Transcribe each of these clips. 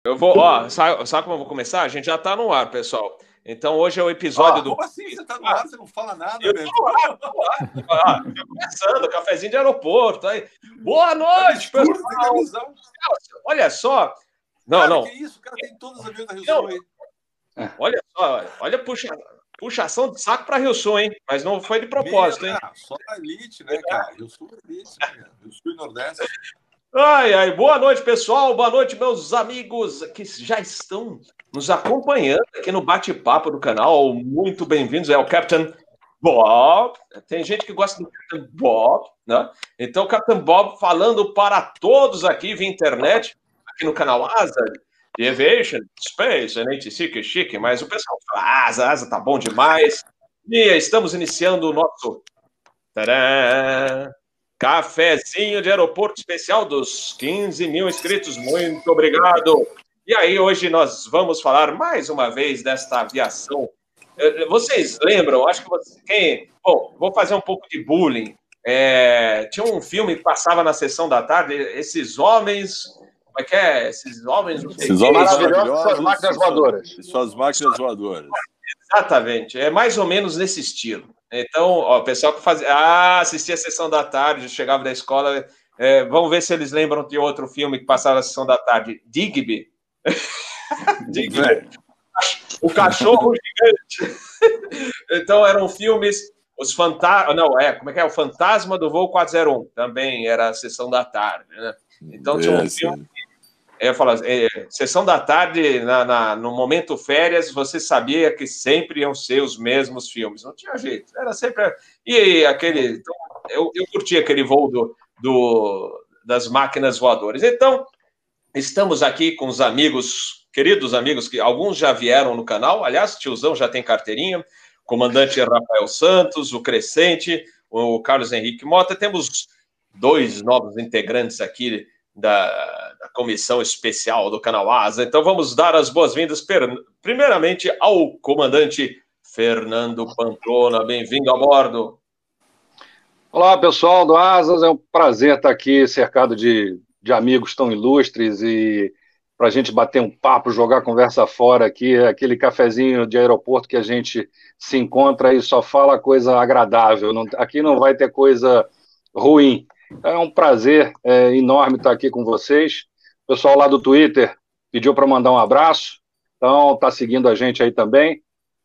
Eu vou, ó, sabe como eu vou começar? A gente já tá no ar, pessoal. Então hoje é o episódio do. Como assim? Você tá no ar, você não fala nada, eu velho? tô no ar, tô no ar. Já começando, cafezinho de aeroporto. Aí. Boa noite, Escuro, pessoal. tem que avisar. Olha só. Não, Cara, não. que isso? O cara tem todas as aviões da Rio Sul aí. Olha só, olha puxação de saco para Rio Sul, hein? Mas não foi de propósito, hein? Só a elite, né, cara? Rio Sul é elite, né? Rio Sul e Nordeste. Ai, boa noite, pessoal. Boa noite, meus amigos que já estão nos acompanhando aqui no bate-papo do canal. Muito bem-vindos. É o Captain Bob. Tem gente que gosta do Captain Bob, né? Então, o Captain Bob falando para todos aqui via internet, aqui no canal Asa, de Aviation, Space, NTC, que chique, mas o pessoal fala, Asa tá bom demais. E estamos iniciando o nosso... Tadã! Cafezinho de aeroporto especial dos 15 mil inscritos. Muito obrigado. E aí, hoje nós vamos falar mais uma vez desta aviação. Vocês lembram? Acho que Bom, vou fazer um pouco de bullying. Tinha um filme que passava na sessão da tarde, esses homens. Como é que é? Esses homens. Esses homens maravilhosos, suas máquinas voadoras. Suas máquinas voadoras. Exatamente. É mais ou menos nesse estilo. Então, ó, o pessoal que assistia a sessão da tarde, chegava da escola, vamos ver se eles lembram de outro filme que passava na sessão da tarde, Digby. Digby. O cachorro gigante. Então, eram filmes, os fantasmas, como é que é? O Fantasma do Voo 401, também era a sessão da tarde, né? Então, tinha um filme... Eu falo, sessão da tarde, no momento férias, você sabia que sempre iam ser os mesmos filmes. Não tinha jeito, era sempre... E aquele... Então, eu curti aquele voo das máquinas voadoras. Então, estamos aqui com os amigos, queridos amigos, que alguns já vieram no canal. Aliás, o tiozão já tem carteirinha. Comandante Rafael Santos, o Crescente, o Carlos Henrique Mota. Temos 2 novos integrantes aqui da comissão especial do canal Asa. Então vamos dar as boas-vindas primeiramente ao comandante Fernando Pamplona. Bem-vindo a bordo. Olá, pessoal do Asas, é um prazer estar aqui cercado de amigos tão ilustres e para a gente bater um papo, jogar conversa fora aqui, aquele cafezinho de aeroporto que a gente se encontra e só fala coisa agradável, aqui não vai ter coisa ruim. É um prazer enorme estar aqui com vocês. O pessoal lá do Twitter pediu para mandar um abraço, então está seguindo a gente aí também.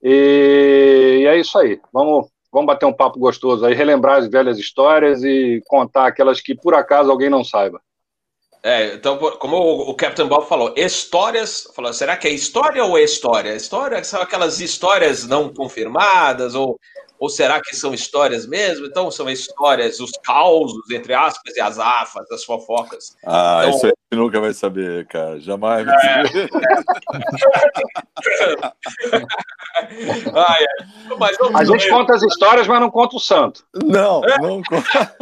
E é isso aí. Vamos bater um papo gostoso aí, relembrar as velhas histórias e contar aquelas que por acaso alguém não saiba. Então, como o Captain Bob falou, histórias. Falou, será que é história ou é história? História são aquelas histórias não confirmadas, ou será que são histórias mesmo? Então, são histórias, os causos, entre aspas, e as afas, as fofocas. Então, isso aí você nunca vai saber, cara. Jamais vai saber. A gente conta as histórias, mas não conta o santo. Não conta.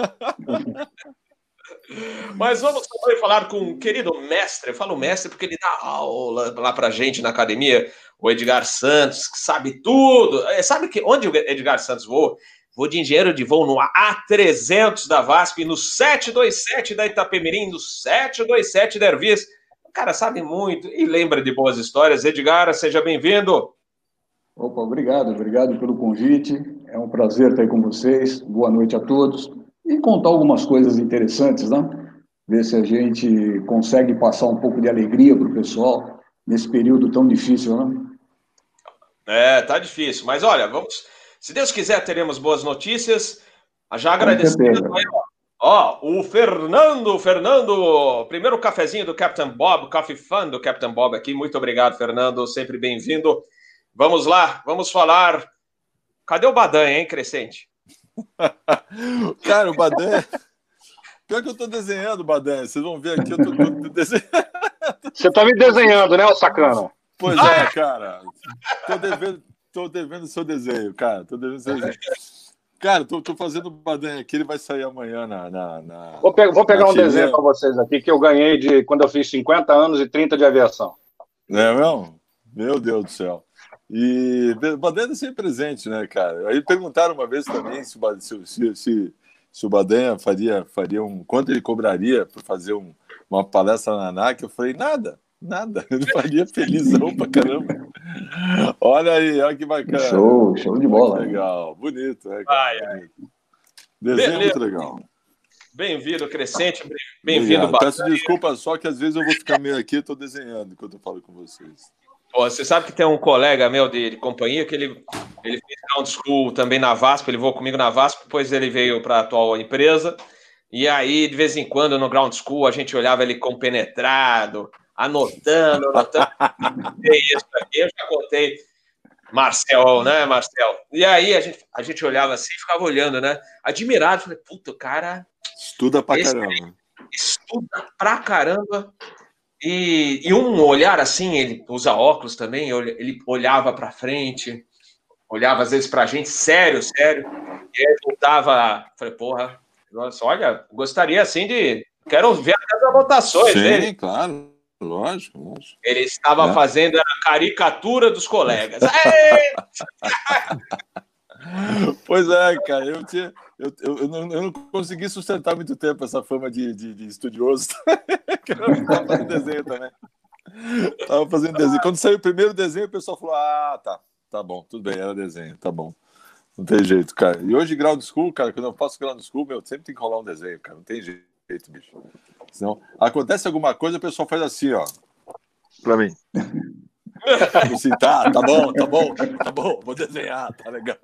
Mas vamos também falar com o querido mestre. Eu falo mestre porque ele dá aula lá pra gente na academia, o Edgar Santos, que sabe tudo. Sabe onde o Edgar Santos voa? Vou de engenheiro de voo no A300 da VASP, no 727 da Itapemirim, no 727 da Ervis. O cara sabe muito e lembra de boas histórias. Edgar, seja bem-vindo. Opa, obrigado pelo convite. É um prazer estar aí com vocês. Boa noite a todos. E contar algumas coisas interessantes, né? Ver se a gente consegue passar um pouco de alegria para o pessoal nesse período tão difícil, né? Tá difícil. Mas olha, se Deus quiser, teremos boas notícias. Já agradecendo aí, o Fernando, primeiro cafezinho do Captain Bob, Coffee Fun do Captain Bob aqui. Muito obrigado, Fernando, sempre bem-vindo. Vamos lá, vamos falar. Cadê o Badanha, hein, Crescente? Cara, o Badanha... Pior que eu tô desenhando o Badanha. Vocês vão ver aqui, eu tô desenhando. Você tá me desenhando, né, ô sacana? Pois é, cara. Tô devendo o seu desenho, cara. Cara, tô fazendo o Badanha aqui, ele vai sair amanhã na Vou pegar um desenho para vocês aqui, que eu ganhei quando eu fiz 50 anos e 30 de aviação. É mesmo? Meu Deus do céu. E o Badanha é sempre presente, né, cara? Aí perguntaram uma vez também se o Badanha faria quanto ele cobraria para fazer uma palestra na ANAC. Eu falei, nada. Nada. Ele faria felizão pra caramba. Olha aí, olha que bacana. Show de bola. Legal, bonito. Bonito. Desenho muito legal. Bem-vindo, Crescente. Bem-vindo, Batalha. Peço desculpa só que às vezes eu vou ficar meio aqui e estou desenhando enquanto eu falo com vocês. Pô, você sabe que tem um colega meu de companhia que ele fez ground school também na VASP, ele voou comigo na VASP, depois ele veio para a atual empresa, e aí, de vez em quando, no ground school, a gente olhava ele compenetrado, anotando. Tem isso aqui, eu já contei. Marcel, né, Marcel? E aí a gente olhava assim e ficava olhando, né? Admirado, falei, puta, o cara... Estuda pra caramba. Estuda pra caramba. E um olhar assim, ele usa óculos também, ele olhava pra frente, olhava às vezes pra gente, sério. E aí voltava, falei, porra, nossa, olha, gostaria assim de... Quero ver até as anotações dele. Sim, claro. Lógico. Ele estava fazendo a caricatura dos colegas. Pois é, cara, eu não consegui sustentar muito tempo essa fama de estudioso. Eu estava fazendo desenho também. Estava fazendo desenho. Quando saiu o primeiro desenho, o pessoal falou, tá bom, tudo bem, era desenho, tá bom. Não tem jeito, cara. E hoje, ground school, cara, quando eu faço ground school, sempre tem que rolar um desenho, cara, não tem jeito, bicho. Senão, acontece alguma coisa, o pessoal faz assim, ó, pra mim. Assim, tá bom, vou desenhar, tá legal.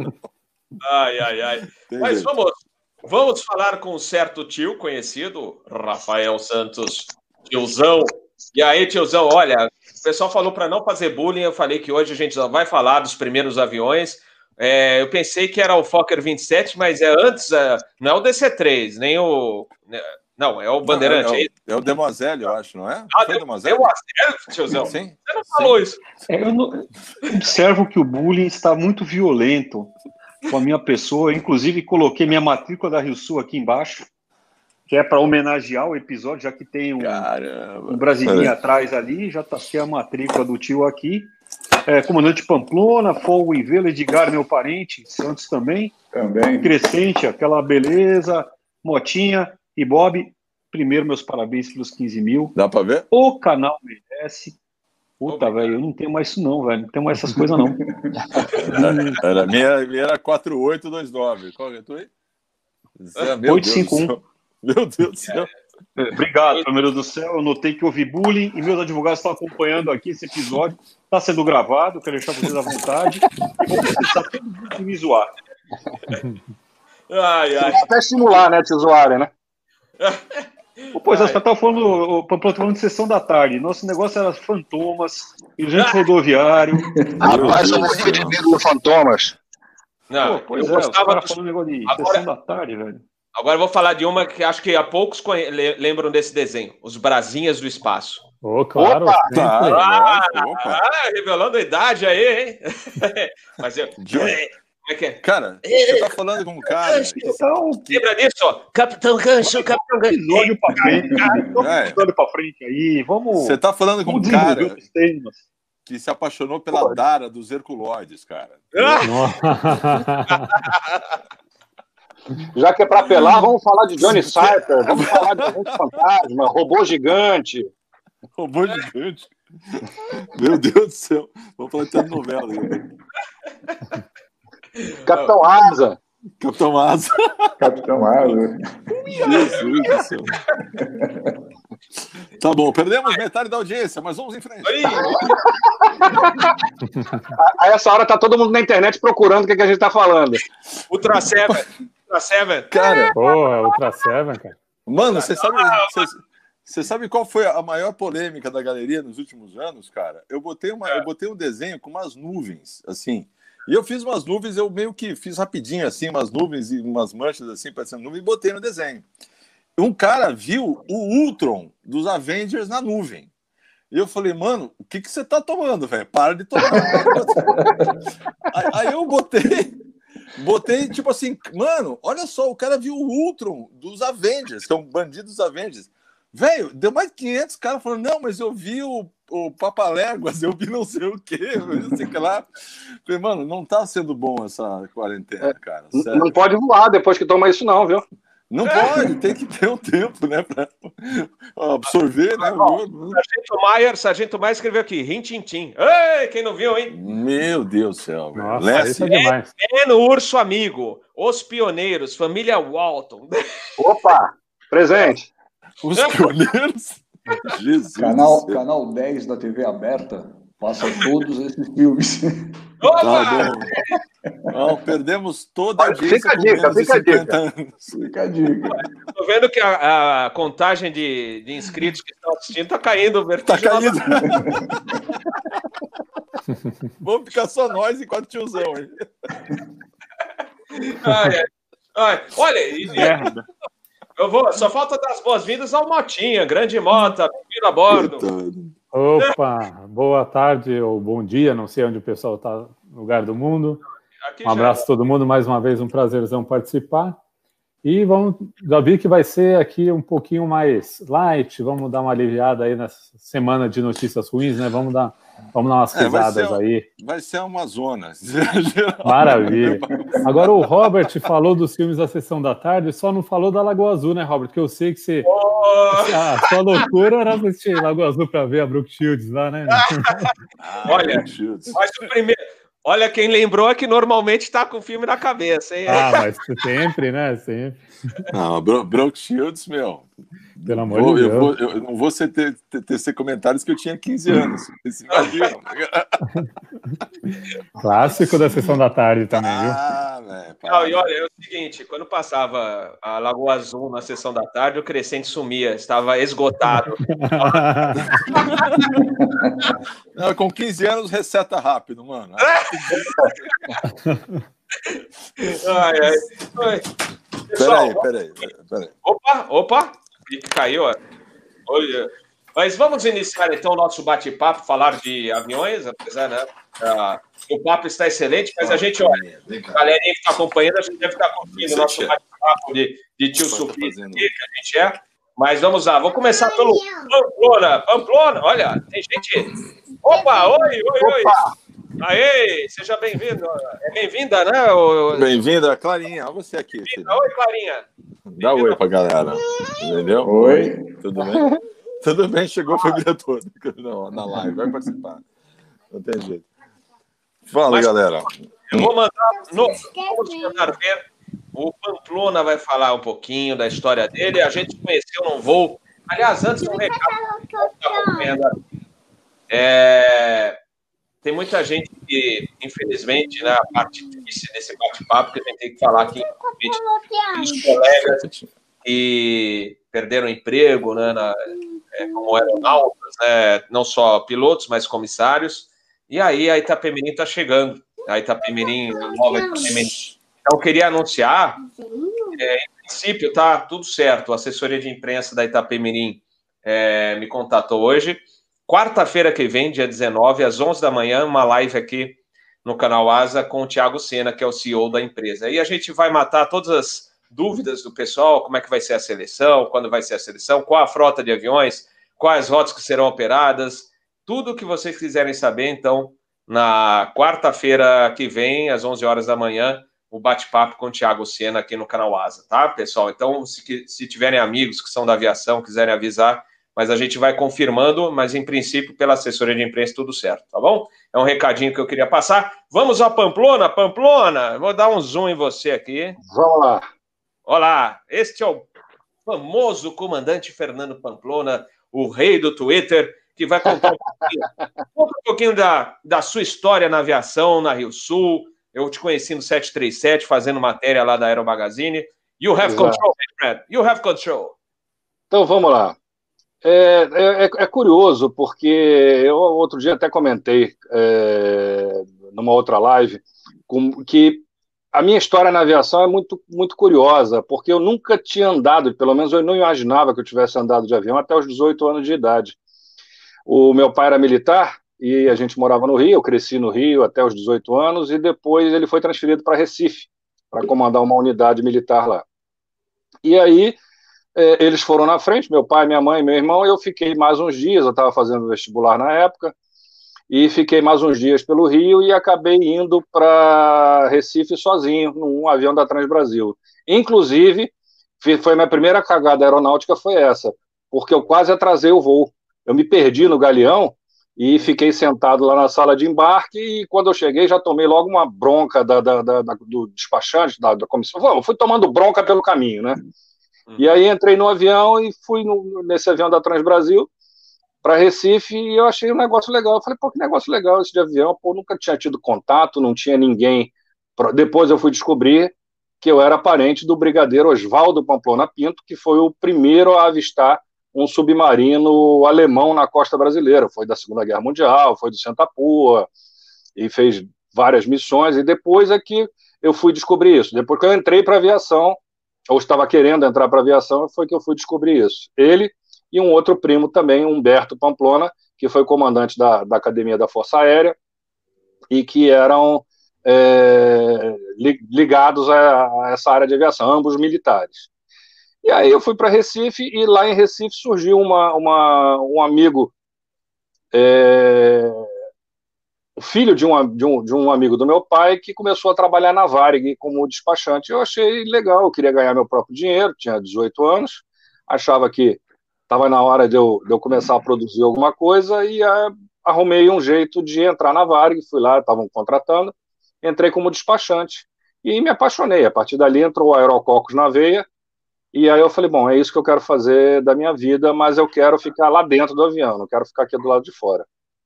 Ai. Mas vamos falar com um certo tio conhecido, Rafael Santos, tiozão. E aí, tiozão, olha, o pessoal falou para não fazer bullying, eu falei que hoje a gente vai falar dos primeiros aviões. Eu pensei que era o Fokker 27, mas é antes, não é o DC-3, nem o... Não, é o Bandeirante. É o Demoiselle, eu acho, não é? Demoiselle, tiozão? Sim. Você não falou isso. Eu observo que o bullying está muito violento com a minha pessoa. Inclusive, coloquei minha matrícula da Rio Sul aqui embaixo, que é para homenagear o episódio, já que tem um brasileiro atrás ali. Já taquei a matrícula do tio aqui. Comandante Pamplona, Fogo em Vela, Edgar, meu parente, Santos também. Crescente, aquela beleza, Motinha e Bob. Primeiro, meus parabéns pelos 15 mil. Dá pra ver? O canal merece. Puta, velho, eu não tenho mais isso não, velho. Não tenho mais essas coisas não. Minha era 4829. Qual é a tua aí? 851. Meu Deus do céu. Obrigado, meu Deus do céu. Eu notei que houve bullying e meus advogados estão acompanhando aqui esse episódio. Está sendo gravado, quero deixar vocês à vontade. Vou precisar todo mundo de me zoar. Até estimular, né, te zoarem, né? Pois é, você falando de sessão da tarde. Nosso negócio era fantomas, gente rodoviário. Rapaz, eu morri de medo do fantomas. Não, pois é, os caras falando negócio de sessão da tarde, velho. Agora eu vou falar de uma que acho que há poucos lembram desse desenho. Os Brasinhas do Espaço. Claro. Opa. Revelando a idade aí, hein? Mas eu... Como é que é? Cara, você tá falando com um cara... Lembra disso, ó? Capitão Gancho. Episódio pra frente, episódio pra frente aí, vamos... Você tá falando com um cara que se apaixonou pela Dara dos Herculoides, cara. Já que é pra apelar, vamos falar de Johnny Cypher, vamos falar de Gente Fantasma, Robô Gigante. Robô Gigante? Meu Deus do céu. Vamos falar de telenovela. Capitão Asa. Capitão Asa. Jesus do céu. Tá bom, perdemos metade da audiência, mas vamos em frente. A essa hora tá todo mundo na internet procurando o que a gente tá falando. Ultra Seven. Cara. Ultra Seven, cara. Mano, você sabe qual foi a maior polêmica da galeria nos últimos anos, cara? Eu botei um desenho com umas nuvens, assim. E eu fiz umas nuvens, eu meio que fiz rapidinho, assim, umas nuvens e umas manchas, assim, parecendo nuvem, e botei no desenho. Um cara viu o Ultron dos Avengers na nuvem. E eu falei, mano, o que você tá tomando, velho? Para de tomar. Aí eu botei, tipo assim, mano, olha só, o cara viu o Ultron dos Avengers, que é um bandido dos Avengers. Velho, deu mais de 500 caras falando, não, mas eu vi o Papaléguas, eu vi não sei o quê, não sei o que lá. Falei, mano, não tá sendo bom essa quarentena, cara. Sério. Não pode voar depois que toma isso não, viu? Não pode, tem que ter um tempo, né? Para absorver, né? Sargento Maier escreveu aqui, Rin-Tin-Tin. Ei, quem não viu, hein? Meu Deus do céu, velho. Nossa, isso é demais. No Urso Amigo, Os Pioneiros, Família Walton. Opa, presente. Os Pioneiros. Jesus. Canal 10 da TV aberta passa todos esses filmes. Tá bom. Não, perdemos toda a audiência. Fica a dica, fica a dica. Fica a dica. Tô vendo que a contagem de inscritos que estão assistindo tá caindo. Tá caindo. Vamos ficar só nós e 4 tiozão aí. Olha, só falta dar as boas-vindas ao Motinha, grande Mota, bem-vindo a bordo. Opa, boa tarde ou bom dia, não sei onde o pessoal está no lugar do mundo. Um abraço a todo mundo, mais uma vez um prazerzão participar. E já vi que vai ser aqui um pouquinho mais light, vamos dar uma aliviada aí nessa semana de notícias ruins, né? Vamos dar umas risadas aí. Vai ser uma zona. Maravilha. Agora o Robert falou dos filmes da Sessão da Tarde, só não falou da Lagoa Azul, né, Robert? Porque eu sei que você... A sua loucura era assistir Lagoa Azul para ver a Brooke Shields lá, né? Olha, mas o primeiro... Olha, quem lembrou é que normalmente está com o filme na cabeça, hein? Mas sempre, né? Sempre. Não, Brooke Shields, meu... Pelo amor de Deus. Eu não vou tecer comentários que eu tinha 15 anos. Clássico da Sessão da Tarde também, viu? E olha, é o seguinte, quando passava a Lagoa Azul na Sessão da Tarde, o Crescente sumia, estava esgotado. Não, com 15 anos, receta rápido, mano. Peraí. Opa! Caiu, ó. Olha. Mas vamos iniciar então o nosso bate-papo, falar de aviões, apesar, né? O papo está excelente, mas a gente, olha, a galerinha que está acompanhando, a gente deve estar curtindo o nosso bate-papo de tio Suplicy, que a gente é. Mas vamos lá, vou começar pelo Pamplona, olha, tem gente. Opa, oi. Aê, seja bem-vindo. É bem-vinda, né? Bem-vinda, Clarinha. Olha você aqui. Oi, Clarinha. Dá oi pra galera. Entendeu? Oi. Tudo bem? Tudo bem, chegou a família toda na live. Vai participar. Não tem jeito. Fala, galera. Eu vou vamos mandar ver. O Pamplona vai falar um pouquinho da história dele. A gente conheceu num voo. Aliás, antes um recado. Tem muita gente que, infelizmente, né, a parte triste desse bate-papo, que a gente tem que falar aqui, os colegas que perderam emprego, né, como aeronautas, né, não só pilotos, mas comissários. E aí a Itapemirim está chegando. A Itapemirim, a nova Itapemirim. Então, eu queria anunciar, em princípio, está tudo certo. A assessoria de imprensa da Itapemirim me contatou hoje. Quarta-feira que vem, dia 19, às 11 da manhã, uma live aqui no canal Asa com o Thiago Sena, que é o CEO da empresa. Aí a gente vai matar todas as dúvidas do pessoal, como é que vai ser a seleção, quando vai ser a seleção, qual a frota de aviões, quais rotas que serão operadas, tudo que vocês quiserem saber. Então, na quarta-feira que vem, às 11 horas da manhã, o bate-papo com o Thiago Sena aqui no canal Asa, tá, pessoal? Então, se tiverem amigos que são da aviação, quiserem avisar, mas a gente vai confirmando, mas em princípio, pela assessoria de imprensa, tudo certo, tá bom? É um recadinho que eu queria passar. Vamos ao Pamplona, vou dar um zoom em você aqui. Vamos lá. Olá, este é o famoso comandante Fernando Pamplona, o rei do Twitter, que vai contar um pouquinho da sua história na aviação, na Rio Sul. Eu te conheci no 737, fazendo matéria lá da Aero Magazine. You have control, my friend. You have control. Então, vamos lá. É curioso, porque eu outro dia até comentei numa outra live que a minha história na aviação é muito, muito curiosa, porque eu nunca tinha andado, pelo menos eu não imaginava que eu tivesse andado de avião até os 18 anos de idade. O meu pai era militar e a gente morava no Rio, eu cresci no Rio até os 18 anos e depois ele foi transferido para Recife, para comandar uma unidade militar lá. E aí eles foram na frente, meu pai, minha mãe, meu irmão, e eu fiquei mais uns dias, eu estava fazendo vestibular na época, e fiquei mais uns dias pelo Rio e acabei indo para Recife sozinho, num avião da Transbrasil. Inclusive, Foi a minha primeira cagada aeronáutica, foi essa, porque eu quase atrasei o voo. Eu me perdi no galeão e fiquei sentado lá na sala de embarque, e quando eu cheguei já tomei logo uma bronca do despachante, da comissão. Eu fui tomando bronca pelo caminho, né? E aí entrei no avião e fui nesse avião da Transbrasil para Recife, e eu achei um negócio legal. Eu falei, pô, que negócio legal esse de avião. Pô, nunca tinha tido contato, não tinha ninguém. Depois eu fui descobrir que eu era parente do brigadeiro Oswaldo Pamplona Pinto, que foi o primeiro a avistar um submarino alemão na costa brasileira. Foi da Segunda Guerra Mundial, foi do Santa Pua, e fez várias missões, e depois é que eu fui descobrir isso. Depois que eu entrei para a aviação, ou estava querendo entrar para a aviação, foi que eu fui descobrir isso. Ele e um outro primo também, Humberto Pamplona, que foi comandante da Academia da Força Aérea, e que eram ligados a essa área de aviação, ambos militares. E aí eu fui para Recife, e lá em Recife surgiu um amigo, o filho de um amigo do meu pai, que começou a trabalhar na Varig como despachante. Eu achei legal, eu queria ganhar meu próprio dinheiro, tinha 18 anos, achava que estava na hora de eu começar a produzir alguma coisa, e arrumei um jeito de entrar na Varig, fui lá, estavam contratando, entrei como despachante, e me apaixonei. A partir dali entrou o aerococos na veia, e aí eu falei, bom, é isso que eu quero fazer da minha vida, mas eu quero ficar lá dentro do avião, não quero ficar aqui do lado de fora.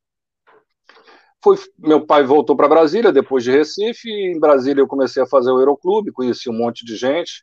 Meu pai voltou para Brasília, depois de Recife, e em Brasília eu comecei a fazer o Aeroclube, conheci um monte de gente,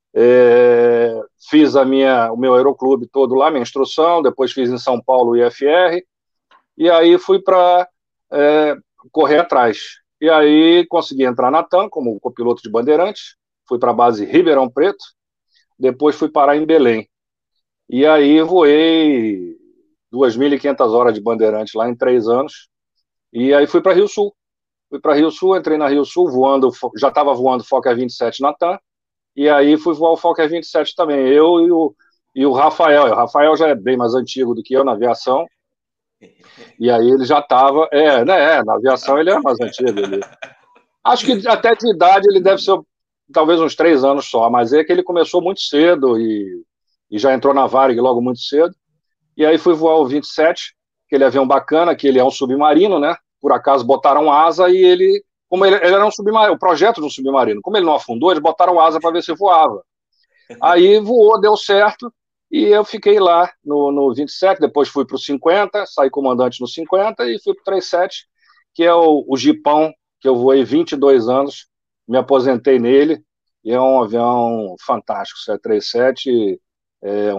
fiz o meu Aeroclube todo lá, minha instrução, depois fiz em São Paulo o IFR, e aí fui para correr atrás. E aí consegui entrar na TAM como copiloto de Bandeirantes, fui para a base Ribeirão Preto, depois fui parar em Belém. E aí voei 2.500 horas de Bandeirantes lá em 3 anos, e aí fui para Rio Sul. Fui para Rio Sul, entrei na Rio Sul, já estava voando Fokker 27 na TAM, e aí fui voar o Fokker 27 também, eu e o Rafael. O Rafael já é bem mais antigo do que eu na aviação, e aí ele já estava, na aviação ele é mais antigo. Acho que até de idade ele deve ser talvez uns 3 anos só, mas é que ele começou muito cedo e já entrou na Varig logo muito cedo, e aí fui voar o 27, aquele avião bacana, que ele é um submarino, né? Por acaso botaram asa, e como ele era um submarino, o projeto de um submarino, como ele não afundou, eles botaram asa para ver se voava. Aí voou, deu certo, e eu fiquei lá no 27, depois fui para o 50, saí comandante no 50, e fui para o 37, que é o Jipão, que eu voei 22 anos, me aposentei nele, e é um avião fantástico. O 737 é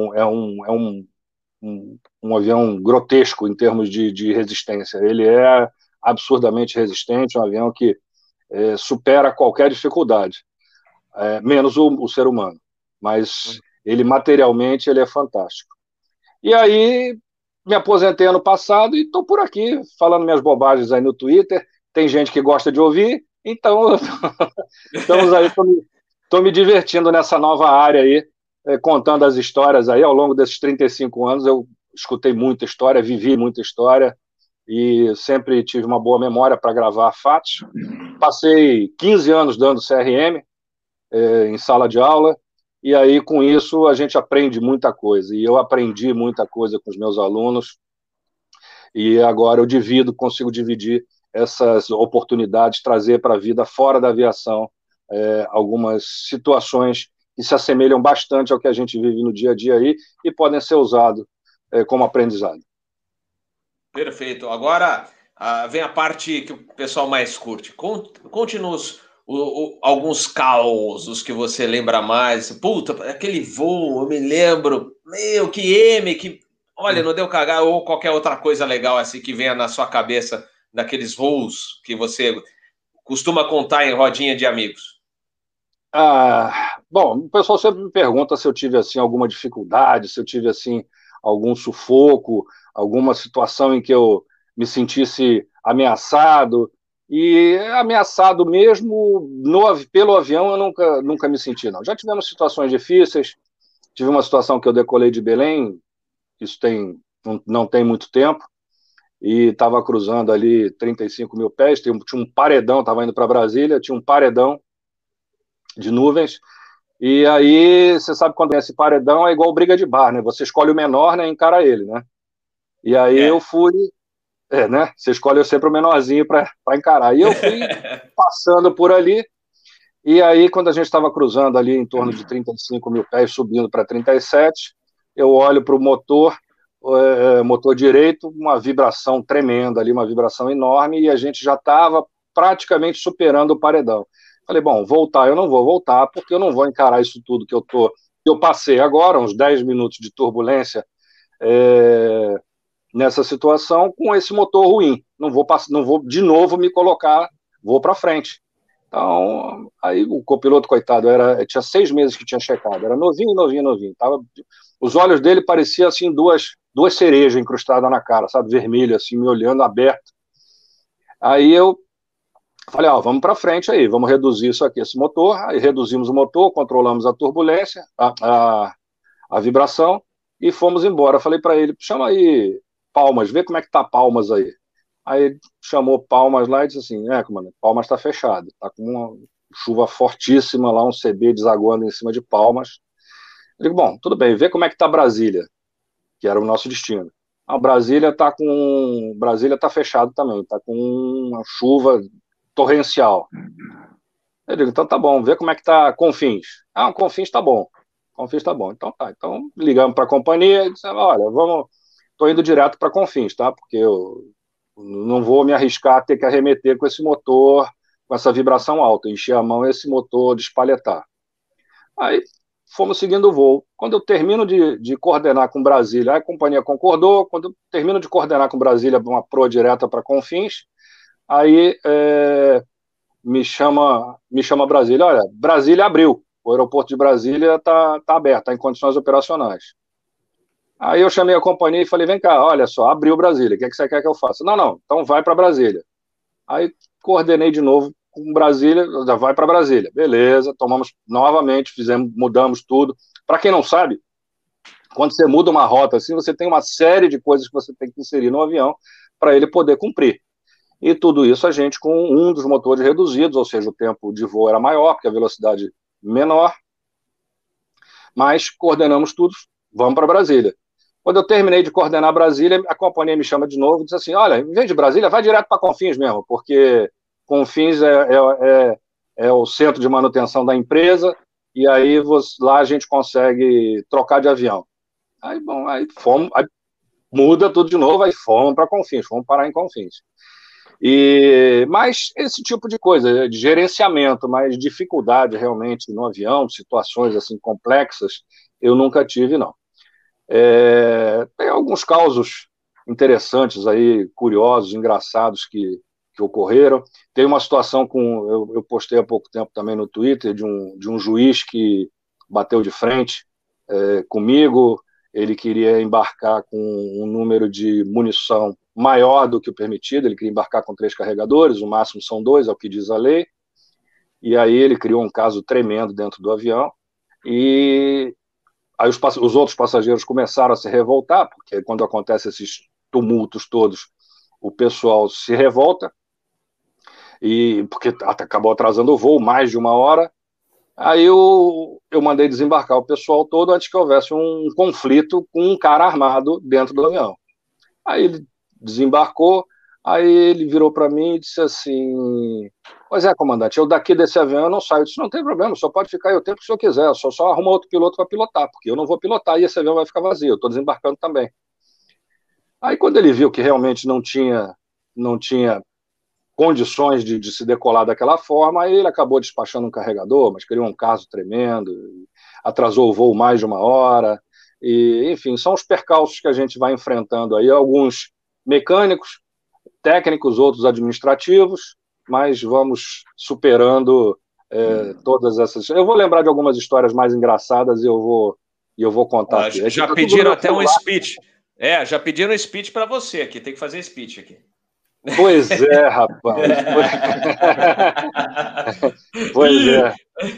um avião grotesco em termos de resistência. Ele é absurdamente resistente, um avião que supera qualquer dificuldade, menos o ser humano, mas ele materialmente ele é fantástico. E aí me aposentei ano passado e estou por aqui falando minhas bobagens aí no Twitter. Tem gente que gosta de ouvir, então estamos aí, estou me divertindo nessa nova área aí, contando as histórias aí. Ao longo desses 35 anos eu escutei muita história, vivi muita história, e sempre tive uma boa memória para gravar fatos. Passei 15 anos dando CRM em sala de aula, e aí com isso a gente aprende muita coisa, e eu aprendi muita coisa com os meus alunos, e agora eu consigo dividir essas oportunidades, trazer para a vida fora da aviação algumas situações que se assemelham bastante ao que a gente vive no dia a dia aí, e podem ser usados como aprendizado. Perfeito. Agora vem a parte que o pessoal mais curte. Conte-nos alguns causos que você lembra mais. Puta, aquele voo, eu me lembro. Meu, olha, não deu cagar, ou qualquer outra coisa legal assim que venha na sua cabeça daqueles voos que você costuma contar em rodinha de amigos. Bom, o pessoal sempre me pergunta se eu tive assim alguma dificuldade, se eu tive assim algum sufoco, alguma situação em que eu me sentisse ameaçado. E ameaçado mesmo pelo avião eu nunca me senti, não. Já tivemos situações difíceis. Tive uma situação que eu decolei de Belém, isso não tem muito tempo, e estava cruzando ali 35 mil pés, tinha um paredão, estava indo para Brasília, tinha um paredão de nuvens, E aí, você sabe quando tem esse paredão, é igual briga de bar, né? Você escolhe o menor, né? E encara ele, né? E aí eu fui... né? Você escolhe sempre o menorzinho para encarar. E eu fui passando por ali, e aí quando a gente estava cruzando ali em torno de 35 mil pés, subindo para 37, eu olho para o motor direito, uma vibração tremenda ali, uma vibração enorme, e a gente já estava praticamente superando o paredão. Falei, bom, voltar eu não vou voltar, porque eu não vou encarar isso tudo que eu passei agora, uns 10 minutos de turbulência, nessa situação, com esse motor ruim. Não vou de novo me colocar, vou para frente. Então, aí o copiloto, coitado, tinha 6 meses que tinha checado, era novinho. Os olhos dele pareciam assim duas cerejas incrustadas na cara, sabe, vermelho, assim, me olhando aberto. Aí eu falei, vamos para frente aí, vamos reduzir isso aqui, esse motor. Aí reduzimos o motor, controlamos a turbulência, a vibração, e fomos embora. Falei para ele, chama aí Palmas, vê como é que tá Palmas aí. Aí ele chamou Palmas lá e disse assim, comandante, Palmas está fechado, tá com uma chuva fortíssima lá, um CB desaguando em cima de Palmas. Eu digo, bom, tudo bem, vê como é que tá Brasília, que era o nosso destino. Brasília tá fechado também, tá com uma chuva torrencial. Eu digo, então tá bom, vê como é que tá Confins. Confins tá bom. Então tá. Então ligamos para a companhia e dissemos, olha, tô indo direto para Confins, tá? Porque eu não vou me arriscar a ter que arremeter com esse motor, com essa vibração alta, encher a mão e esse motor despalhetar. Aí fomos seguindo o voo. Quando eu termino de coordenar com Brasília, a companhia concordou, quando eu termino de coordenar com Brasília uma proa direta para Confins, aí me chama Brasília, olha, Brasília abriu, o aeroporto de Brasília está aberto, está em condições operacionais. Aí eu chamei a companhia e falei, vem cá, olha só, abriu Brasília, o que você quer que eu faça? Não, então vai para Brasília. Aí coordenei de novo com Brasília, já vai para Brasília. Beleza, tomamos novamente, mudamos tudo. Para quem não sabe, quando você muda uma rota assim, você tem uma série de coisas que você tem que inserir no avião para ele poder cumprir. E tudo isso a gente com um dos motores reduzidos, ou seja, o tempo de voo era maior, porque a velocidade menor, mas coordenamos tudo, vamos para Brasília. Quando eu terminei de coordenar Brasília, a companhia me chama de novo e diz assim, olha, em vez de Brasília, vai direto para Confins mesmo, porque Confins é o centro de manutenção da empresa, e aí lá a gente consegue trocar de avião. Aí, bom, aí muda tudo de novo, aí fomos para Confins, fomos parar em Confins. Mas esse tipo de coisa, de gerenciamento, mas dificuldade realmente no avião, situações assim complexas, eu nunca tive, não. Tem alguns causos interessantes aí, curiosos, engraçados que ocorreram. Tem uma situação eu postei há pouco tempo também no Twitter, de um juiz que bateu de frente comigo. Ele queria embarcar com um número de munição maior do que o permitido, ele queria embarcar com 3 carregadores, o máximo são 2, é o que diz a lei, e aí ele criou um caso tremendo dentro do avião, e aí os outros passageiros começaram a se revoltar, porque quando acontecem esses tumultos todos, o pessoal se revolta, e porque acabou atrasando o voo mais de 1 hora. Aí eu mandei desembarcar o pessoal todo antes que houvesse um conflito com um cara armado dentro do avião. Aí ele desembarcou, aí ele virou para mim e disse assim, pois é, comandante, eu daqui desse avião eu não saio. Eu disse, não tem problema, só pode ficar aí o tempo que o senhor quiser, só arruma outro piloto para pilotar, porque eu não vou pilotar e esse avião vai ficar vazio, eu estou desembarcando também. Aí quando ele viu que realmente não tinha condições de se decolar daquela forma, aí ele acabou despachando um carregador, mas criou um caso tremendo, atrasou o voo mais de 1 hora, e, enfim, são os percalços que a gente vai enfrentando aí, alguns mecânicos, técnicos, outros administrativos, mas vamos superando todas essas... Eu vou lembrar de algumas histórias mais engraçadas e eu vou contar aqui. Já pediram até um speech. Já pediram um speech para você aqui, tem que fazer speech aqui. Pois é, rapaz. Pois é.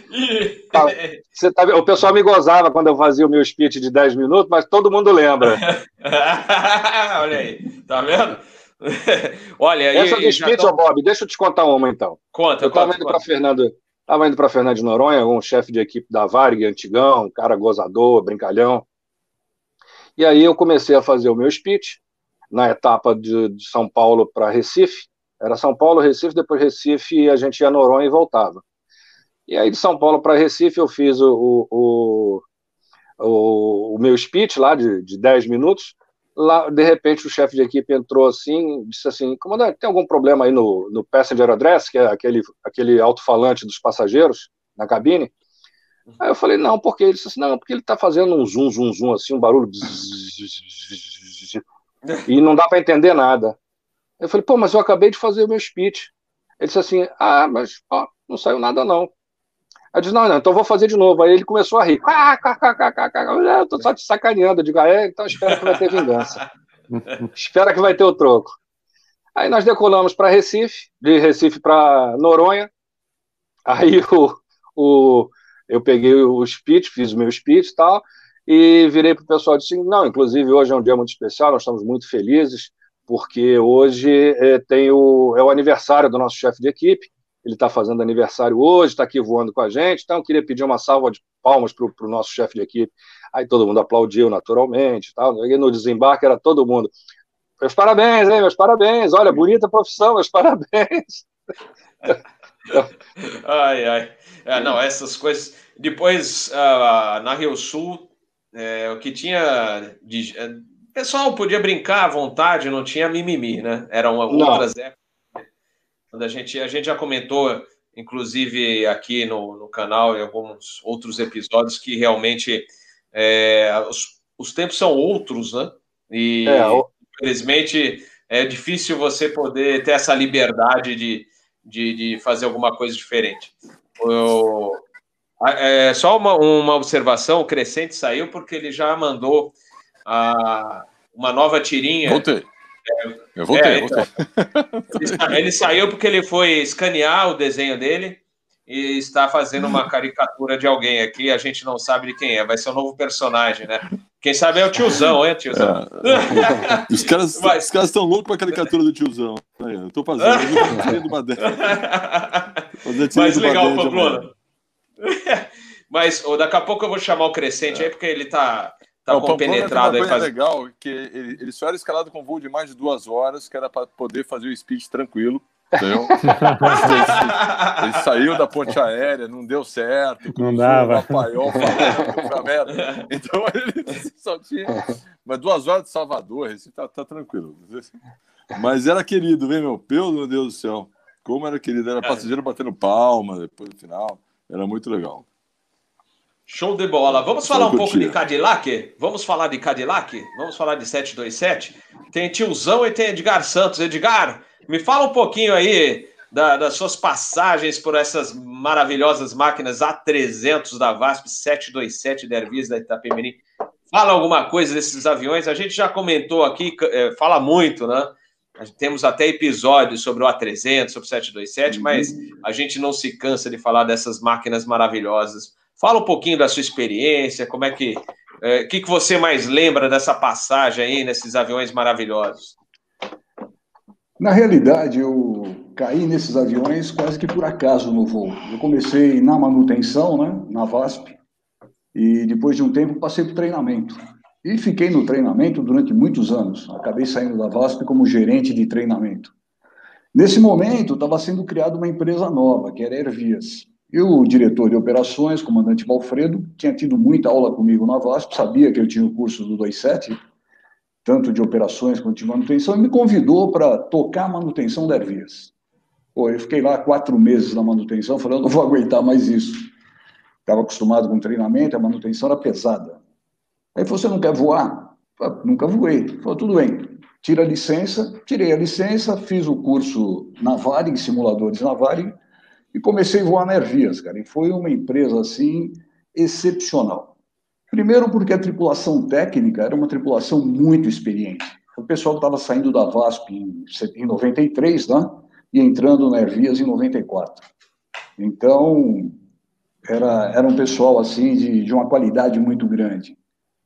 O pessoal me gozava quando eu fazia o meu speech de 10 minutos, mas todo mundo lembra. Olha aí, tá vendo? Olha, essa do speech, Bob, deixa eu te contar uma então. Conta. Eu estava indo para Fernando Estava indo para Fernando de Noronha, um chefe de equipe da Varig, antigão, um cara gozador, brincalhão. E aí eu comecei a fazer o meu speech na etapa de São Paulo para Recife. Era São Paulo, Recife, depois Recife, e a gente ia a Noronha e voltava. E aí de São Paulo para Recife eu fiz o meu speech lá de 10 minutos. Lá, de repente, o chefe de equipe entrou assim, disse assim, comandante, tem algum problema aí no passenger address, que é aquele alto-falante dos passageiros na cabine? Aí eu falei, não, porque ele disse assim, não, porque ele está fazendo um zoom, zoom, zoom, assim, um barulho, e não dá para entender nada. Eu falei, pô, mas eu acabei de fazer o meu speech. Ele disse assim, mas ó, não saiu nada não. Aí eu disse, não, então vou fazer de novo. Aí ele começou a rir. Eu tô só te sacaneando. Eu digo, então espera que vai ter vingança. Espera que vai ter o troco. Aí nós decolamos para Recife, de Recife para Noronha. Aí eu peguei o speech, fiz o meu speech e tal, e virei para o pessoal e disse, não, inclusive hoje é um dia muito especial, nós estamos muito felizes, porque hoje é o aniversário do nosso chefe de equipe. Ele está fazendo aniversário hoje, está aqui voando com a gente, então eu queria pedir uma salva de palmas para o nosso chefe de equipe. Aí todo mundo aplaudiu naturalmente, tal. E no desembarque era todo mundo, meus parabéns, hein, meus parabéns, olha, bonita profissão, meus parabéns. Ai. Não, essas coisas... Depois, na Rio Sul, o que tinha... O pessoal podia brincar à vontade, não tinha mimimi, né? Eram outras épocas. A gente já comentou, inclusive aqui no canal, em alguns outros episódios, que realmente os tempos são outros, né? E, infelizmente, é difícil você poder ter essa liberdade de fazer alguma coisa diferente. Só uma observação, o Crescente saiu porque ele já mandou uma nova tirinha. Eu voltei. Ele saiu porque ele foi escanear o desenho dele e está fazendo uma caricatura de alguém aqui, a gente não sabe de quem é, vai ser um novo personagem, né? Quem sabe é o tiozão, hein, tiozão? Os caras estão loucos com a caricatura do tiozão. Eu estou fazendo, Mas legal, Pamplona. Mas daqui a pouco eu vou chamar o Crescente aí, porque ele está compenetrado. É legal, que ele só era escalado com voo de mais de 2 horas, que era para poder fazer o speech tranquilo. Entendeu? Ele saiu da ponte aérea, não deu certo. Não dava. Então ele só tinha. Mas 2 horas de Salvador, esse tá tranquilo. Mas era querido, vem, meu Deus do céu. Como era querido, era passageiro batendo palma depois do final. Era muito legal. Show de bola. Vamos falar um pouco de Cadillac? Vamos falar de Cadillac? Vamos falar de 727? Tem tiozão e tem Edgar Santos. Edgar, me fala um pouquinho aí das suas passagens por essas maravilhosas máquinas A300 da VASP, 727 da Airvis da Itapemirim. Fala alguma coisa desses aviões. A gente já comentou aqui, fala muito, né? Temos até episódios sobre o A300, sobre o 727, mas a gente não se cansa de falar dessas máquinas maravilhosas. Fala um pouquinho da sua experiência, como é que... O que você mais lembra dessa passagem aí, nesses aviões maravilhosos? Na realidade, eu caí nesses aviões quase que por acaso no voo. Eu comecei na manutenção, né, na VASP, e depois de um tempo passei para o treinamento. E fiquei no treinamento durante muitos anos. Acabei saindo da VASP como gerente de treinamento. Nesse momento, estava sendo criada uma empresa nova, que era a Airvias. E o diretor de operações, comandante Valfredo, tinha tido muita aula comigo na VASP, sabia que eu tinha o curso do 27, tanto de operações quanto de manutenção, e me convidou para tocar a manutenção da Airvias. Pô, eu fiquei lá 4 meses na manutenção, falei, eu não vou aguentar mais isso. Estava acostumado com treinamento, a manutenção era pesada. Aí você não quer voar? Falei, nunca voei. Falei, tudo bem, tira a licença. Tirei a licença, fiz o curso na Varig, simuladores na Varig, e comecei a voar na Airvias, cara. E foi uma empresa, assim, excepcional. Primeiro porque a tripulação técnica era uma tripulação muito experiente. O pessoal que estava saindo da VASP em 93, né? E entrando na Airvias em 94. Então, era um pessoal, assim, de uma qualidade muito grande.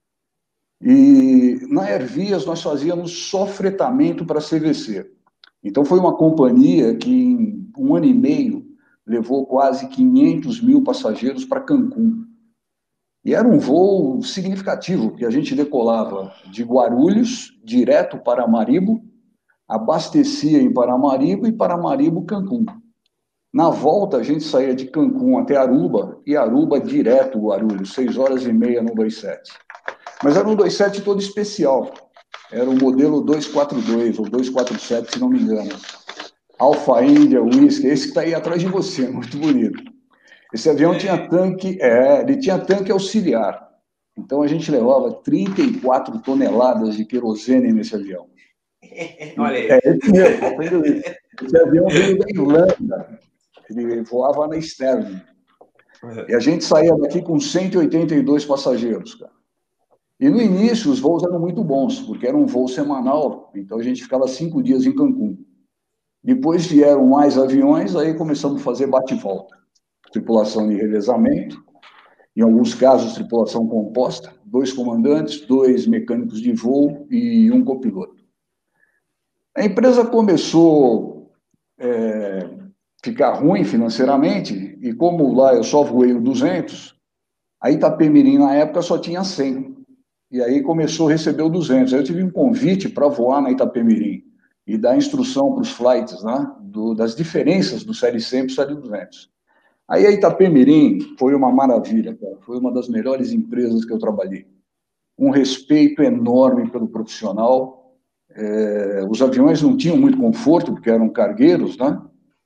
E na Airvias nós fazíamos só fretamento para CVC. Então foi uma companhia que em 1 ano e meio levou quase 500 mil passageiros para Cancún. E era um voo significativo, que a gente decolava de Guarulhos, direto para Paramaribo, abastecia em Paramaribo e Paramaribo, Cancún. Na volta, a gente saía de Cancún até Aruba, e Aruba direto Guarulhos, 6 horas e meia no 27. Mas era um 27 todo especial. Era o modelo 242, ou 247, se não me engano. Alfa India, Whisky, esse que está aí atrás de você, muito bonito. Esse avião tinha tanque, ele tinha tanque auxiliar. Então, a gente levava 34 toneladas de querosene nesse avião. Olha aí. Esse mesmo, esse avião veio da Irlanda. Ele voava na Sterling. E a gente saía daqui com 182 passageiros, cara. E no início, os voos eram muito bons, porque era um voo semanal, então a gente ficava 5 dias em Cancún. Depois vieram mais aviões, aí começamos a fazer bate-volta. Tripulação de revezamento, em alguns casos, tripulação composta, 2 comandantes, 2 mecânicos de voo e 1 copiloto. A empresa começou a ficar ruim financeiramente, e como lá eu só voei o 200, a Itapemirim, na época, só tinha 100. E aí começou a receber o 200. Aí eu tive um convite para voar na Itapemirim e dar instrução para os flights, né, das diferenças do Série 100 para o Série 200. Aí a Itapemirim foi uma maravilha, cara. Foi uma das melhores empresas que eu trabalhei. Um respeito enorme pelo profissional. Os aviões não tinham muito conforto, porque eram cargueiros, né,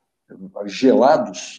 gelados,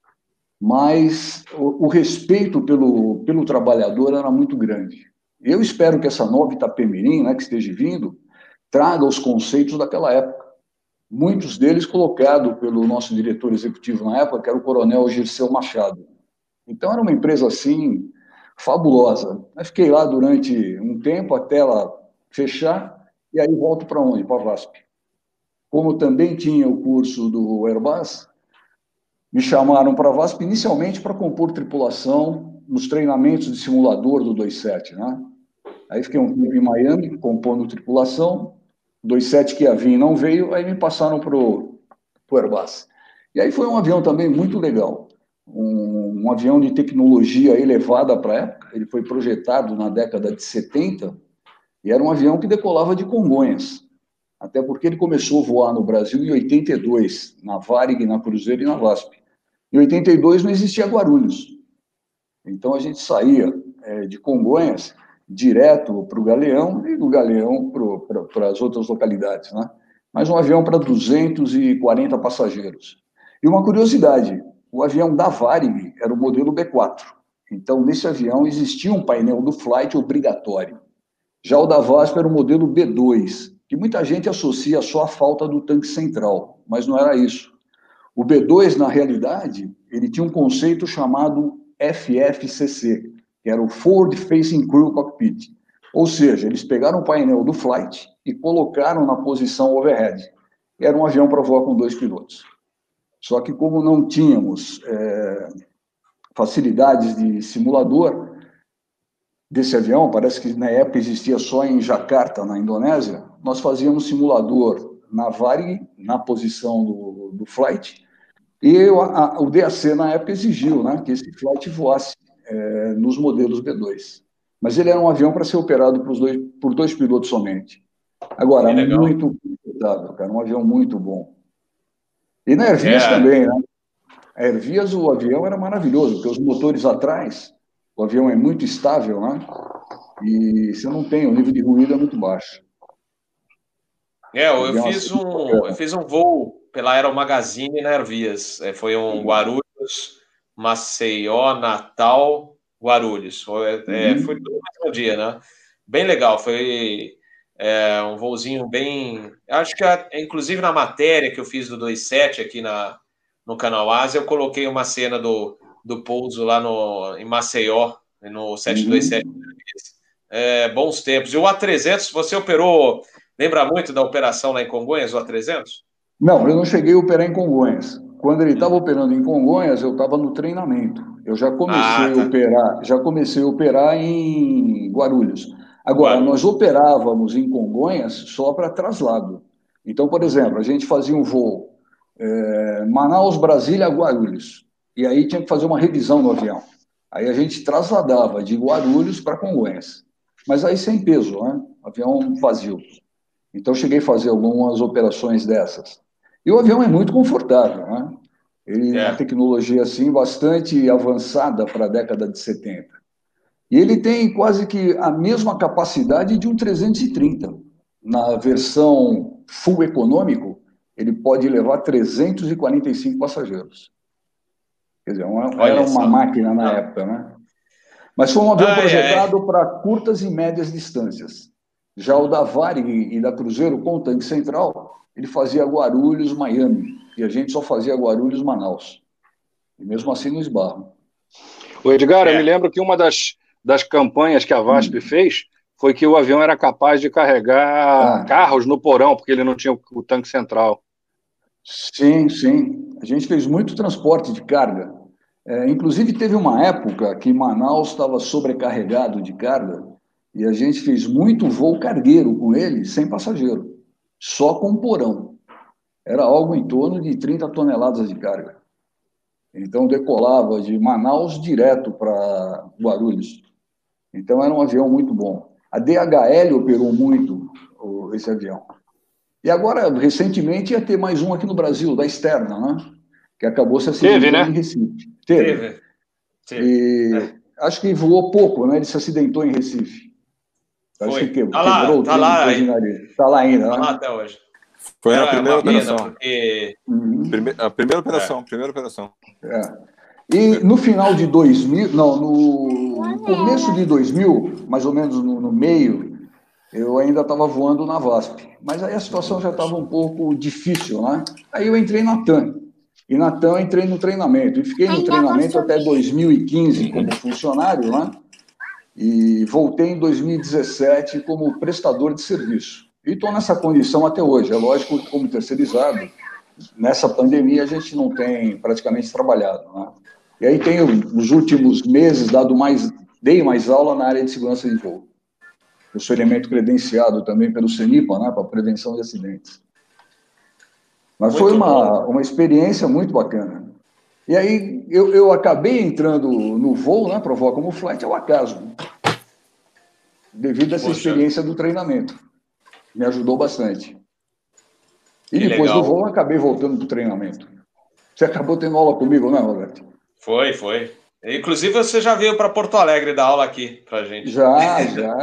mas o respeito pelo trabalhador era muito grande. Eu espero que essa nova Itapemirim, né, que esteja vindo, traga os conceitos daquela época. Muitos deles colocados pelo nosso diretor executivo na época, que era o coronel Girceu Machado. Então, era uma empresa, assim, fabulosa. Eu fiquei lá durante um tempo, até ela fechar, e aí volto para onde? Para a VASP. Como também tinha o curso do Airbus, me chamaram para a VASP inicialmente para compor tripulação nos treinamentos de simulador do 27, né? Aí fiquei um tempo em Miami, compondo tripulação, 27 que ia vir não veio, aí me passaram para o Airbus. E aí foi um avião também muito legal, um avião de tecnologia elevada para a época, ele foi projetado na década de 70, e era um avião que decolava de Congonhas, até porque ele começou a voar no Brasil em 82, na Varig, na Cruzeiro e na VASP. Em 82 não existia Guarulhos, então a gente saía de Congonhas direto para o Galeão e do Galeão para as outras localidades, né? Mas um avião para 240 passageiros. E uma curiosidade, o avião da Varig era o modelo B4. Então, nesse avião existia um painel do flight obrigatório. Já o da VASP era o modelo B2, que muita gente associa só à falta do tanque central, mas não era isso. O B2, na realidade, ele tinha um conceito chamado FFCC, que era o Forward Facing Crew Cockpit. Ou seja, eles pegaram o painel do flight e colocaram na posição overhead. Era um avião para voar com 2 pilotos. Só que como não tínhamos facilidades de simulador desse avião, parece que na época existia só em Jakarta, na Indonésia, nós fazíamos simulador na Varig, na posição do flight, e o DAC na época exigiu, né, que esse flight voasse nos modelos B2. Mas ele era um avião para ser operado por 2 pilotos somente. Agora, muito confortável, cara, um avião muito bom. E na Hervias também, né? A Hervias, o avião era maravilhoso, porque os motores atrás, o avião é muito estável, né? E você não tem, o nível de ruído é muito baixo. Eu fiz um voo pela Aeromagazine na Hervias. Foi um Guarulhos, Maceió, Natal, Guarulhos. Foi tudo no mesmo dia, né? Bem legal, foi um voozinho bem... Acho que, inclusive, na matéria que eu fiz do 27 aqui no Canal Ásia, eu coloquei uma cena do pouso lá em Maceió, no 727. Bons tempos. E o A300, você operou... Lembra muito da operação lá em Congonhas, o A300? Não, eu não cheguei a operar em Congonhas. Quando ele estava operando em Congonhas, eu estava no treinamento. Eu já comecei a operar em Guarulhos. Agora, nós operávamos em Congonhas só para traslado. Então, por exemplo, a gente fazia um voo Manaus, Brasília, Guarulhos. E aí tinha que fazer uma revisão no avião. Aí a gente trasladava de Guarulhos para Congonhas. Mas aí sem peso, né? Avião vazio. Então cheguei a fazer algumas operações dessas. E o avião é muito confortável, né? A tecnologia assim bastante avançada para a década de 70. E ele tem quase que a mesma capacidade de um 330. Na versão full econômico, ele pode levar 345 passageiros. Quer dizer, era uma máquina na época, né? Mas foi um avião projetado para curtas e médias distâncias. Já o da Varig e da Cruzeiro, com tanque central, ele fazia Guarulhos, Miami. E a gente só fazia Guarulhos, Manaus. E mesmo assim no esbarro. O Edgar, eu me lembro que uma das campanhas que a VASP fez foi que o avião era capaz de carregar carros no porão, porque ele não tinha o tanque central. Sim, sim. A gente fez muito transporte de carga. Inclusive, teve uma época que Manaus estava sobrecarregado de carga e a gente fez muito voo cargueiro com ele, sem passageiro, só com porão. Era algo em torno de 30 toneladas de carga. Então, decolava de Manaus direto para Guarulhos. Então, era um avião muito bom. A DHL operou muito esse avião. E agora, recentemente, ia ter mais um aqui no Brasil, da Externa, né? Que acabou se acidentando em Recife. Teve. E acho que voou pouco, né? Ele se acidentou em Recife. Acho que quebrou o trem de coordenaria. Está lá ainda, né? Está lá até hoje. Foi a primeira operação. Porque... A primeira operação. E no final de 2000, no começo de 2000, mais ou menos no meio, eu ainda estava voando na VASP. Mas aí a situação já estava um pouco difícil, né? Aí eu entrei na TAM. E na TAM eu entrei no treinamento. E fiquei no treinamento até 2015 como funcionário, né? E voltei em 2017 como prestador de serviço. E estou nessa condição até hoje. É lógico que, como terceirizado, nessa pandemia a gente não tem praticamente trabalhado, né? E aí tenho, nos últimos meses, dei mais aula na área de segurança de voo. Eu sou elemento credenciado também pelo CENIPA, né, para prevenção de acidentes. Mas foi uma experiência muito bacana. E aí eu acabei entrando no voo, né, para voar como flight, ao acaso, devido a essa experiência do treinamento. Me ajudou bastante. E depois do voo, eu acabei voltando para o treinamento. Você acabou tendo aula comigo, né, Roberto? Foi. Inclusive, você já veio para Porto Alegre dar aula aqui para a gente. Já.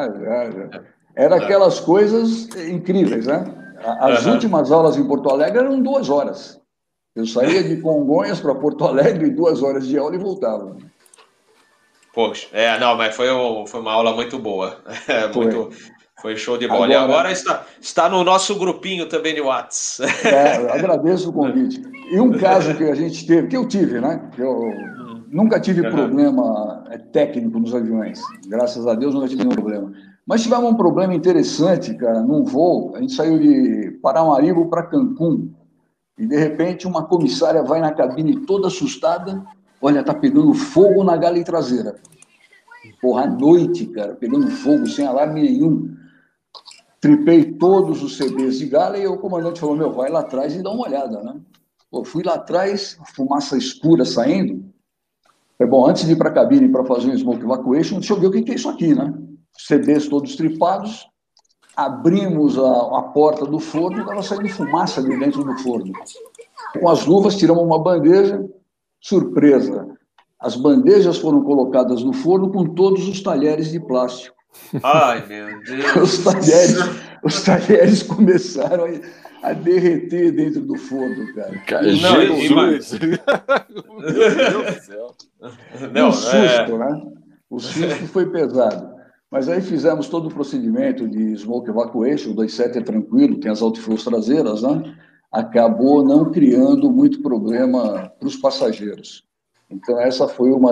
Era aquelas coisas incríveis, né? As últimas aulas em Porto Alegre eram 2 horas. Eu saía de Congonhas para Porto Alegre, 2 horas de aula e voltava. Poxa, mas foi uma aula muito boa. Foi show de bola. Agora, e agora está no nosso grupinho também de WhatsApp. Agradeço o convite. E um caso que a gente teve, que eu tive, né? Eu nunca tive problema técnico nos aviões. Graças a Deus, nunca tive nenhum problema. Mas tivemos um problema interessante, cara, num voo. A gente saiu de Paramaribo para Cancún. E, de repente, uma comissária vai na cabine toda assustada. Olha, tá pegando fogo na galley traseira. Porra, à noite, cara, pegando fogo, sem alarme nenhum. Tripei todos os CBs de galley e o comandante falou, vai lá atrás e dá uma olhada, né? Pô, fui lá atrás, fumaça escura saindo. Falei, bom, antes de ir para a cabine para fazer um smoke evacuation, deixa eu ver o que é isso aqui, né? CBs todos tripados, abrimos a porta do forno, estava saindo fumaça de dentro do forno. Com as luvas, tiramos uma bandeja, surpresa. As bandejas foram colocadas no forno com todos os talheres de plástico. Ai, meu Deus! Os talheres começaram a derreter dentro do forno, cara. Jesus! Meu Deus do céu! Um susto, né? O susto foi pesado. Mas aí fizemos todo o procedimento de smoke evacuation, o 27 é tranquilo, tem as outflows traseiras, né? Acabou não criando muito problema para os passageiros. Então, essa foi uma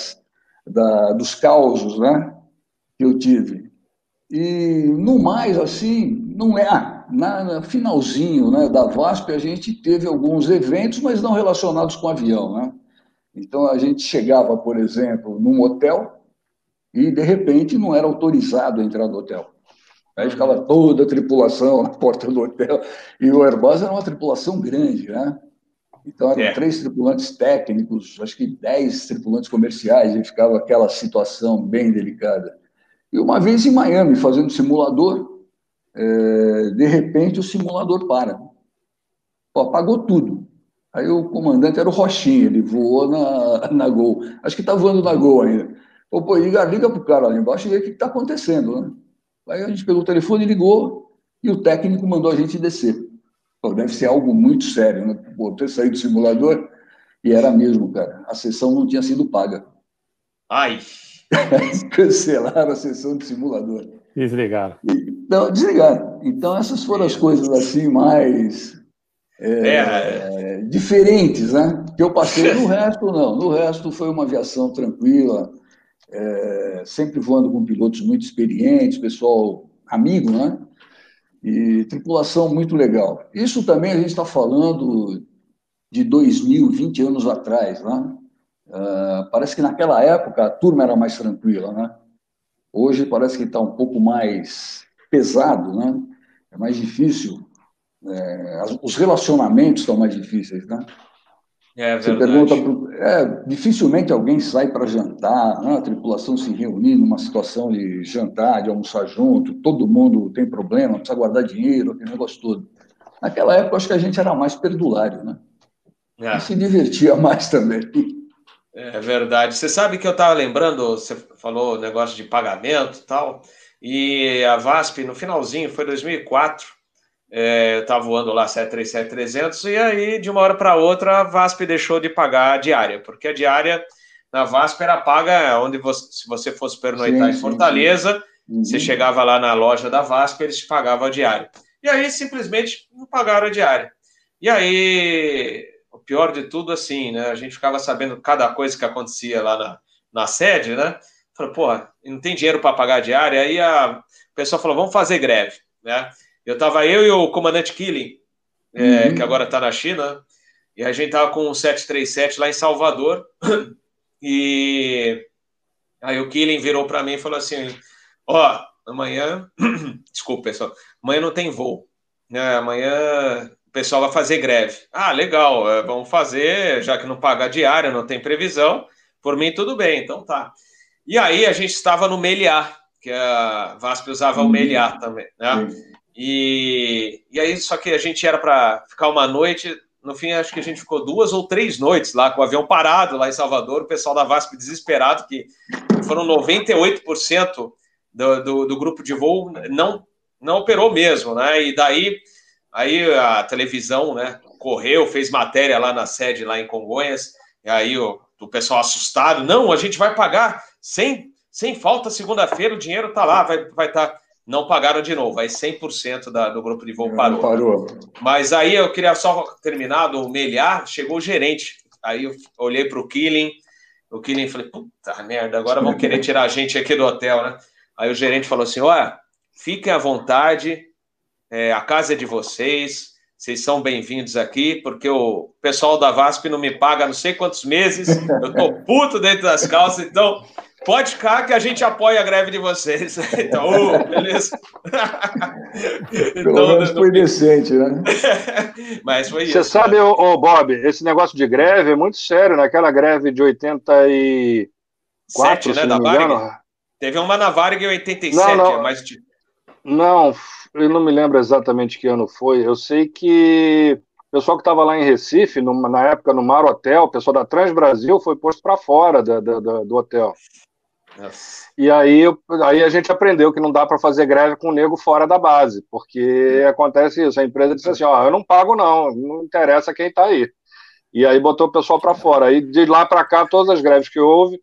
dos causos, né, que eu tive. E, no mais, assim, não é... No finalzinho, né, da VASP, a gente teve alguns eventos, mas não relacionados com avião, né? Então, a gente chegava, por exemplo, num hotel e, de repente, não era autorizado a entrar no hotel. Aí ficava toda a tripulação na porta do hotel. E o Airbus era uma tripulação grande, né? Então, eram 3 tripulantes técnicos, acho que 10 tripulantes comerciais, e ficava aquela situação bem delicada. E uma vez em Miami, fazendo simulador, de repente o simulador para. Apagou tudo. Aí o comandante era o Rochinha, ele voou na Gol. Acho que está voando na Gol ainda. Pô, Igor, liga para o cara lá embaixo e vê o que está acontecendo, né? Aí a gente pegou o telefone, ligou, e o técnico mandou a gente descer. Pô, deve ser algo muito sério, né? Pô, ter saído do simulador, e era mesmo, cara. A sessão não tinha sido paga. Ai! Cancelaram a sessão de simulador. Desligaram. Então, desligaram. Então, essas foram as coisas assim mais diferentes, né? Que eu passei. No resto, não. No resto, foi uma aviação tranquila, sempre voando com pilotos muito experientes, pessoal amigo, né? E tripulação muito legal. Isso também a gente está falando de 2020 anos atrás, né? Parece que naquela época a turma era mais tranquila, né? Hoje parece que está um pouco mais pesado, né? É mais difícil. Os relacionamentos estão mais difíceis, né? Você pergunta, dificilmente alguém sai para jantar, né? A tripulação se reunir numa situação de jantar, de almoçar junto, todo mundo tem problema, precisa guardar dinheiro, aquele negócio todo. Naquela época, acho que a gente era mais perdulário, né? E se divertia mais também. É verdade. Você sabe que eu estava lembrando, você falou negócio de pagamento e tal, e a VASP, no finalzinho, foi 2004, eu estava voando lá 737-300, e aí, de uma hora para outra, a VASP deixou de pagar a diária, porque a diária na VASP era paga onde se você fosse pernoitar em Fortaleza, você chegava lá na loja da VASP, eles te pagavam a diária. E aí, simplesmente, não pagaram a diária. E aí, o pior de tudo, assim, né? A gente ficava sabendo cada coisa que acontecia lá na sede, né? Falei, porra, não tem dinheiro para pagar a diária. Aí o pessoal falou, vamos fazer greve, né? Eu e o comandante Killing, que agora está na China, e a gente tava com um 737 lá em Salvador, e aí o Killing virou para mim e falou assim, amanhã, desculpa, pessoal, amanhã não tem voo, né? Amanhã o pessoal vai fazer greve. Ah, legal, vamos fazer, já que não paga a diária, não tem previsão, por mim tudo bem, então tá. E aí a gente estava no Meliá, que a VASP usava o Meliá também, né? E aí, só que a gente era para ficar uma noite, no fim acho que a gente ficou 2 ou 3 noites lá, com o avião parado lá em Salvador, o pessoal da VASP desesperado, que foram 98% do grupo de voo não operou mesmo, né? E daí aí a televisão, né, correu, fez matéria lá na sede, lá em Congonhas, e aí o pessoal assustado, não, a gente vai pagar sem falta segunda-feira, o dinheiro tá lá, vai estar... Não pagaram de novo, aí 100% do grupo de voo parou. Mas aí eu queria só terminar do Meliá, chegou o gerente, aí eu olhei para o Killing falei, puta merda, agora vão querer tirar a gente aqui do hotel, né? Aí o gerente falou assim, fiquem à vontade, a casa é de vocês são bem-vindos aqui, porque o pessoal da VASP não me paga não sei quantos meses, eu tô puto dentro das calças, então pode ficar que a gente apoia a greve de vocês. Então, beleza. Pelo menos foi decente, né? Mas foi isso. Você sabe, Bob, esse negócio de greve é muito sério, né? Aquela greve de 84, né, se da não me engano. Teve uma na Varig em 87, Não, eu não me lembro exatamente que ano foi. Eu sei que o pessoal que estava lá em Recife, na época no Mar Hotel, o pessoal da Transbrasil foi posto para fora do hotel. Nossa. E aí a gente aprendeu que não dá para fazer greve com o nego fora da base, porque acontece isso. A empresa disse assim, eu não pago não interessa quem está aí. E aí botou o pessoal para fora. Aí de lá para cá, todas as greves que houve,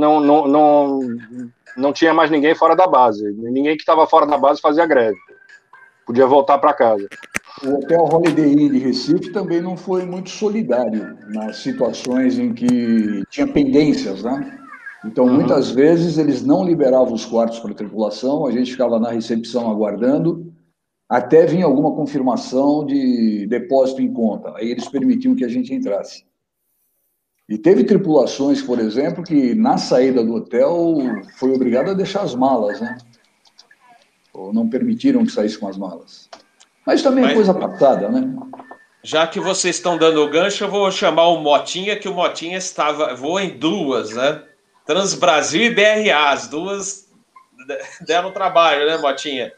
não tinha mais ninguém fora da base. Ninguém que estava fora da base fazia greve. Podia voltar para casa. O Hotel Holiday Inn de Recife também não foi muito solidário nas situações em que tinha pendências, né? Então, muitas vezes, eles não liberavam os quartos para a tripulação, a gente ficava na recepção aguardando, até vir alguma confirmação de depósito em conta. Aí eles permitiam que a gente entrasse. E teve tripulações, por exemplo, que na saída do hotel foi obrigada a deixar as malas, né? Ou não permitiram que saísse com as malas. Mas também é coisa passada, né? Já que vocês estão dando o gancho, eu vou chamar o Motinha, que o Motinha voa em duas, né? Transbrasil e BRA, as duas deram trabalho, né, Motinha?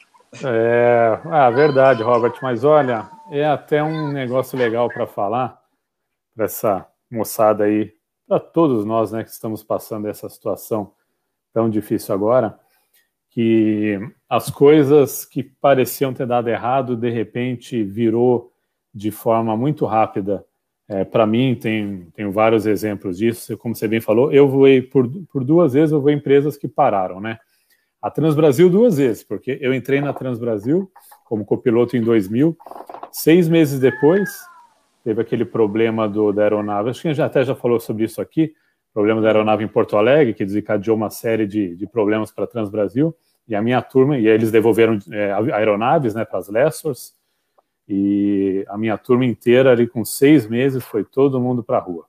Verdade, Robert, mas olha, é até um negócio legal para falar para essa moçada aí, para todos nós, né, que estamos passando essa situação tão difícil agora, que as coisas que pareciam ter dado errado, de repente virou de forma muito rápida. Para mim, tenho vários exemplos disso. Como você bem falou, eu voei por 2 vezes, eu voei em empresas que pararam, né? A Transbrasil 2 vezes, porque eu entrei na Transbrasil como copiloto em 2000. 6 meses depois, teve aquele problema da aeronave. Acho que a gente já falou sobre isso aqui, problema da aeronave em Porto Alegre, que desencadeou uma série de problemas para a Transbrasil. E a minha turma, e aí eles devolveram aeronaves, né, para as lessors, e a minha turma inteira, ali com 6 meses, foi todo mundo para a rua.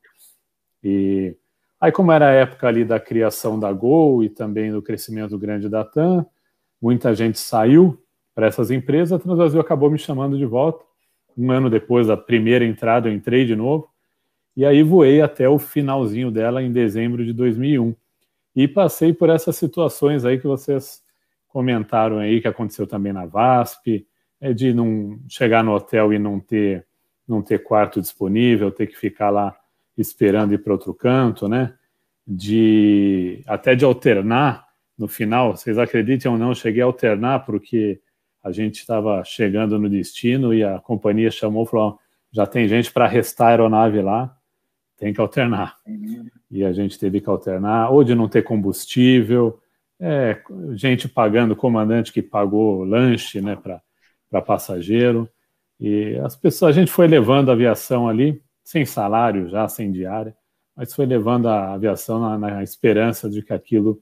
E aí, como era a época ali da criação da Gol e também do crescimento grande da TAM, muita gente saiu para essas empresas, a Transbrasil acabou me chamando de volta. 1 ano depois da primeira entrada, eu entrei de novo, e aí voei até o finalzinho dela, em dezembro de 2001. E passei por essas situações aí que vocês comentaram aí, que aconteceu também na VASP, de não chegar no hotel e não ter quarto disponível, ter que ficar lá esperando ir para outro canto, né? Até de alternar no final. Vocês acreditem ou não, eu cheguei a alternar porque a gente estava chegando no destino e a companhia chamou e falou: já tem gente para restar a aeronave lá, tem que alternar. E a gente teve que alternar, ou de não ter combustível, gente pagando, comandante que pagou lanche, né, para passageiro, e as pessoas, a gente foi levando a aviação ali, sem salário já, sem diária, mas foi levando a aviação na esperança de que aquilo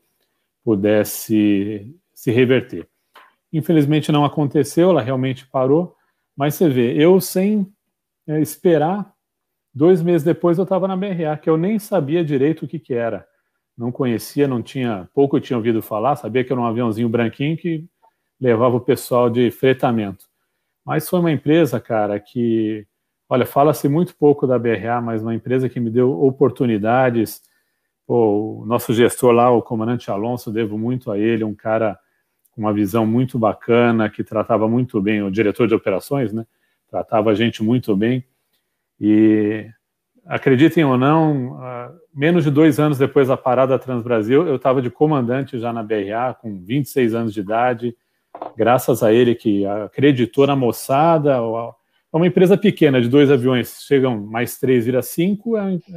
pudesse se reverter. Infelizmente não aconteceu, ela realmente parou, mas você vê, eu sem esperar, 2 meses depois eu estava na BRA, que eu nem sabia direito o que era, não conhecia, pouco eu tinha ouvido falar, sabia que era um aviãozinho branquinho que levava o pessoal de fretamento. Mas foi uma empresa, cara, que, olha, fala-se muito pouco da BRA, mas uma empresa que me deu oportunidades. O nosso gestor lá, o comandante Alonso, devo muito a ele, um cara com uma visão muito bacana, que tratava muito bem, o diretor de operações, né? Tratava a gente muito bem. E, acreditem ou não, menos de 2 anos depois da parada da Transbrasil, eu estava de comandante já na BRA, com 26 anos de idade, graças a ele que acreditou na moçada. É uma empresa pequena, de 2 aviões, chegam mais 3, vira 5,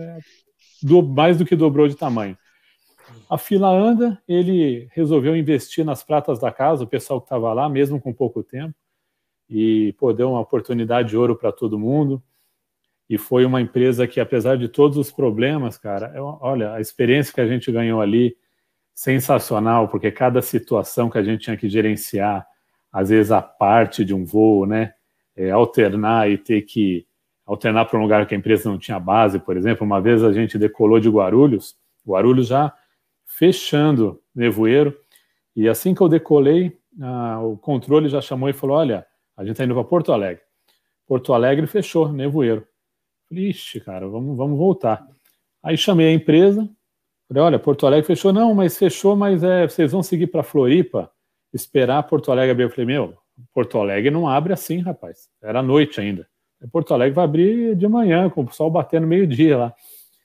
mais do que dobrou de tamanho. A fila anda, ele resolveu investir nas pratas da casa, o pessoal que estava lá, mesmo com pouco tempo, e deu uma oportunidade de ouro para todo mundo. E foi uma empresa que, apesar de todos os problemas, cara, olha, a experiência que a gente ganhou ali, sensacional, porque cada situação que a gente tinha que gerenciar, às vezes a parte de um voo, né, alternar e ter que alternar para um lugar que a empresa não tinha base, por exemplo. Uma vez a gente decolou de Guarulhos já fechando Nevoeiro, e assim que eu decolei, o controle já chamou e falou: olha, a gente está indo para Porto Alegre. Porto Alegre fechou, Nevoeiro. Falei: ixi, cara, vamos voltar. Aí chamei a empresa, falei: olha, Porto Alegre fechou. Não, mas fechou, mas vocês vão seguir para Floripa, esperar Porto Alegre abrir. Eu falei: meu, Porto Alegre não abre assim, rapaz. Era noite ainda. Porto Alegre vai abrir de manhã, com o sol batendo meio-dia lá.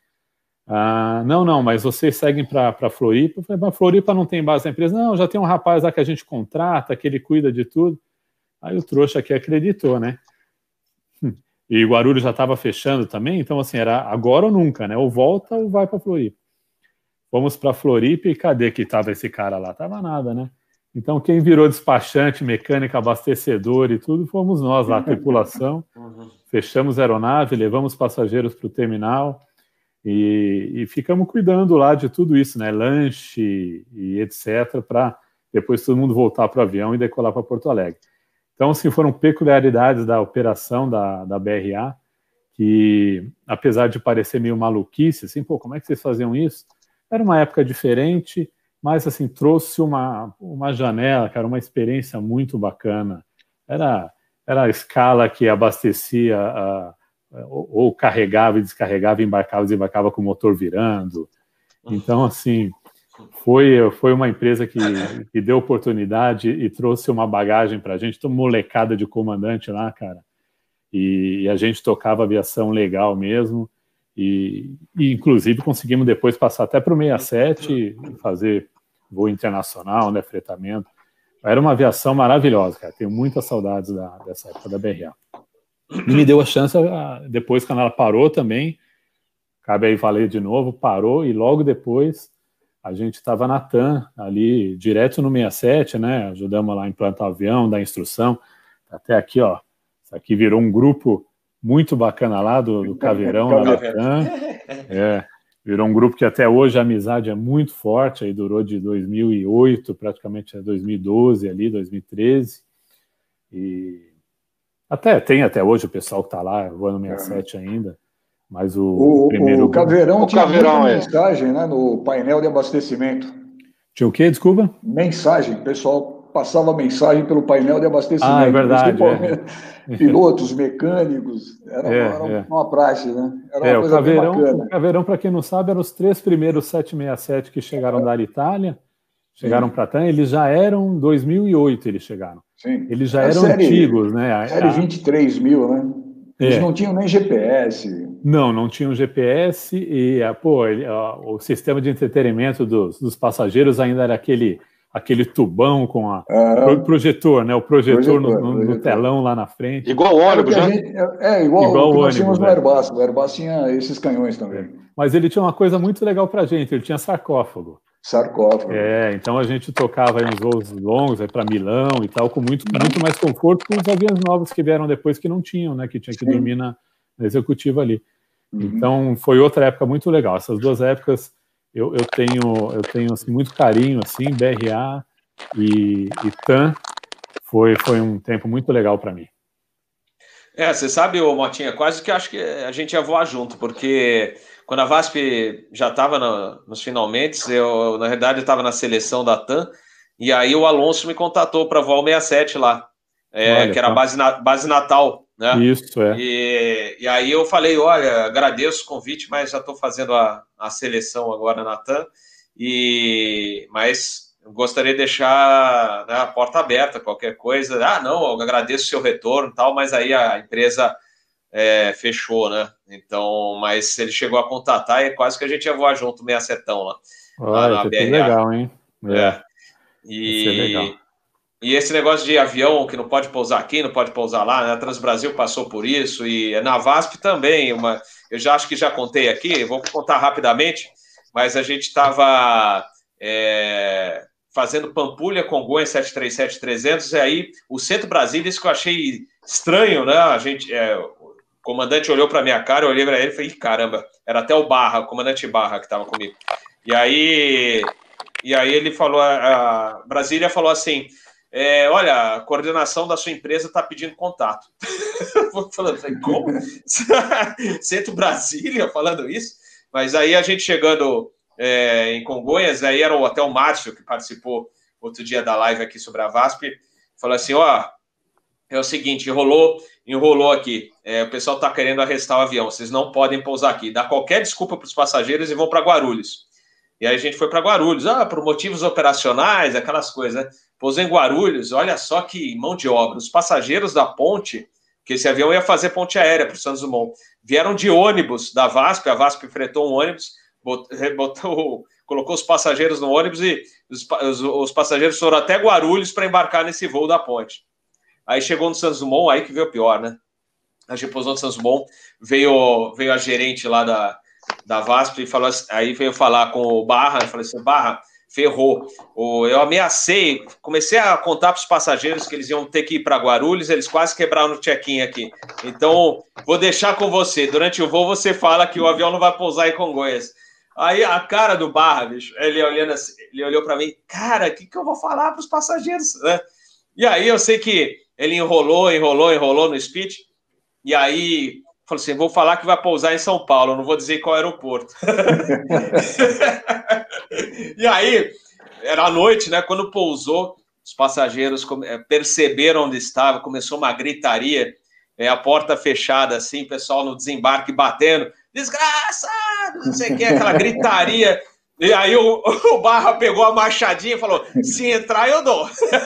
Não, mas vocês seguem para Floripa. Eu falei: mas Floripa não tem base da empresa? Não, já tem um rapaz lá que a gente contrata, que ele cuida de tudo. Aí o trouxa aqui acreditou, né? E Guarulhos já estava fechando também, então assim, era agora ou nunca, né? Ou volta ou vai para Floripa. Fomos para Floripa e cadê que estava esse cara lá? Tava nada, né? Então quem virou despachante, mecânico, abastecedor e tudo, fomos nós lá, a tripulação. Fechamos a aeronave, levamos passageiros para o terminal e ficamos cuidando lá de tudo isso, né? Lanche e etc., para depois todo mundo voltar para o avião e decolar para Porto Alegre. Então, assim, foram peculiaridades da operação da BRA, que, apesar de parecer meio maluquice, assim, como é que vocês faziam isso? Era uma época diferente, mas, assim, trouxe uma janela, cara, uma experiência muito bacana. Era era a escala que abastecia, ou carregava e descarregava, embarcava e desembarcava com o motor virando. Então, assim, foi uma empresa que deu oportunidade e trouxe uma bagagem para a gente, toda molecada de comandante lá, cara, e a gente tocava aviação legal mesmo, e inclusive conseguimos depois passar até para o 67 e fazer voo internacional, né, fretamento. Era uma aviação maravilhosa, cara. Tenho muitas saudades dessa época da BRA. E me deu a chance, depois, quando ela parou também, cabe aí valer de novo, parou, e logo depois a gente estava na TAM, ali, direto no 67, né? Ajudamos lá a implantar o avião, dar instrução. Até aqui, ó. Isso aqui virou um grupo muito bacana lá, do Caveirão, lá da TAM. Virou um grupo que até hoje a amizade é muito forte, aí durou de 2008 praticamente a 2012 ali, 2013, e tem até hoje o pessoal que está lá voando 67 ainda, mas o primeiro... O Caveirão tinha muita mensagem, né, no painel de abastecimento. Tinha o quê, desculpa? Mensagem, o pessoal passava mensagem pelo painel de abastecimento. Ah, é verdade. Pilotos, mecânicos, era uma praxe, né? Era uma coisa bem bacana. O Caveirão, para quem não sabe, eram os 3 primeiros 767 que chegaram da Itália, chegaram para a TAM, eles já eram 2008, eles chegaram. Sim. Eles já eram antigos, né? Série 23.000, né? Eles não tinham nem GPS. Não tinham GPS e o sistema de entretenimento dos passageiros ainda era aquele tubão com o projetor, né? O projetor no telão lá na frente. Igual o ônibus, né? Igual o que nós tínhamos no Airbus. O Airbus tinha esses canhões também. Mas ele tinha uma coisa muito legal pra gente, ele tinha sarcófago. Então a gente tocava uns voos longos para Milão e tal, com muito mais conforto que os aviões novos que vieram depois que não tinham, né? Que tinha que dormir na executiva ali. Então foi outra época muito legal. Essas duas épocas eu tenho assim, muito carinho, assim, BRA e TAM foi um tempo muito legal para mim. Você sabe, Motinha, quase que acho que a gente ia voar junto, porque quando a VASP já estava nos finalmente, eu, na verdade, estava na seleção da TAM, e aí o Alonso me contatou para voar o 67 lá, que era a base Natal, né? Isso, E aí eu falei, olha, agradeço o convite, mas já estou fazendo a seleção agora na TAM, mas eu gostaria de deixar, né, a porta aberta, qualquer coisa. Não, eu agradeço o seu retorno e tal, mas aí a empresa fechou, né? Então, mas ele chegou a contatar e quase que a gente ia voar junto, 67ão lá. Na BRA. Legal, hein? E esse negócio de avião que não pode pousar aqui, não pode pousar lá, né? A Transbrasil passou por isso, e na VASP também. Eu já acho que já contei aqui, vou contar rapidamente, mas a gente estava fazendo Pampulha, Congonhas 737-300, e aí o Centro Brasília, isso que eu achei estranho, né? O comandante olhou para minha cara, eu olhei para ele e falei, caramba, era até o comandante Barra que estava comigo. E aí ele falou, a Brasília falou assim, olha, a coordenação da sua empresa está pedindo contato. Falando, como? Centro Brasília falando isso? Mas aí a gente chegando em Congonhas, aí era até o Márcio, que participou outro dia da live aqui sobre a VASP, falou assim, é o seguinte, enrolou aqui, o pessoal está querendo arrestar o avião, vocês não podem pousar aqui, dá qualquer desculpa para os passageiros e vão para Guarulhos. E aí a gente foi para Guarulhos, por motivos operacionais, aquelas coisas, né? Pousou em Guarulhos, olha só que mão de obra, os passageiros da ponte, que esse avião ia fazer ponte aérea para o Santos Dumont, vieram de ônibus da VASP, a VASP fretou um ônibus, colocou os passageiros no ônibus e os passageiros foram até Guarulhos para embarcar nesse voo da ponte. Aí chegou no Santos Dumont, aí que veio o pior, né? A gente pousou no Santos Dumont, veio a gerente lá da VASP e falou assim, aí veio falar com o Barra, eu falei assim, Barra, ferrou. Eu ameacei, comecei a contar para os passageiros que eles iam ter que ir para Guarulhos, eles quase quebraram o check-in aqui. Então, vou deixar com você. Durante o voo, você fala que o avião não vai pousar em Congonhas. Aí, a cara do Barra, bicho, ele olhou para mim, cara, o que eu vou falar para os passageiros? Né? E aí, eu sei que ele enrolou no speech, e aí falou assim, vou falar que vai pousar em São Paulo, não vou dizer qual aeroporto. E aí, era à noite, né, quando pousou, os passageiros perceberam onde estava, começou uma gritaria, a porta fechada assim, pessoal no desembarque batendo, desgraçado, não sei o que, aquela gritaria. E aí o Barra pegou a machadinha e falou, se entrar eu dou.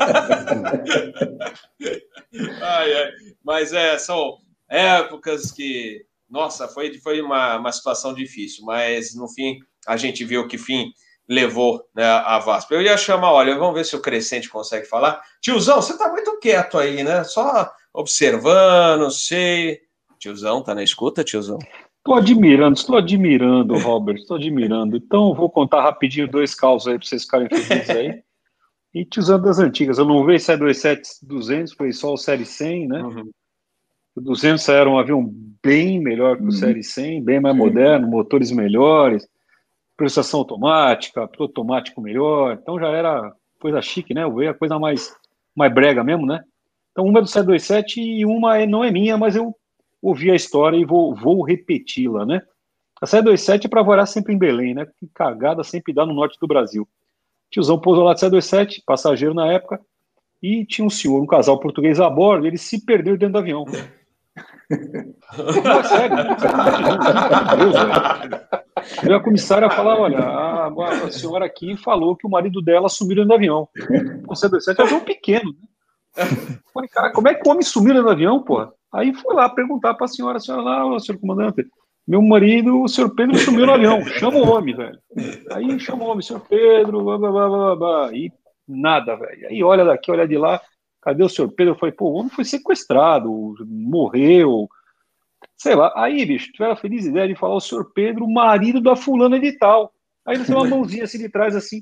Mas são épocas que, nossa, foi uma situação difícil, mas no fim a gente viu que fim levou, né, a VASP. Eu ia chamar, olha, vamos ver se o Crescente consegue falar. Tiozão, você tá muito quieto aí, né? Só observando, sei. Tiozão, tá na escuta, tiozão? Estou admirando, Robert, estou admirando. Então, vou contar rapidinho 2 causos aí para vocês ficarem felizes aí. E tiozão das antigas, eu não vejo 727-200, foi só o Série 100, né? Uhum. O 200 era um avião bem melhor que o Série 100, bem mais moderno, motores melhores, prestação automática, automático melhor, então já era coisa chique, né? Eu vejo a coisa mais brega mesmo, né? Então, uma é do 727 e uma não é minha, mas eu ouvi a história e vou repeti-la, né? A 727 é para voar sempre em Belém, né? Que cagada sempre dá no norte do Brasil. Tiozão pousou lá de 727, passageiro na época, e tinha um casal português a bordo, ele se perdeu dentro do avião. Não, é sério, Deus, velho. E a comissária falava, olha, a senhora aqui falou que o marido dela sumiu dentro do avião. O 727 é um avião pequeno, né? Falei, cara, como é que o homem sumiu dentro do avião, porra? Aí fui lá perguntar para a senhora lá, senhor comandante, meu marido, o senhor Pedro, sumiu no avião, chama o homem, velho. Aí chama o homem, senhor Pedro, blá, blá, blá, blá, blá. E nada, velho. Aí olha daqui, olha de lá, cadê o senhor Pedro? Eu falei, pô, o homem foi sequestrado, morreu, sei lá. Aí, bicho, tiveram a feliz ideia de falar o senhor Pedro, marido da fulana de tal. Aí ele tem uma mãozinha assim de trás, assim.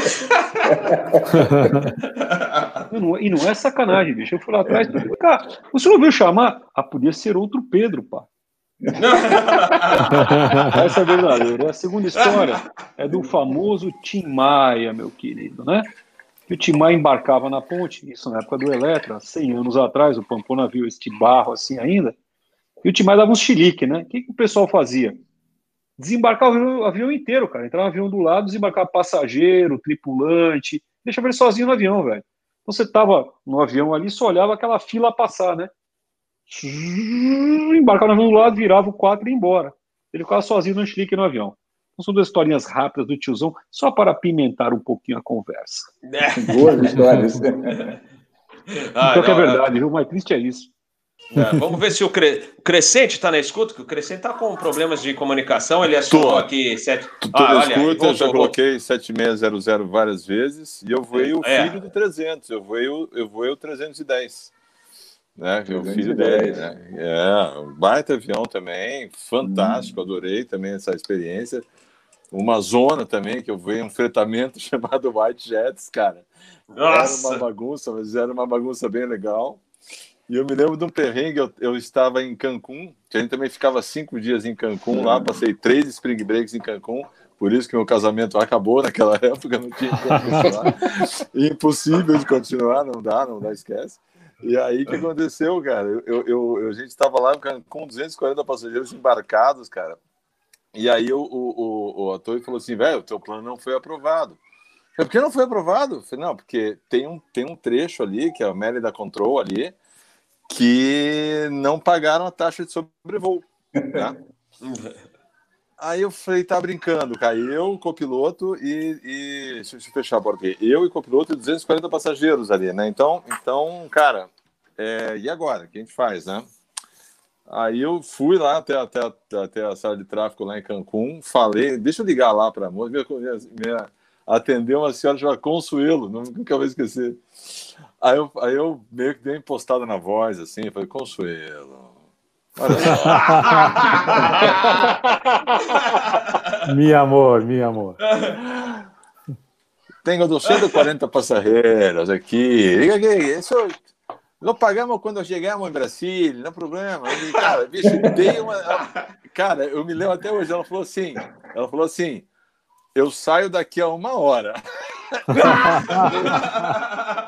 E não é sacanagem, bicho. Eu fui lá atrás, cara, o senhor ouviu chamar? Ah, podia ser outro Pedro, pá. Essa é verdadeira. A segunda história é do famoso Tim Maia, meu querido, né? Que o Tim Maia embarcava na ponte, isso na época do Eletra, 100 anos atrás, o Pampona viu este barro assim ainda, e o Tim Maia dava um chilique, né? O que o pessoal fazia? Desembarcava o avião inteiro, cara. Entrava o avião do lado, desembarcava passageiro, tripulante, deixava ele sozinho no avião, velho. Então você tava no avião ali, só olhava aquela fila passar, né? Embarcava no avião do lado, virava o 4 e ia embora. Ele ficava sozinho no chilique no avião. Então são 2 historinhas rápidas do tiozão, só para apimentar um pouquinho a conversa. Boas histórias. Então que é verdade, viu? O mais triste é isso. Vamos ver se o Crescente está na escuta, que o Crescente está com problemas de comunicação, ele acionou aqui... Tô na escuta, eu já coloquei 7600 várias vezes, e eu voei o filho do 300, eu voei o 310. Né, que é o filho dele, né? Um baita avião também, fantástico, adorei também essa experiência. Uma zona também, que eu vi um fretamento chamado White Jets, cara. Nossa! Era uma bagunça, mas era uma bagunça bem legal. E eu me lembro de um perrengue, eu estava em Cancún, que a gente também ficava 5 dias em Cancún lá, passei 3 spring breaks em Cancún, por isso que meu casamento acabou naquela época, não tinha como continuar. Impossível de continuar, não dá, esquece. E aí, o que aconteceu, cara? A gente estava lá com 240 passageiros embarcados, cara. E aí o ator falou assim, velho, o teu plano não foi aprovado. Por que não foi aprovado? Eu falei, não, porque tem um trecho ali, que é o Mérida Control ali, que não pagaram a taxa de sobrevoo. Né? Aí eu falei, tá brincando, cara. Eu, copiloto e deixa eu fechar a porta aqui. Eu e copiloto e 240 passageiros ali, né? Então cara, e agora? O que a gente faz, né? Aí eu fui lá até a sala de tráfego lá em Cancún, falei, deixa eu ligar lá para a moça, me atendeu uma senhora chamada Consuelo, nunca vou esquecer. Aí eu meio que dei uma impostada na voz, assim, falei, Consuelo... Olha só. Mi amor. Tenho 240 passageiros aqui. Isso lo pagamos quando chegamos em Brasília, não é problema. E, cara, bicho, cara, eu me lembro até hoje, ela falou assim, eu saio daqui a 1 hora.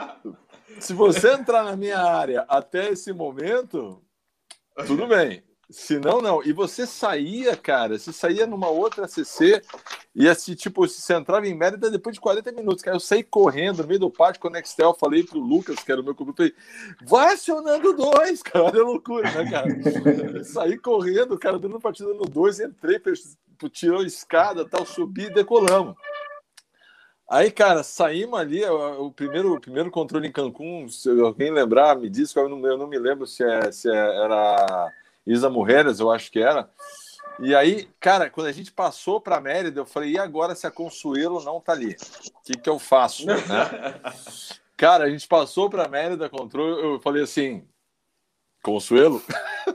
Se você entrar na minha área até esse momento... Tudo bem. Se não, não. E você saía, cara, você saía numa outra CC e assim, tipo, você entrava em Mérida depois de 40 minutos, cara. Eu saí correndo no meio do pátio com o Nextel, falei pro Lucas, que era o meu companheiro, vai acionando 2, cara. Olha a loucura, né, cara? Eu saí correndo, cara, dando partida no 2, entrei, tirou a escada, tal, subi e decolamos. Aí, cara, saímos ali, o primeiro controle em Cancún, se alguém lembrar, me diz, eu não me lembro se era Isa Mujeres, eu acho que era. E aí, cara, quando a gente passou para Mérida, eu falei, e agora se a Consuelo não tá ali? O que eu faço? Né? Cara, a gente passou para Mérida, controle, eu falei assim, Consuelo?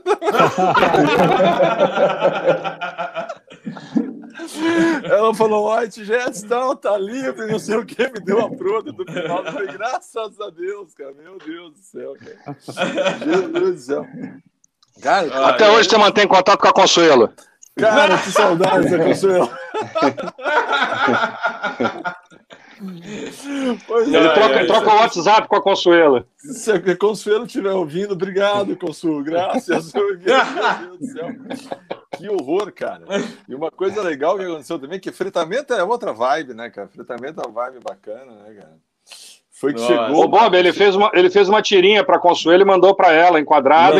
Ela falou, White Jets, tá livre, não sei o que, me deu a pronta do final. Eu falei, graças a Deus, cara, meu Deus do céu, cara. Meu Deus do céu. Cara, até hoje você mantém contato com a Consuelo? Cara, que saudades da Consuelo. Ele troca o WhatsApp com a Consuelo. Se a Consuelo estiver ouvindo, obrigado, Consuelo. Graças. Meu Deus do céu. Que horror, cara. E uma coisa legal que aconteceu também, que fretamento é outra vibe, né, cara? Fretamento é uma vibe bacana, né, cara? Foi que chegou... O Bob, ele fez uma tirinha pra Consuelo e mandou pra ela, enquadrada.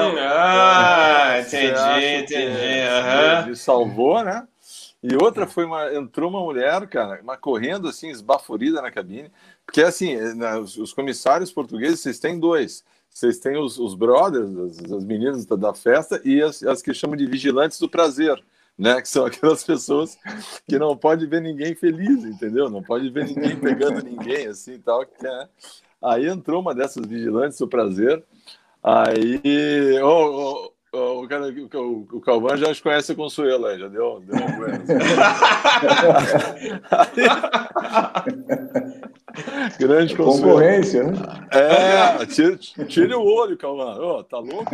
Entendi. Ele salvou, né? E outra entrou uma mulher, cara, correndo assim, esbaforida na cabine, porque assim, os comissários portugueses, vocês têm 2. Vocês têm os brothers, as meninas da festa, e as que chamam de vigilantes do prazer, né? Que são aquelas pessoas que não pode ver ninguém feliz, entendeu? Não pode ver ninguém pegando ninguém, assim, e tal. Aí entrou uma dessas vigilantes do prazer, aí... O Calvão já conhece a Consuelo, já deu uma boa. Grande Consuelo. Concorrência, né? Tire o olho, Calvão. Tá louco?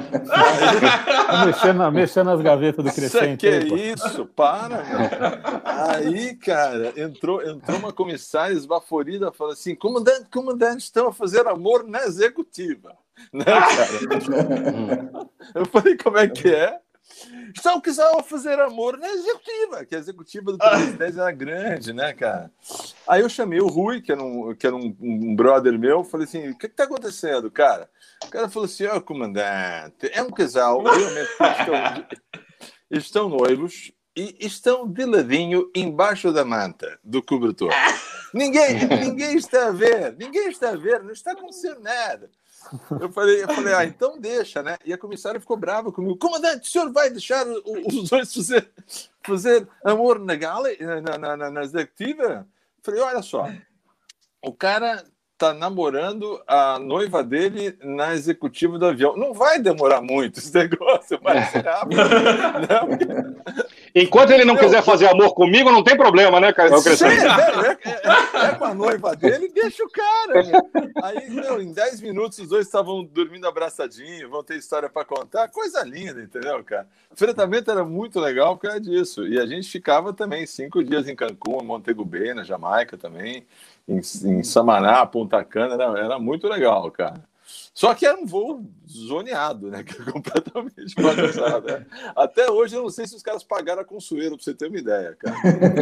Mexendo nas gavetas do Crescente. Que isso? Para, meu. Aí, cara, entrou uma comissária esbaforida, falou assim, comandante, estão a fazer amor na executiva. Né, cara? Eu falei, como é que é? Estão a fazer amor na executiva, que a executiva do presidente era grande, né, cara? Aí eu chamei o Rui, que era um brother meu, falei assim, o que está acontecendo, cara? O cara falou assim, comandante, é um casal, realmente estão noivos e estão de ladinho embaixo da manta do cobertor. Ninguém está a ver, não está acontecendo nada. Eu falei, então deixa, né? E a comissária ficou brava comigo. Comandante, o senhor vai deixar os dois fazer amor na gala, na executiva? Eu falei, olha só, o cara tá namorando a noiva dele na executiva do avião. Não vai demorar muito esse negócio, vai ser rápido. Enquanto ele não quiser fazer amor comigo, não tem problema, né, cara? É com a noiva dele, deixa o cara. Meu. Aí, em 10 minutos, os dois estavam dormindo abraçadinhos, vão ter história para contar. Coisa linda, entendeu, cara? O fretamento era muito legal por causa disso. E a gente ficava também 5 dias em Cancún, em Montego Bay, na Jamaica também, em Samaná, Punta Cana, era muito legal, cara. Só que era um voo zoneado, né? Que é completamente bagunçado. Né? Até hoje eu não sei se os caras pagaram a Consuelo, pra você ter uma ideia, cara.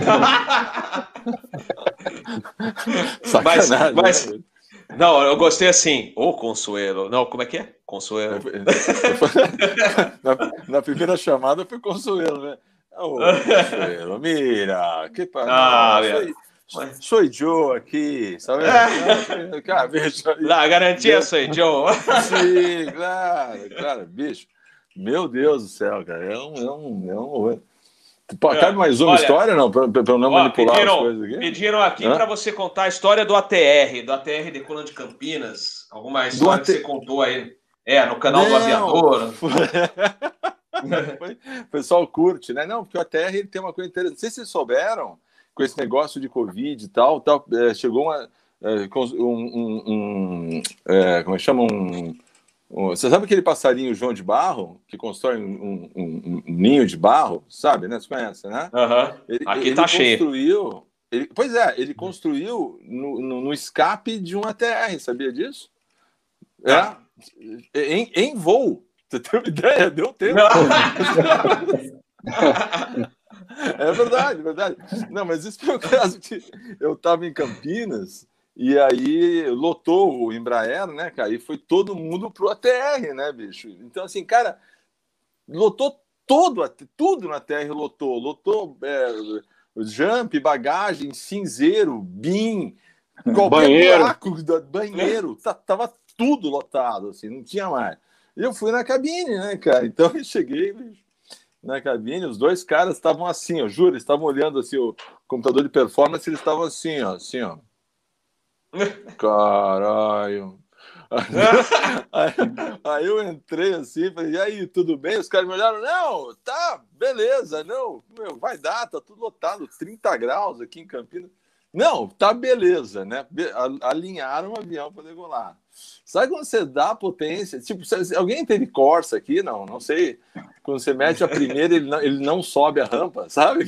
Sacanagem. Mas... Não, eu gostei assim. Ô, Consuelo. Não, como é que é? Consuelo. Na primeira chamada foi Consuelo, né? Ô, Consuelo, mira, que sou eu aqui, sabe? La garantia sou eu. Sim, claro, bicho. Meu Deus do céu, cara. É um horror. Cabe mais uma história, não? Para não manipular as coisas aqui? Pediram aqui para você contar a história do ATR decolando de Campinas. Alguma história que você contou aí. No canal do Aviador. O pessoal curte, né? Não, porque o ATR ele tem uma coisa interessante. Não sei se vocês souberam, com esse negócio de Covid e tal, chegou como é que chama? Você sabe aquele passarinho João de Barro, que constrói um ninho de barro, sabe, né? Você conhece, né? Uhum. Aqui tá cheio. Ele construiu no escape de um ATR, sabia disso? Em voo. Você tem uma ideia? Deu tempo. É verdade, verdade. Não, mas isso foi o caso que eu estava em Campinas e aí lotou o Embraer, né, cara? E foi todo mundo pro ATR, né, bicho? Então, assim, cara, lotou tudo na ATR lotou. Lotou jump, bagagem, cinzeiro, BIM, qualquer buraco do banheiro. Tava tudo lotado, assim, não tinha mais. E eu fui na cabine, né, cara? Então eu cheguei na cabine, os dois caras estavam assim, eu juro, eles estavam olhando assim o computador de performance, eles estavam assim, ó. Caralho. Aí eu entrei assim, falei, e aí, tudo bem? Os caras me olharam, não, tá, beleza, não, meu, vai dar, tá tudo lotado, 30 graus aqui em Campinas. Não, tá beleza, né? Alinharam o avião para decolar. Sabe quando você dá potência? Tipo, alguém teve Corsa aqui? Não sei. Quando você mete a primeira, ele não sobe a rampa, sabe?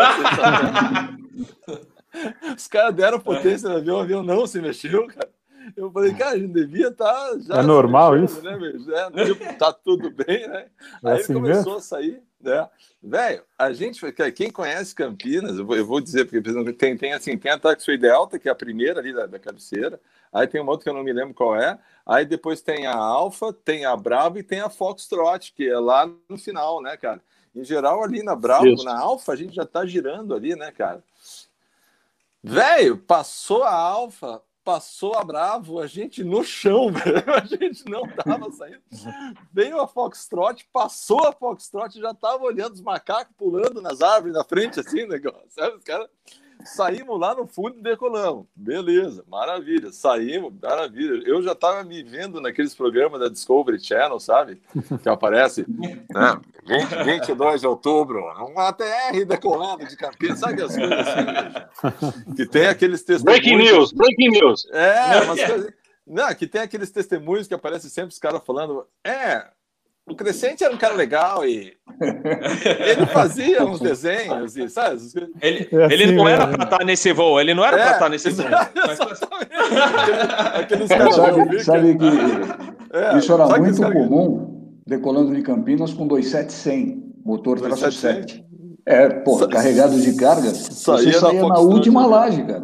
Os caras deram potência no avião, o avião não se mexeu, cara. Eu falei, cara, a gente devia estar já. É normal mexendo, isso? Né, mesmo? Tipo, tá tudo bem, né? Aí assim começou a sair, né? Velho, a gente, quem conhece Campinas, eu vou dizer, porque tem a Taxiway Delta, que é a primeira ali da cabeceira, aí tem uma outra que eu não me lembro qual é, aí depois tem a Alfa, tem a Bravo e tem a Foxtrot, que é lá no final, né, cara? Em geral, ali na Bravo, isso. Na Alfa, a gente já tá girando ali, né, cara? Velho, passou a Alfa, passou a Bravo, a gente no chão, velho. A gente não tava saindo. Veio a Foxtrot, passou a Foxtrot, já tava olhando os macacos pulando nas árvores na frente, assim, negócio. Sabe? Os caras saímos lá no fundo e decolamos. Beleza, maravilha. Saímos, maravilha. Eu já tava me vendo naqueles programas da Discovery Channel, sabe? Que aparece, né? 22 de outubro, um ATR decolando de Campinas, sabe as coisas assim, que tem aqueles testemunhos. Breaking news. Umas coisas. Não, que tem aqueles testemunhos que aparecem sempre os caras falando. O Crescente era um cara legal e ele fazia uns desenhos e sabe? Ele não era para estar nesse voo, ele não era para estar nesse voo. Aqueles caras sabe que isso era muito comum decolando de Campinas com 2700, motor traço 7. Carregado de carga, você saía na última laje, cara.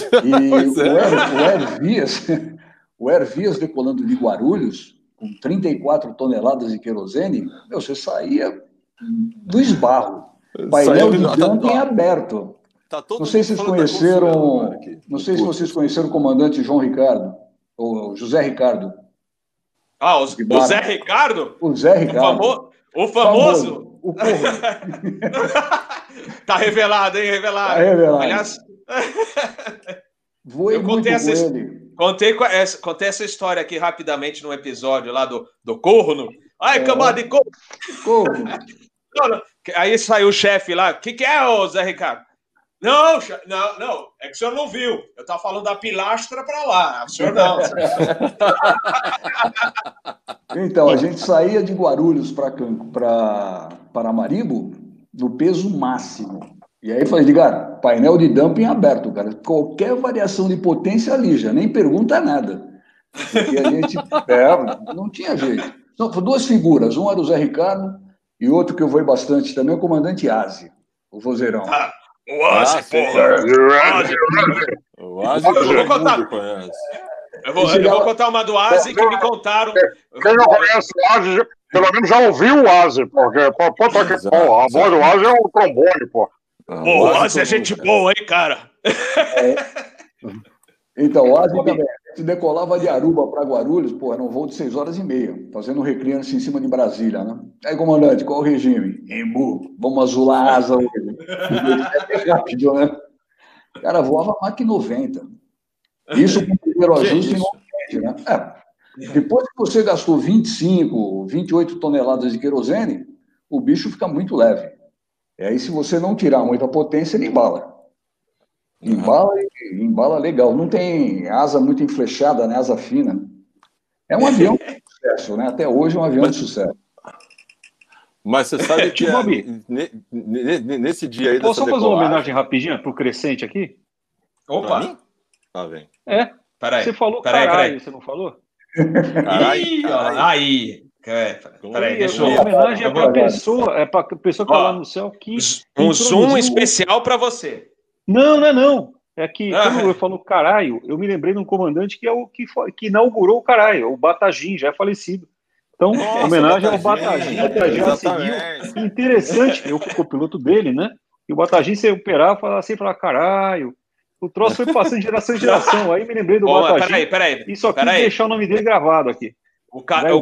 E o Air Vias decolando de Guarulhos, com 34 toneladas de querosene, você saía do esbarro. Painel de dumping aberto. Não sei se vocês conheceram, vocês conheceram o comandante João Ricardo, ou José Ricardo. O Zé Ricardo? O Zé Ricardo. O famoso? O porro. Tá revelado, hein? Revelado. Tá revelado. Aliás, eu contei contei essa história aqui rapidamente num episódio lá do Corno. Ai, camada de corno. Aí saiu o chefe lá. O que é, ô Zé Ricardo? Não, é que o senhor não viu. Eu tava falando da pilastra para lá. O senhor não. Então, a gente saía de Guarulhos para Paramaribo no peso máximo. E aí falei, Edgar, painel de dumping aberto, cara. Qualquer variação de potência ali, já nem pergunta nada. Porque a gente não tinha jeito. Então, duas figuras. Um era o Zé Ricardo e outro que eu vou bastante também, o comandante Aze, o vozeirão. O Aze, Eu vou contar uma do Aze que me contaram. Quem não conhece o Aze, pelo menos já ouviu o Aze, porque a voz do Aze é um trombone, pô. O Aze é gente boa, hein, cara? Então, o Aze também. Se decolava de Aruba para Guarulhos, era um voo de 6h30, fazendo um recriança em cima de Brasília, né? Aí, comandante, qual o regime? Embu, vamos azular a asa hoje. Rápido, né? O cara voava Mach 90. Isso com o primeiro ajuste não entende, né? Depois que você gastou 25, 28 toneladas de querosene, o bicho fica muito leve. E aí, se você não tirar muita potência, ele embala. Embala legal. Não tem asa muito enflechada, né? Asa fina. É um avião de sucesso, né? Até hoje é um avião de sucesso. Mas você sabe que nesse dia aí... Posso fazer uma homenagem rapidinha pro Crescente aqui? Opa! Peraí. Você falou caralho, você não falou? Aí. Peraí, deixa eu... A homenagem é para a pessoa que está lá no céu que... Um zoom especial para você. Não. É que quando eu falo caralho, eu me lembrei de um comandante que é o que inaugurou o caralho, o Batagim, já é falecido. Então, homenagem ao Batagim, já seguiu. Interessante, eu fui copiloto dele, né? E o Batagim, você operava, falava assim, caralho. O troço foi passando de geração em geração. Aí me lembrei do Batagim. Peraí. E só quis deixar o nome dele gravado aqui. O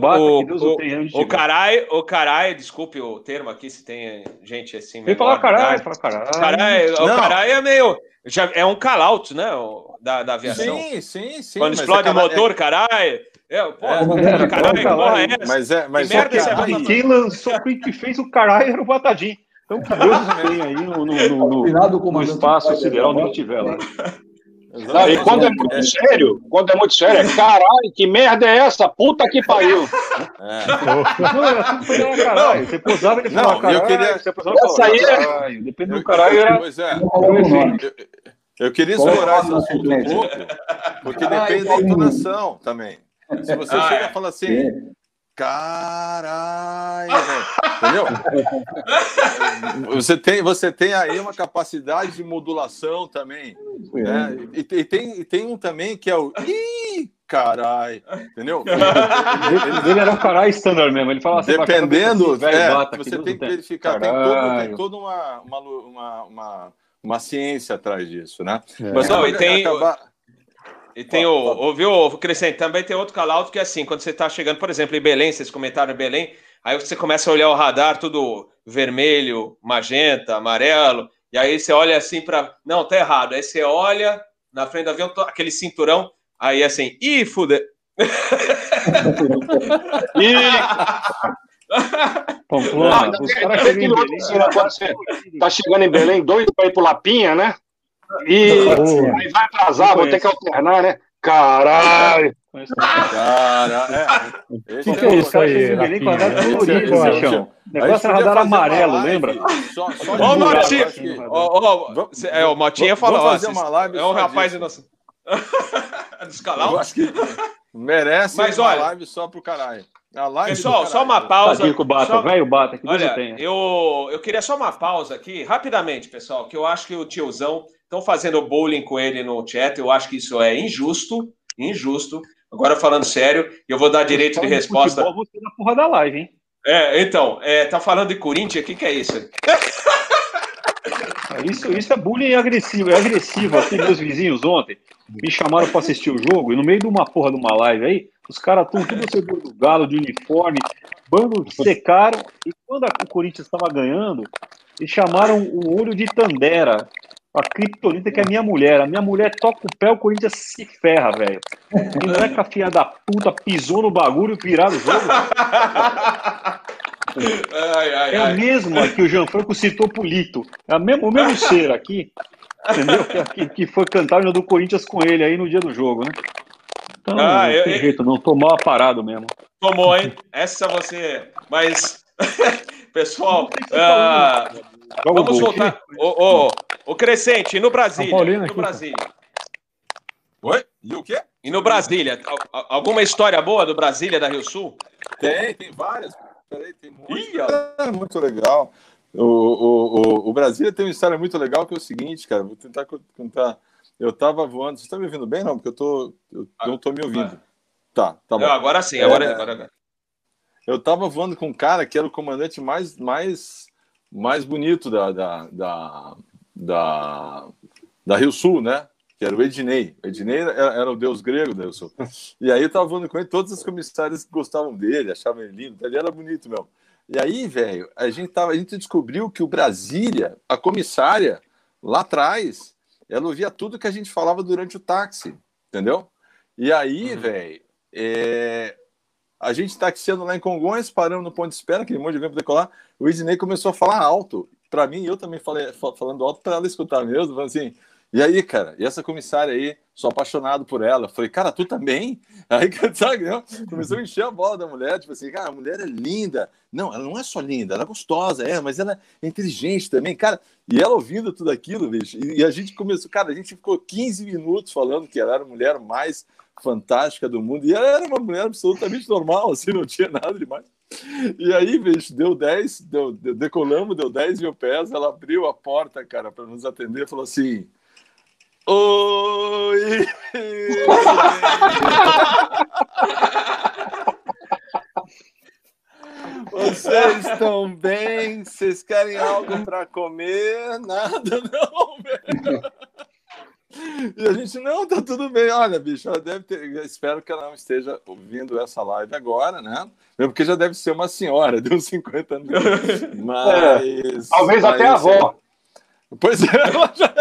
caralho, desculpe o termo aqui, se tem gente assim... Vem falar caralho. O caralho é meio... Já é um call-out, né? Da aviação. Sim. Quando explode o motor, caralho... Caralho, porra é essa? Mas que merda é essa? Quem lançou, quem fez o caralho era o Batagim. Então, que Deus tem aí no espaço sideral, onde estiver lá. E quando é muito sério, é caralho, que merda é essa? Puta que pariu! Não, era tudo pra caralho. Você posava e ele falava caralho. Você posava e falava caralho. Depende do caralho, era... Eu queria explorar esse assunto um pouco, porque depende da entonação também. Se você chega e fala assim, caralho, entendeu? Você tem aí uma capacidade de modulação também, né? E tem um também que é o ih, caralho, entendeu? Ele era um caralho standard mesmo. Ele falava assim, dependendo, você tem que verificar, tem toda uma ciência atrás disso, né? Mas ouviu, Crescente? Também tem outro call-out que é assim, quando você está chegando, por exemplo, em Belém, vocês comentaram em Belém, aí você começa a olhar o radar, tudo vermelho, magenta, amarelo, e aí você olha assim para... Não, tá errado. Aí você olha na frente do avião, aquele cinturão, aí assim, ih, fuder. Tá chegando em Belém, doido para ir pro Lapinha, né? E aí vai atrasar, vou ter que alternar, né? Caralho! O que é isso aí? O negócio é radar amarelo, lembra? Ó, o Motinha falou, é um rapaz inocente. Dos canal? Eu acho que merece uma live só pro caralho. Pessoal, só uma pausa. Velho Bata, que olha, eu queria só uma pausa aqui, rapidamente, pessoal, que eu acho que o tiozão estão fazendo bullying com ele no chat, eu acho que isso é injusto. Agora falando sério, eu vou dar direito de resposta. Futebol, você na porra da live, hein? Tá falando de Corinthians, o que é isso? Isso é bullying agressivo. É agressivo. Assim, meus vizinhos ontem me chamaram para assistir o jogo e no meio de uma porra de uma live aí, os caras estão tudo segundo do galo, de uniforme, bando secaram, e quando o Corinthians estava ganhando, eles chamaram o olho de Tandera, a criptonita que é minha mulher. A minha mulher toca o pé, o Corinthians se ferra, velho. E não é que a filha da puta pisou no bagulho e viraram o jogo. É a mesma que o Gianfranco citou pro Lito. É o mesmo ser aqui, entendeu? Que foi cantar o do Corinthians com ele aí no dia do jogo, né? Então, não tem jeito, não. Tô mal parado mesmo. Tomou, hein? Essa você... Mas, pessoal, vamos voltar. O Crescente, e no Brasília? Oi? E o quê? E no Brasília? Alguma história boa do Brasília, da Rio Sul? Tem várias. Peraí, tem muito legal. O Brasília tem uma história muito legal que é o seguinte, cara. Vou tentar contar. Eu tava voando. Você está me ouvindo bem? Não, porque eu não estou me ouvindo. Tá bom. Agora sim, agora. Eu tava voando com um cara que era o comandante mais bonito da Rio Sul, né? Que era o Ednei. O Ednei era o deus grego da Rio Sul. E aí eu tava voando com ele, todos os comissários gostavam dele, achavam ele lindo, ele era bonito mesmo. E aí, velho, a gente descobriu que o Brasília, a comissária, lá atrás, ela ouvia tudo que a gente falava durante o táxi, entendeu? E aí, velho, a gente taxiando lá em Congonhas, paramos no ponto de espera, aquele monte de avião para decolar, o Ednei começou a falar alto para mim, e eu também falando alto para ela escutar mesmo, falando assim, E aí, cara, e essa comissária aí, sou apaixonado por ela. Falei, cara, tu também? Aí, sabe, começou a encher a bola da mulher, tipo assim, cara, a mulher é linda. Não, ela não é só linda, ela é gostosa, mas ela é inteligente também, cara. E ela ouvindo tudo aquilo, bicho, e a gente começou, cara, a gente ficou 15 minutos falando que ela era a mulher mais fantástica do mundo, e ela era uma mulher absolutamente normal, assim, não tinha nada demais. E aí, bicho, deu 10, decolamos, deu 10 mil pés, ela abriu a porta, cara, para nos atender, falou assim... Oi! Vocês estão bem? Vocês querem algo para comer? Nada, não, velho. E a gente, não, tá tudo bem. Olha, bicho, ela deve ter... Espero que ela não esteja ouvindo essa live agora, né? Mesmo porque já deve ser uma senhora de uns 50 anos. Mas... talvez até a avó. Pois é, ela já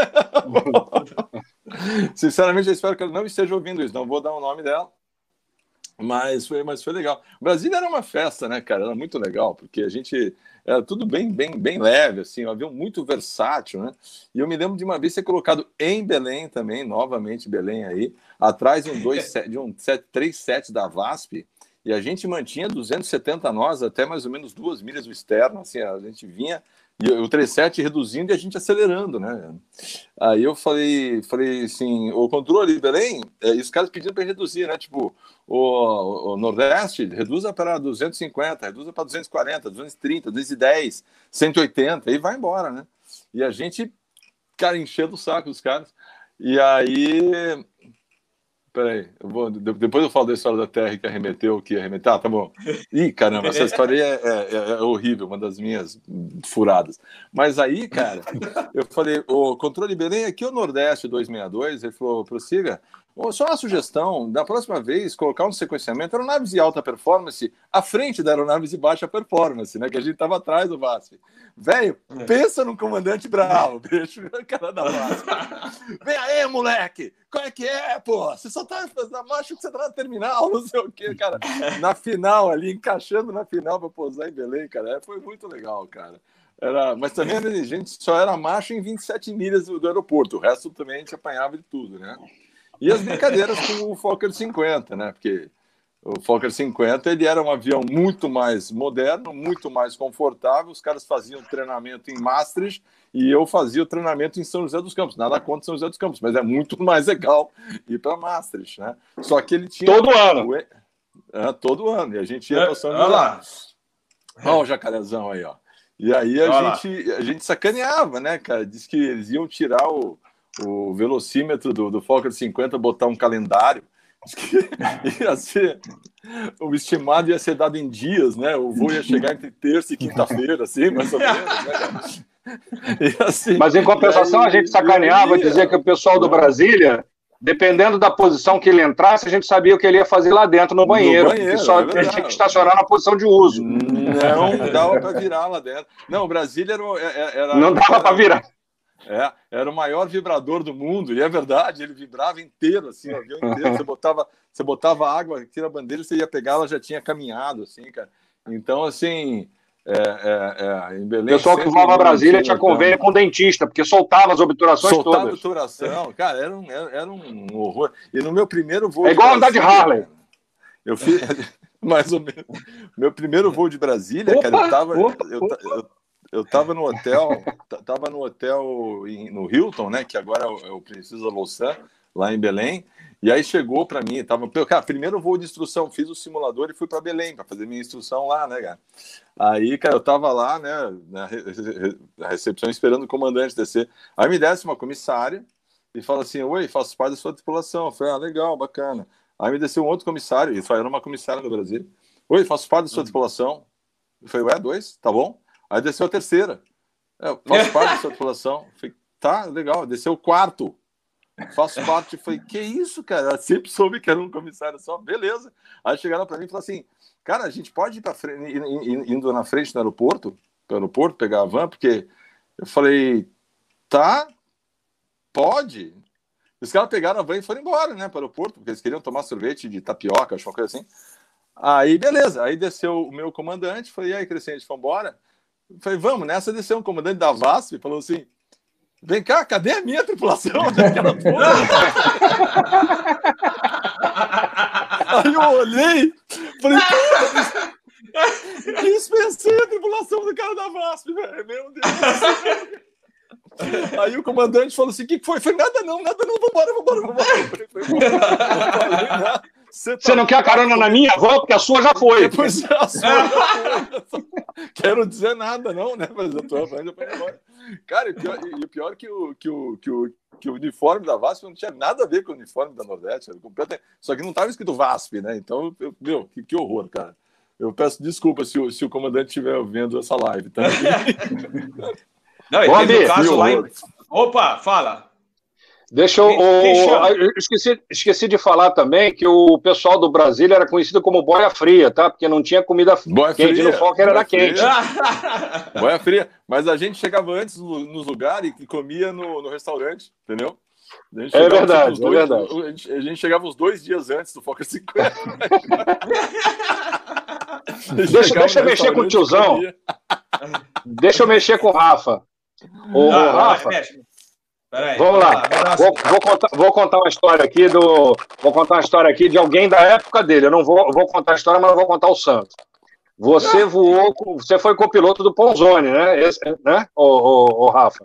sinceramente, eu espero que ela não esteja ouvindo isso. Não vou dar o nome dela. Mas foi legal. Brasília era uma festa, né, cara? Era muito legal, porque a gente... Era tudo bem leve, assim, um avião muito versátil, né? E eu me lembro de uma vez ser colocado em Belém também, novamente Belém aí, atrás de um 37 da VASP, e a gente mantinha 270 nós até mais ou menos 2 milhas do externo, assim, a gente vinha... E o 37 reduzindo e a gente acelerando, né? Aí eu falei assim, o controle, Belém, e os caras pedindo para reduzir, né? Tipo, o Nordeste, reduza para 250, reduza para 240, 230, 210, 180, e vai embora, né? E a gente, cara, enchendo o saco dos caras. E aí... Peraí, depois eu falo da história da Terra que arremeteu, tá bom. Ih, caramba, essa história é horrível, uma das minhas furadas. Mas aí, cara, eu falei, o controle Belém, aqui é o Nordeste 262, ele falou, prossiga, só uma sugestão, da próxima vez, colocar um sequenciamento, aeronaves de alta performance, à frente da aeronaves de baixa performance, né, que a gente estava atrás do VASP. Velho, pensa num comandante bravo, bicho, o cara da VASP. Vem aí, moleque! Qual é que é, pô? Você só tá... Acho que você tá na terminal, não sei o quê, cara. Na final ali, encaixando na final para pousar em Belém, cara. Foi muito legal, cara. Mas também a gente só era macho em 27 milhas do aeroporto. O resto também a gente apanhava de tudo, né? E as brincadeiras com o Fokker 50, né? Porque o Fokker 50 ele era um avião muito mais moderno, muito mais confortável. Os caras faziam treinamento em Maastricht e eu fazia o treinamento em São José dos Campos. Nada contra São José dos Campos, mas é muito mais legal ir para Maastricht, né? Só que ele tinha... Todo ano. Todo ano. E a gente ia para São José. Olha o jacarezão aí, ó. E aí a gente sacaneava, né, cara? Diz que eles iam tirar o velocímetro do Fokker 50, botar um calendário. Diz que ia ser... O estimado ia ser dado em dias, né? O voo ia chegar entre terça e quinta-feira, assim, mais ou menos, né, cara? Assim, mas em compensação, a gente sacaneava, dizia que o pessoal do Brasília, dependendo da posição que ele entrasse, a gente sabia o que ele ia fazer lá dentro no banheiro. Porque só ele tinha que estacionar na posição de uso. Não dava para virar lá dentro. Não, o Brasília era não dava para virar. Era o maior vibrador do mundo, e é verdade, ele vibrava inteiro, assim, o avião inteiro. Você botava água aqui na bandeira, você ia pegar, ela já tinha caminhado, assim, cara. Então, assim... em Belém, o pessoal que voava a Brasília tinha convênio com o dentista, porque soltava as obturações todas. Soltava a obturação, cara, era um horror. E no meu primeiro voo... É igual andar de Harley. Eu fiz, mais ou menos, meu primeiro voo de Brasília, cara, eu tava no hotel, no Hilton, né, que agora é o Princesa Louçã, lá em Belém. E aí chegou para mim, cara, primeiro voo de instrução, fiz o simulador e fui para Belém para fazer minha instrução lá, né, cara? Aí, cara, eu tava lá, né, na recepção esperando o comandante descer. Aí me desce uma comissária e fala assim, oi, faço parte da sua tripulação. Eu falei, legal, bacana. Aí me desceu um outro comissário, isso era uma comissária do Brasil. Oi, faço parte da sua tripulação. Eu falei, 2, tá bom. Aí desceu a terceira. Faço parte da sua tripulação. Eu falei, tá, legal. Desceu o quarto. Faço parte. Falei, que isso, cara? Ela sempre soube que era um comissário só. Beleza. Aí chegaram para mim e falaram assim, cara, a gente pode ir para frente, indo na frente do aeroporto, pegar a van, porque eu falei, tá, pode. Os caras pegaram a van e foram embora, né, para o aeroporto, porque eles queriam tomar sorvete de tapioca, uma coisa assim. Aí, beleza. Aí desceu o meu comandante, falei, e aí, Crescente, vamos embora? Falei, vamos. Nessa desceu um comandante da VASP e falou assim, Vem cá, cadê a minha tripulação? Aí eu olhei, falei, dispensei a tripulação do cara da VASP, velho. Meu Deus. Aí o comandante falou assim: o que foi? Eu falei, nada não, vambora. Você não quer carona na minha? Vou, porque a sua já foi. Depois a sua já foi. Quero dizer nada, não, né? Mas eu tô falando pra ir embora. Cara, e o pior que o uniforme da VASP não tinha nada a ver com o uniforme da Nordeste. Só que não estava escrito VASP, né? Então, meu, que horror, cara. Eu peço desculpa se o comandante estiver vendo essa live, tá? Não, e teve um caso lá em... Opa, fala. Deixa eu... esqueci de falar também que o pessoal do Brasília era conhecido como boia fria, tá? Porque não tinha comida quente no foco, era quente. Boia fria. Mas a gente chegava antes nos lugares e comia no restaurante, entendeu? É verdade, é verdade. A gente chegava uns 2 dias antes do Foca 50. Deixa eu mexer com o tiozão. Deixa eu mexer com o Rafa. Rafa, vamos lá. Vou contar uma história aqui de alguém da época dele. Eu não vou contar a história, mas eu vou contar o santo. Você foi copiloto do Ponzoni, né? Né? O Rafa.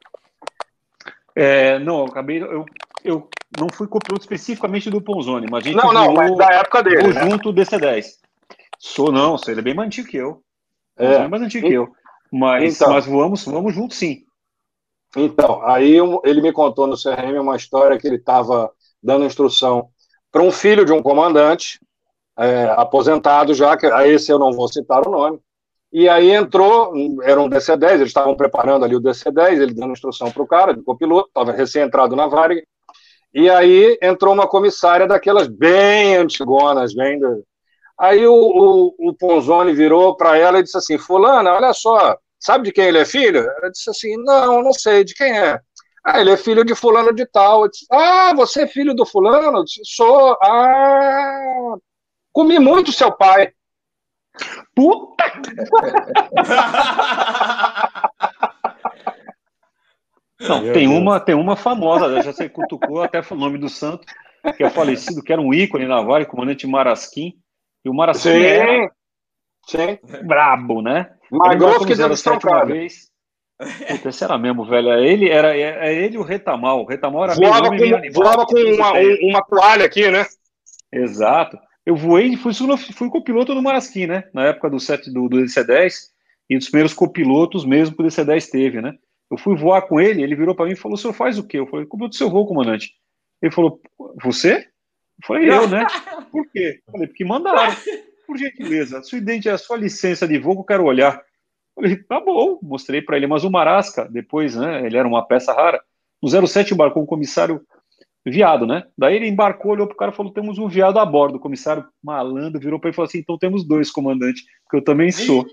Não, eu não fui copiloto especificamente do Ponzoni, mas a gente mas da época dele, né? Junto do DC-10. Ele é bem mais antigo que eu. É mais antigo que eu. Mas voamos juntos, sim. Então, aí ele me contou no CRM uma história que ele estava dando instrução para um filho de um comandante, aposentado já, que a esse eu não vou citar o nome, e aí era um DC-10, eles estavam preparando ali o DC-10, ele dando instrução para o cara, de copiloto, estava recém-entrado na Varig, e aí entrou uma comissária daquelas bem antigonas, Aí o Ponzoni virou para ela e disse assim: fulana, olha só, sabe de quem ele é filho? Ela disse assim: não sei, de quem é? Ele é filho de fulano de tal. Eu disse, você é filho do fulano? Eu disse, sou. Comi muito seu pai. Puta! Não, tem uma famosa, já se cutucou até o nome do santo, que é falecido, que era um ícone na Vale, comandante Marasquim. E o Marasquim era brabo, né? Mas grosso que deu uma vez. Puta, esse era mesmo, velho. Ele e o Retamal. O Retamal era voava com uma toalha aqui, né? Exato. Eu voei e fui copiloto do Marasquim, né? Na época do DC-10 e dos primeiros copilotos mesmo que o DC-10 teve, né? Eu fui voar com ele, ele virou para mim e falou: o senhor faz o quê? Eu falei: como é o seu voo, comandante? Ele falou: você? Eu falei: eu, né? Por quê? Eu falei: porque mandaram. Por gentileza, sua licença de voo, eu quero olhar. Eu falei: tá bom, mostrei para ele. Mas o Marasca, depois, né? Ele era uma peça rara. No 07 embarcou um comissário viado, né? Daí ele embarcou, olhou pro cara e falou: temos um viado a bordo. O comissário malandro virou para ele e falou assim: então temos 2, comandante, porque eu também sou.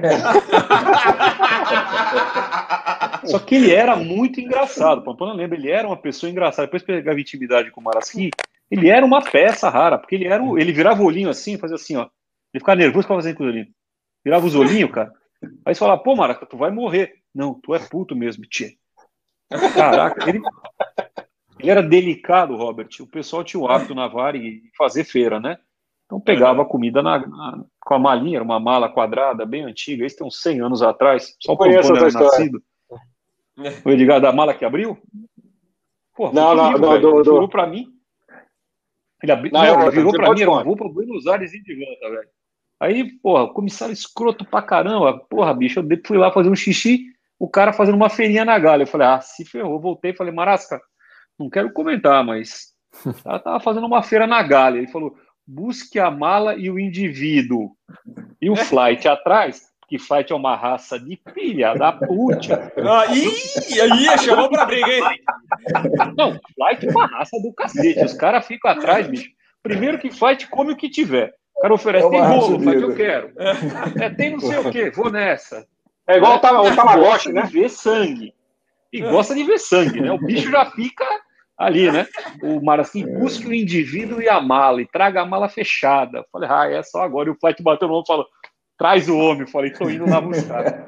Só que ele era muito engraçado. O Pampana lembra, ele era uma pessoa engraçada. Depois pegava intimidade com o Marasquim, ele era uma peça rara, porque ele virava o olhinho assim, fazia assim, ó. Ele ficava nervoso, ficava fazendo com os olhinhos. Virava os olhinhos, cara. Aí você falava: pô, Marasca, tu vai morrer. Não, tu é puto mesmo, tchê. Caraca, ele era delicado, Robert. O pessoal tinha o hábito na Varig de fazer feira, né? Então pegava a comida com a malinha, era uma mala quadrada, bem antiga. Isso tem uns 100 anos atrás. Só o Pampana era nascido. O Edgar da mala que abriu? Pô, ele virou pra mim. Ele virou pra mim, era um voo pra Buenos Aires e de volta, velho. Aí, porra, comissário escroto pra caramba. Porra, bicho, eu fui lá fazer um xixi, o cara fazendo uma feirinha na galha. Eu falei: se ferrou. Voltei e falei: Marasca, não quero comentar, mas ela tava fazendo uma feira na galha. Ele falou: busque a mala e o indivíduo. E o flight atrás, que flight é uma raça de filha da puta. Aí chamou pra briga, hein? Não, flight é uma raça do cacete. Os caras ficam atrás, bicho. Primeiro que flight come o que tiver. O cara oferece: tem bolo, flight eu quero. Tem não sei o quê, vou nessa. É igual o Tamagotchi, né? Ver sangue. E gosta de ver sangue, né? O bicho já fica ali, né? O Marasquim: busque o indivíduo e a mala, e traga a mala fechada. Eu falei: é só agora. E o flight bateu no ombro e falou: traz o homem. Eu falei: tô indo lá buscar.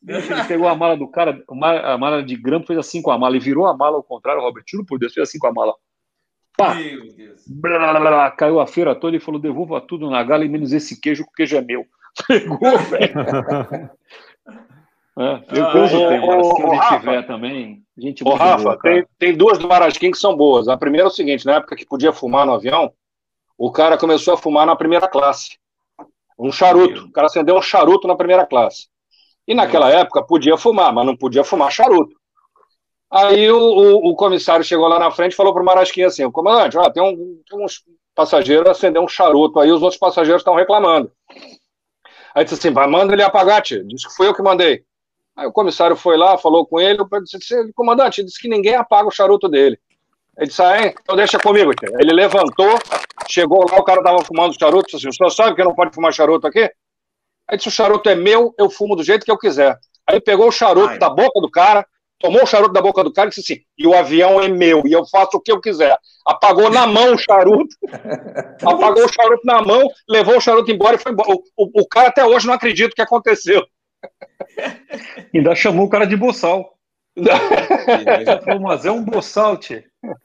Bicho, ele pegou a mala do cara, a mala de grampo, fez assim com a mala e virou a mala ao contrário, Robert. Juro por Deus, fez assim com a mala. Pá! Meu Deus. Blá, blá, blá, caiu a feira toda e falou: devolva tudo na gala e menos esse queijo, que o queijo é meu. Pegou, velho. Deus o tem, mas se onde tiver também, gente muito Rafa, boa, cara. tem duas do Marasquim que são boas. A primeira é o seguinte: na época que podia fumar no avião, o cara começou a fumar na primeira classe. Um charuto. O cara acendeu um charuto na primeira classe. E naquela época podia fumar, mas não podia fumar charuto. Aí o comissário chegou lá na frente e falou para o Marasquim assim: comandante, tem uns passageiros acendendo um charuto aí, os outros passageiros estão reclamando. Aí disse assim: manda ele apagar, tio. Disse que foi eu que mandei. Aí o comissário foi lá, falou com ele, disse: comandante, disse que ninguém apaga o charuto dele. Ele disse: então deixa comigo, tio. Ele levantou, chegou lá, o cara estava fumando charuto, disse assim: o senhor sabe que não pode fumar charuto aqui? Aí disse: o charuto é meu, eu fumo do jeito que eu quiser. Aí pegou o charuto da boca do cara, tomou o charuto da boca do cara e disse assim: e o avião é meu, e eu faço o que eu quiser. Apagou na mão o charuto, apagou o charuto na mão, levou o charuto embora e foi embora. O cara até hoje não acredita o que aconteceu. Ainda chamou o cara de boçal. Já falou: mas é um boçal, tio.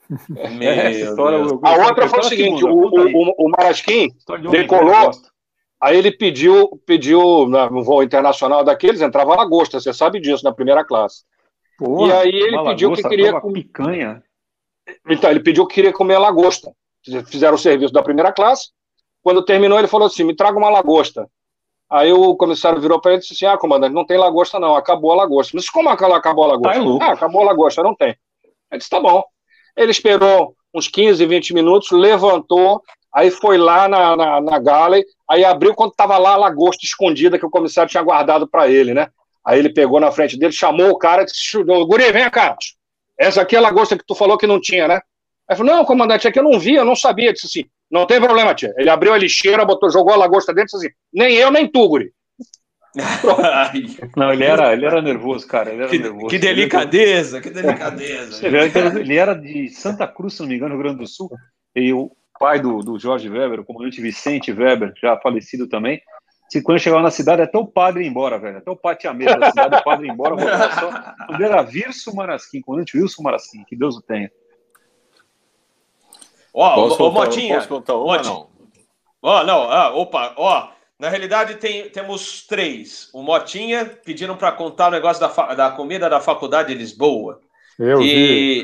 A outra foi o seguinte: o Marasquim decolou. Aí ele pediu no voo internacional daqueles, entrava lagosta, você sabe disso, na primeira classe. Porra, e aí ele pediu que queria comer picanha. Então, ele pediu que queria comer lagosta. Fizeram o serviço da primeira classe. Quando terminou, ele falou assim: me traga uma lagosta. Aí o comissário virou para ele e disse assim: comandante, não tem lagosta não, acabou a lagosta. Mas como acabou a lagosta? Acabou a lagosta, não tem. Ele disse: tá bom. Ele esperou uns 15, 20 minutos, levantou, aí foi lá na galley, aí abriu quando estava lá a lagosta escondida que o comissário tinha guardado para ele, né? Aí ele pegou na frente dele, chamou o cara e disse: guri, vem cá, essa aqui é a lagosta que tu falou que não tinha, né? Aí falou: não, comandante, aqui eu não vi, eu não sabia. Ele disse assim: não tem problema, tia. Ele abriu a lixeira, jogou a lagosta dentro e disse assim: nem eu, nem tu, guri. Não, ele era nervoso, cara. Ele era nervoso. Que delicadeza, que delicadeza. Ele era de Santa Cruz, se não me engano, Rio Grande do Sul. E o pai do Jorge Weber, o comandante Vicente Weber, já falecido também, se quando chegava na cidade, até o padre ia embora, velho. Até o pai tinha medo da cidade, o padre ia embora. Quando era Wilson Marasquim, comandante Wilson Marasquim, que Deus o tenha. Motinha. Posso contar uma, não? Na realidade, temos 3. O Motinha pediram para contar o negócio da comida da Faculdade de Lisboa. E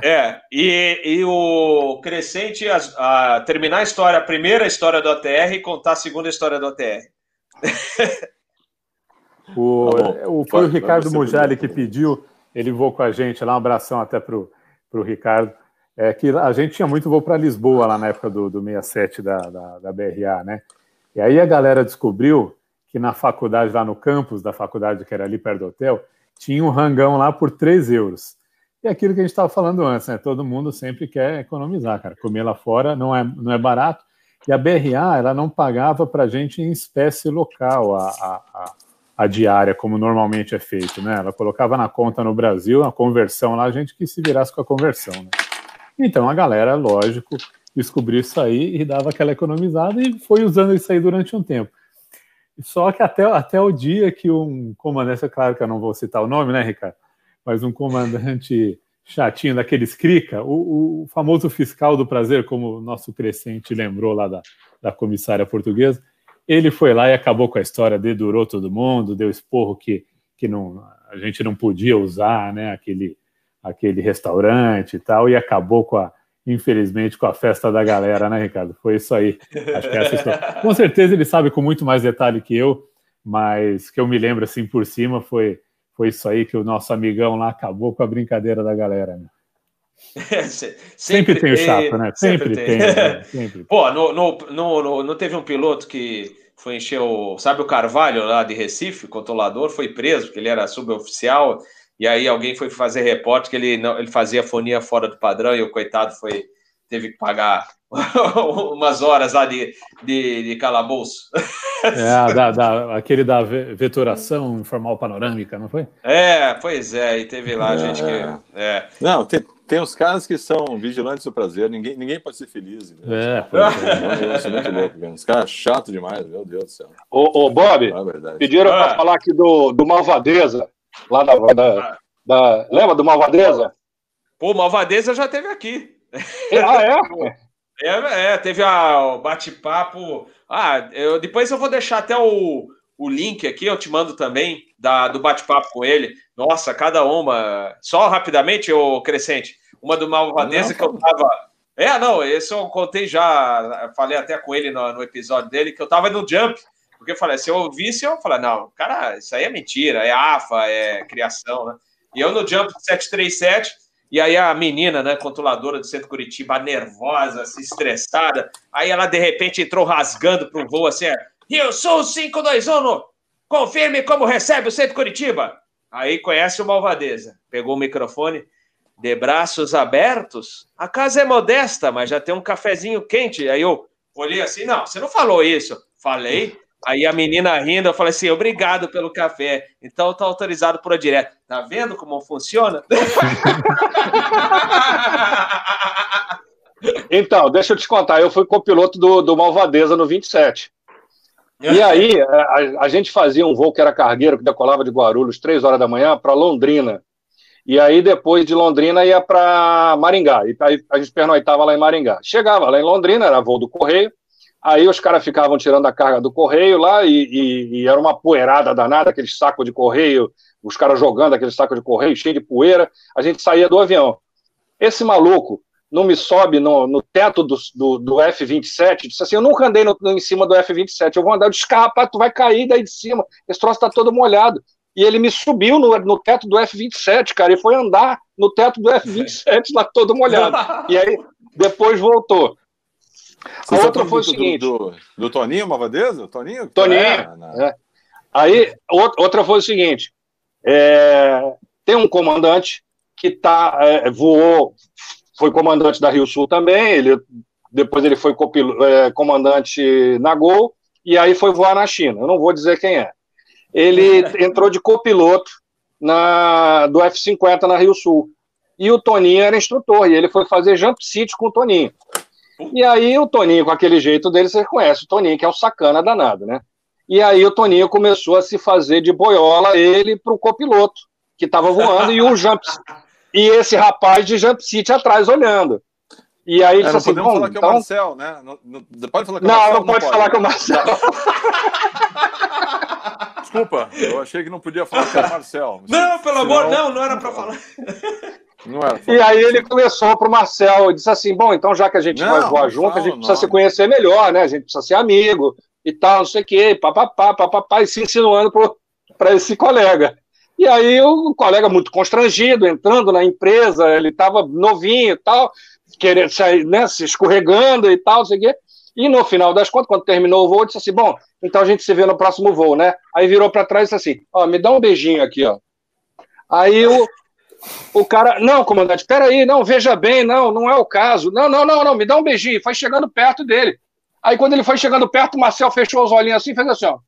o Crescente terminar a primeira história do ATR e contar a segunda história do ATR. Foi o Ricardo Mugelli que pediu, ele voou com a gente lá, um abração até pro Ricardo. Que a gente tinha muito voo para Lisboa lá na época do 67 da BRA, né? E aí a galera descobriu que na faculdade, lá no campus da faculdade, que era ali perto do hotel, tinha um rangão lá por 3 euros. E aquilo que a gente estava falando antes, né? Todo mundo sempre quer economizar, cara. Comer lá fora não é barato. E a BRA, ela não pagava para a gente em espécie local a diária, como normalmente é feito, né? Ela colocava na conta no Brasil, a conversão lá, a gente que se virasse com a conversão, né? Então a galera, lógico, descobriu isso aí e dava aquela economizada e foi usando isso aí durante um tempo. Só que até o dia que um comandante, é claro que eu não vou citar o nome, né, Ricardo? Mas um comandante chatinho daqueles crica, o famoso fiscal do prazer, como o nosso Crescente lembrou lá da comissária portuguesa, ele foi lá e acabou com a história, dedurou todo mundo, deu esporro que a gente não podia usar, né, aquele restaurante e tal, e acabou infelizmente, com a festa da galera, né, Ricardo? Foi isso aí. Acho que essa história. Com certeza ele sabe com muito mais detalhe que eu, mas que eu me lembro assim por cima, foi isso aí que o nosso amigão lá acabou com a brincadeira da galera, né? Sempre tem o chato, né? Sempre tem. Né? Sempre. Pô, não teve um piloto que foi encher sabe o Carvalho lá de Recife, o controlador, foi preso, porque ele era suboficial. E aí alguém foi fazer reporte que ele fazia fonia fora do padrão e o coitado teve que pagar umas horas lá de calabouço. Aquele da vetoração informal panorâmica, não foi? Pois é, e teve lá gente que... Não, Tem uns caras que são vigilantes do prazer, ninguém pode ser feliz. É um negócio muito louco, cara. Uns caras chatos demais, meu Deus do céu. Ô Bob, pediram para falar aqui do Malvadeza, lá lembra do Malvadeza? Pô, Malvadeza já teve aqui. Teve o bate-papo. Depois eu vou deixar até o link aqui, eu te mando também, do bate-papo com ele. Nossa, cada uma. Só rapidamente, ô Crescente, uma do Malvadeza que eu tava. Esse eu contei já, falei até com ele no episódio dele, que eu tava no Jump, porque eu falei, se eu ouvisse, eu falei, não, cara, isso aí é mentira, é AFA, é criação, né? E eu no Jump 737. E aí a menina, né, controladora do Centro Curitiba, nervosa, assim, estressada, aí ela de repente entrou rasgando para o voo assim, Rio Sul 521, confirme como recebe o Centro Curitiba. Aí conhece o Malvadeza, pegou o microfone, de braços abertos, a casa é modesta, mas já tem um cafezinho quente. Aí eu olhei assim, não, você não falou isso. Falei. Aí a menina rindo, eu falei assim, obrigado pelo café. Então tá autorizado por direto. Tá vendo como funciona? Então, deixa eu te contar. Eu fui copiloto do Malvadeza no 27. E aí, a gente fazia um voo que era cargueiro, que decolava de Guarulhos 3 horas da manhã para Londrina. E aí, depois de Londrina, ia para Maringá. E aí a gente pernoitava lá em Maringá. Chegava lá em Londrina, era voo do Correio. Aí os caras ficavam tirando a carga do correio lá e era uma poeirada danada, aquele saco de correio, os caras jogando aquele saco de correio cheio de poeira, a gente saía do avião. Esse maluco não me sobe no teto do F-27, disse assim, eu nunca andei em cima do F-27, eu vou andar, eu disse, rapaz, tu vai cair daí de cima, esse troço tá todo molhado. E ele me subiu no teto do F-27, cara, e foi andar no teto do F-27 lá todo molhado. E aí, depois voltou. A outra foi o seguinte... Do Toninho Malvadeza? Toninho? Aí, outra foi o seguinte. Tem um comandante que voou, foi comandante da Rio Sul também, depois ele foi comandante na Gol, e aí foi voar na China. Eu não vou dizer quem é. Ele entrou de copiloto do F-50 na Rio Sul. E o Toninho era instrutor, e ele foi fazer jump seat com o Toninho. E aí o Toninho, com aquele jeito dele, você conhece o Toninho, que é um sacana danado, né? E aí o Toninho começou a se fazer de boiola, ele pro copiloto, que estava voando, e esse rapaz de jump seat atrás, olhando. E aí ele disse assim, bom, falar que é o Marcel, né? Pode falar que é o Marcel? Não pode falar que é o Marcel. Desculpa, eu achei que não podia falar que era o Marcel. Não, pelo amor, não era para falar. Não era. E aí ele começou pro Marcel e disse assim, bom, então já que a gente vai voar junto, a gente precisa se conhecer melhor, né? A gente precisa ser amigo e tal, não sei o quê, papapá, e se insinuando para esse colega. E aí o colega muito constrangido, entrando na empresa, ele estava novinho e tal, querendo sair, né, se escorregando e tal, não sei o quê. E no final das contas, quando terminou o voo, disse assim, bom, então a gente se vê no próximo voo, né? Aí virou para trás e disse assim, ó, me dá um beijinho aqui, ó. Aí o cara, não, comandante, peraí, não, veja bem, não é o caso. Não, me dá um beijinho. Foi chegando perto dele. Aí quando ele foi chegando perto, o Marcel fechou os olhinhos assim e fez assim, ó.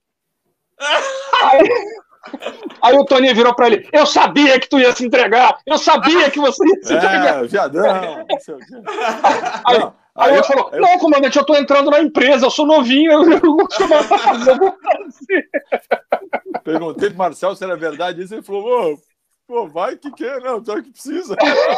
Aí o Toninho virou pra ele, eu sabia que tu ia se entregar, eu sabia que você ia se entregar. Viadão. Aí ele falou, não, comandante, eu tô entrando na empresa, eu sou novinho, eu vou fazer. Perguntei pro Marcel se era verdade isso, ele falou, pô, vai que é, não, pior que precisa.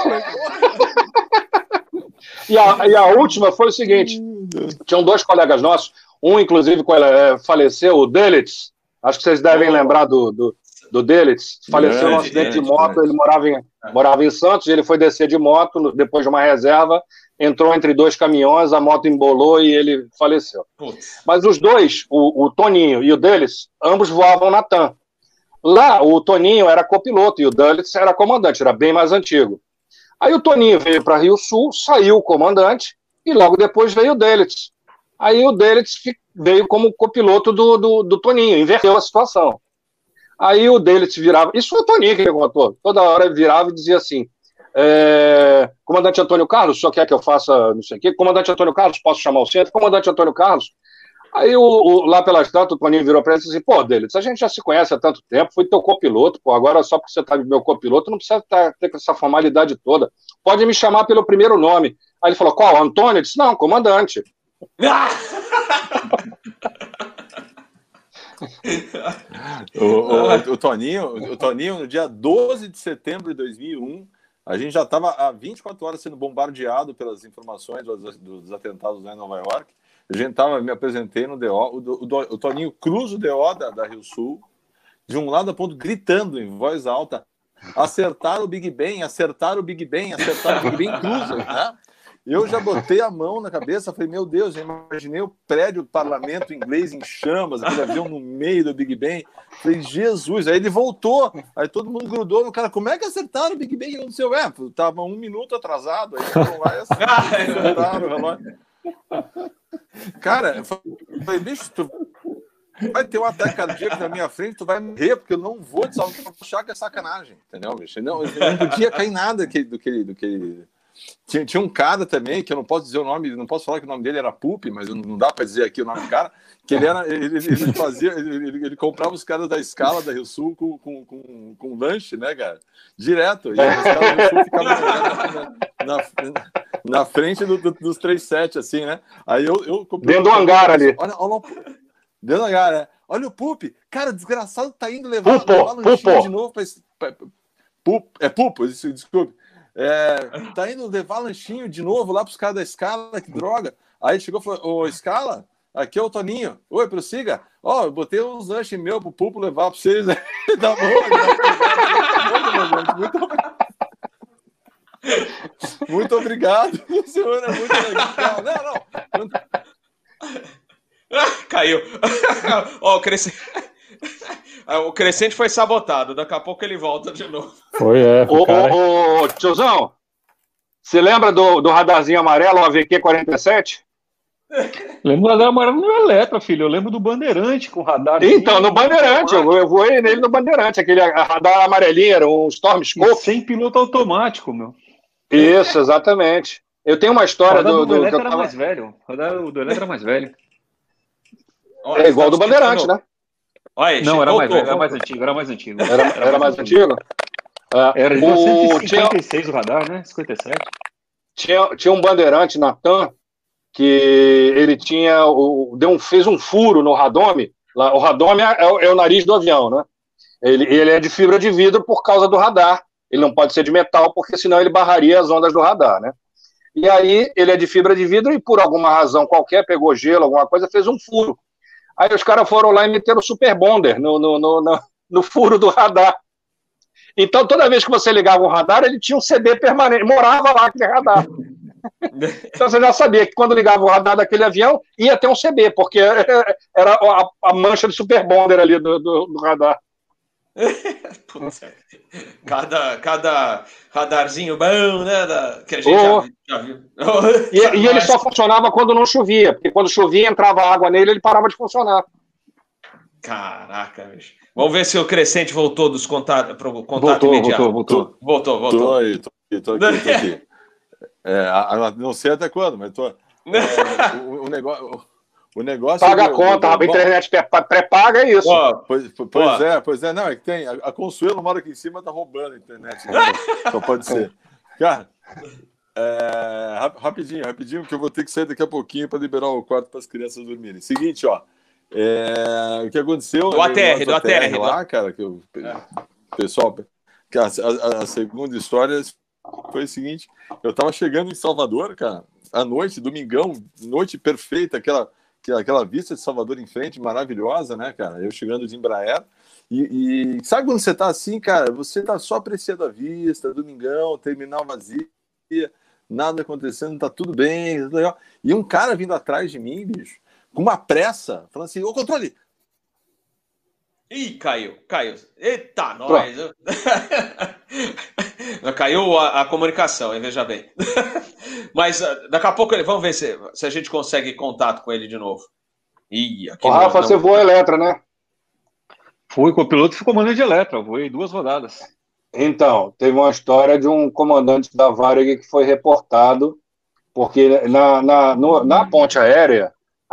E a última foi o seguinte, tinham 2 colegas nossos, um inclusive faleceu, o Delitz, acho que vocês devem lembrar do Delitz, faleceu num acidente de moto, ele morava em Santos, ele foi descer de moto, depois de uma reserva, entrou entre 2 caminhões, a moto embolou e ele faleceu. Putz. Mas os dois, o Toninho e o Delitz, ambos voavam na TAM. Lá, o Toninho era copiloto e o Delitz era comandante, era bem mais antigo. Aí o Toninho veio para Rio Sul, saiu o comandante e logo depois veio o Delitz. Aí o Delitz veio como copiloto do Toninho, inverteu a situação. Aí o Delitz virava, isso foi o Toninho que contou, toda hora virava e dizia assim, comandante Antônio Carlos, o senhor quer que eu faça não sei o quê? Comandante Antônio Carlos, posso chamar o centro? Comandante Antônio Carlos. Aí lá pelas tantas, o Toninho virou para ele e disse assim, pô, Delito, a gente já se conhece há tanto tempo, fui teu copiloto, pô, agora só porque você tá meu copiloto, não precisa ter essa formalidade toda. Pode me chamar pelo primeiro nome. Aí ele falou, qual, Antônio? Eu disse, não, comandante. O Toninho, no dia 12 de setembro de 2001, a gente já estava há 24 horas sendo bombardeado pelas informações dos atentados lá em Nova York. A gente me apresentei no DO, o Toninho cruza o DO da Rio Sul, de um lado a ponto, gritando em voz alta, acertar o Big Ben, cruza, né? Eu já botei a mão na cabeça, falei, meu Deus, eu imaginei o prédio do parlamento inglês em chamas, aquele avião no meio do Big Ben. Falei, Jesus, aí ele voltou, aí todo mundo grudou no cara, como é que acertaram o Big Ben? Não sei, tava 1 minuto atrasado, aí foram lá e acertaram o relógio. Cara, eu falei, bicho, tu vai ter um ataque cardíaco na minha frente, tu vai morrer, porque eu não vou te salvar, achar que é sacanagem, entendeu, bicho? Não podia cair nada do que Tinha um cara também, que eu não posso dizer o nome, não posso falar que o nome dele era Pupi, mas não dá para dizer aqui o nome do cara, que ele comprava os caras da escala da Rio Sul com lanche, né, cara? Direto. E os caras da Rio Sul ficavam na frente dos 37, assim, né? Aí eu comprei. Dentro do hangar ali. Olha, dentro do hangar, né? Olha o Pupi, cara, desgraçado, tá indo levar lanchinho de novo Pupo, desculpe. Tá indo levar lanchinho de novo lá pros caras da escala, que droga. Aí chegou e falou, ô, escala, aqui é o Toninho. Oi, prossiga. Eu botei uns lanches meus pro Pupo levar pra vocês. Tá bom, muito obrigado. O senhor é muito legal. Não. Caiu. O Crescente foi sabotado. Daqui a pouco ele volta de novo. Ô, tiozão, você lembra do radarzinho amarelo, o AVQ-47? Lembro do radar amarelo no Eletra, filho. Eu lembro do Bandeirante com radar. Então, no Bandeirante. Eu voei nele no Bandeirante. Aquele radar amarelinho, era um Stormscope. Sem piloto automático, meu. Isso, exatamente. Eu tenho uma história do Eletra era mais velho. O do Eletra era mais velho. É igual do Bandeirante, né? Olha, não, era mais velho, era mais antigo. Era mais antigo? Era de 1956 o radar, né? 57. Tinha um Bandeirante na TAM que ele fez um furo no radome. O radome é o nariz do avião, né? Ele é de fibra de vidro por causa do radar. Ele não pode ser de metal, porque senão ele barraria as ondas do radar, né? E aí ele é de fibra de vidro e por alguma razão qualquer, pegou gelo, alguma coisa, fez um furo. Aí os caras foram lá e meteram o Super Bonder no furo do radar. Então, toda vez que você ligava o radar, ele tinha um CD permanente, morava lá aquele radar. Então, você já sabia que quando ligava o radar daquele avião, ia ter um CD, porque era a mancha de Super Bonder ali do radar. Cada radarzinho bom, né? Que a gente já viu. E ele só funcionava quando não chovia, porque quando chovia, entrava água nele, ele parava de funcionar. Caraca, bicho. Vamos ver se o Crescente voltou dos contatos para o contato imediato. Voltou. Tô aqui. Não sei até quando, mas tô. O negócio. Paga a conta, a internet pré-paga é isso. Pois é, não, é que tem. A Consuelo mora aqui em cima, tá roubando a internet. Né? Só pode ser. Cara, rapidinho, que eu vou ter que sair daqui a pouquinho para liberar o quarto para as crianças dormirem. Seguinte, ó. O que aconteceu? Do ATR lá, cara, que o pessoal. A segunda história foi o seguinte: eu tava chegando em Salvador, cara, à noite, domingão, noite perfeita, aquela vista de Salvador em frente, maravilhosa, né, cara? Eu chegando de Embraer. E sabe quando você tá assim, cara? Você tá só apreciando a vista, domingão, terminal vazio, nada acontecendo, tá tudo bem, tudo legal. E um cara vindo atrás de mim, bicho, com uma pressa, falando assim, ô controle! Ih, caiu. Eita, nós! Caiu a comunicação, veja bem. Mas daqui a pouco, vamos ver se a gente consegue contato com ele de novo. Rafa, você voou Eletra, né? Fui com o piloto e fui comandante de Eletra, voei 2 rodadas. Então, teve uma história de um comandante da Varig que foi reportado, porque na ponte aérea,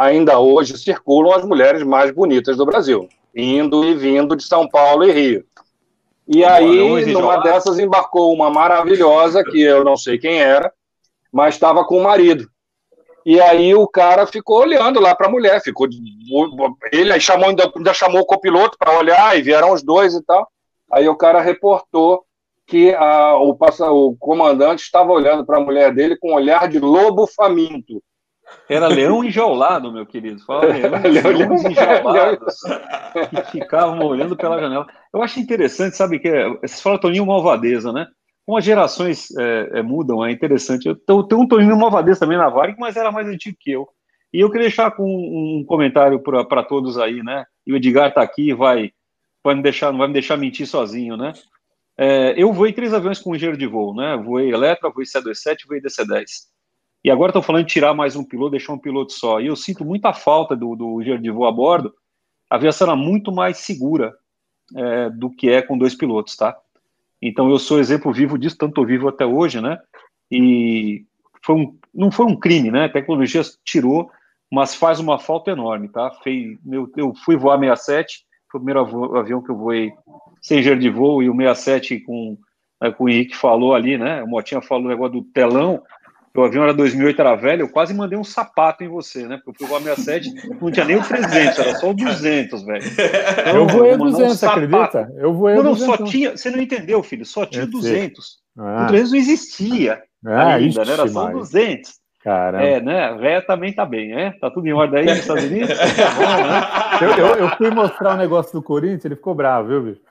ainda hoje circulam as mulheres mais bonitas do Brasil, indo e vindo de São Paulo e Rio. E aí, numa dessas, embarcou uma maravilhosa, que eu não sei quem era, mas estava com o marido. E aí o cara ficou olhando lá para a mulher, ele ainda chamou o copiloto para olhar, e vieram os dois e tal. Aí o cara reportou que o comandante estava olhando para a mulher dele com um olhar de lobo faminto. Era leão enjaulado, meu querido. Fala leões enjaulados que ficavam olhando pela janela. Eu acho interessante, sabe, que você fala Toninho Malvadeza, né? Como as gerações mudam, é interessante. Eu tenho um Toninho Malvadeza também na Varig, mas era mais antigo que eu. E eu queria deixar com um comentário para todos aí, né? E o Edgar está aqui, não vai me deixar mentir sozinho, né? Eu voei 3 aviões com engenheiro de voo, né? Voei Eletra, voei C-27, voei DC-10. E agora estou falando de tirar mais um piloto, deixar um piloto só. E eu sinto muita falta do engenheiro de voo a bordo. A aviação era muito mais segura do que é com 2 pilotos, tá? Então eu sou exemplo vivo disso, tanto estou vivo até hoje, né? E não foi um crime, né? A tecnologia tirou, mas faz uma falta enorme, tá? Eu fui voar 67, foi o primeiro avião que eu voei sem engenheiro de voo, e o 67 com o Henrique falou ali, né? O Motinha falou o negócio do telão. O avião era 2008, era velho, eu quase mandei um sapato em você, né? Porque eu fui voar 67, não tinha nem o 300, era só o 200, velho. Então, eu voei 200, acredita? Eu voei não, 200. Só tinha, você não entendeu, filho, só tinha 200. O 300 não existia ainda, né? Era só o 200. Caramba. Né? A véia também tá bem, né? Tá tudo em ordem aí nos Estados Unidos? Tá bom, né? Eu fui mostrar o negócio do Corinthians, ele ficou bravo, viu, bicho?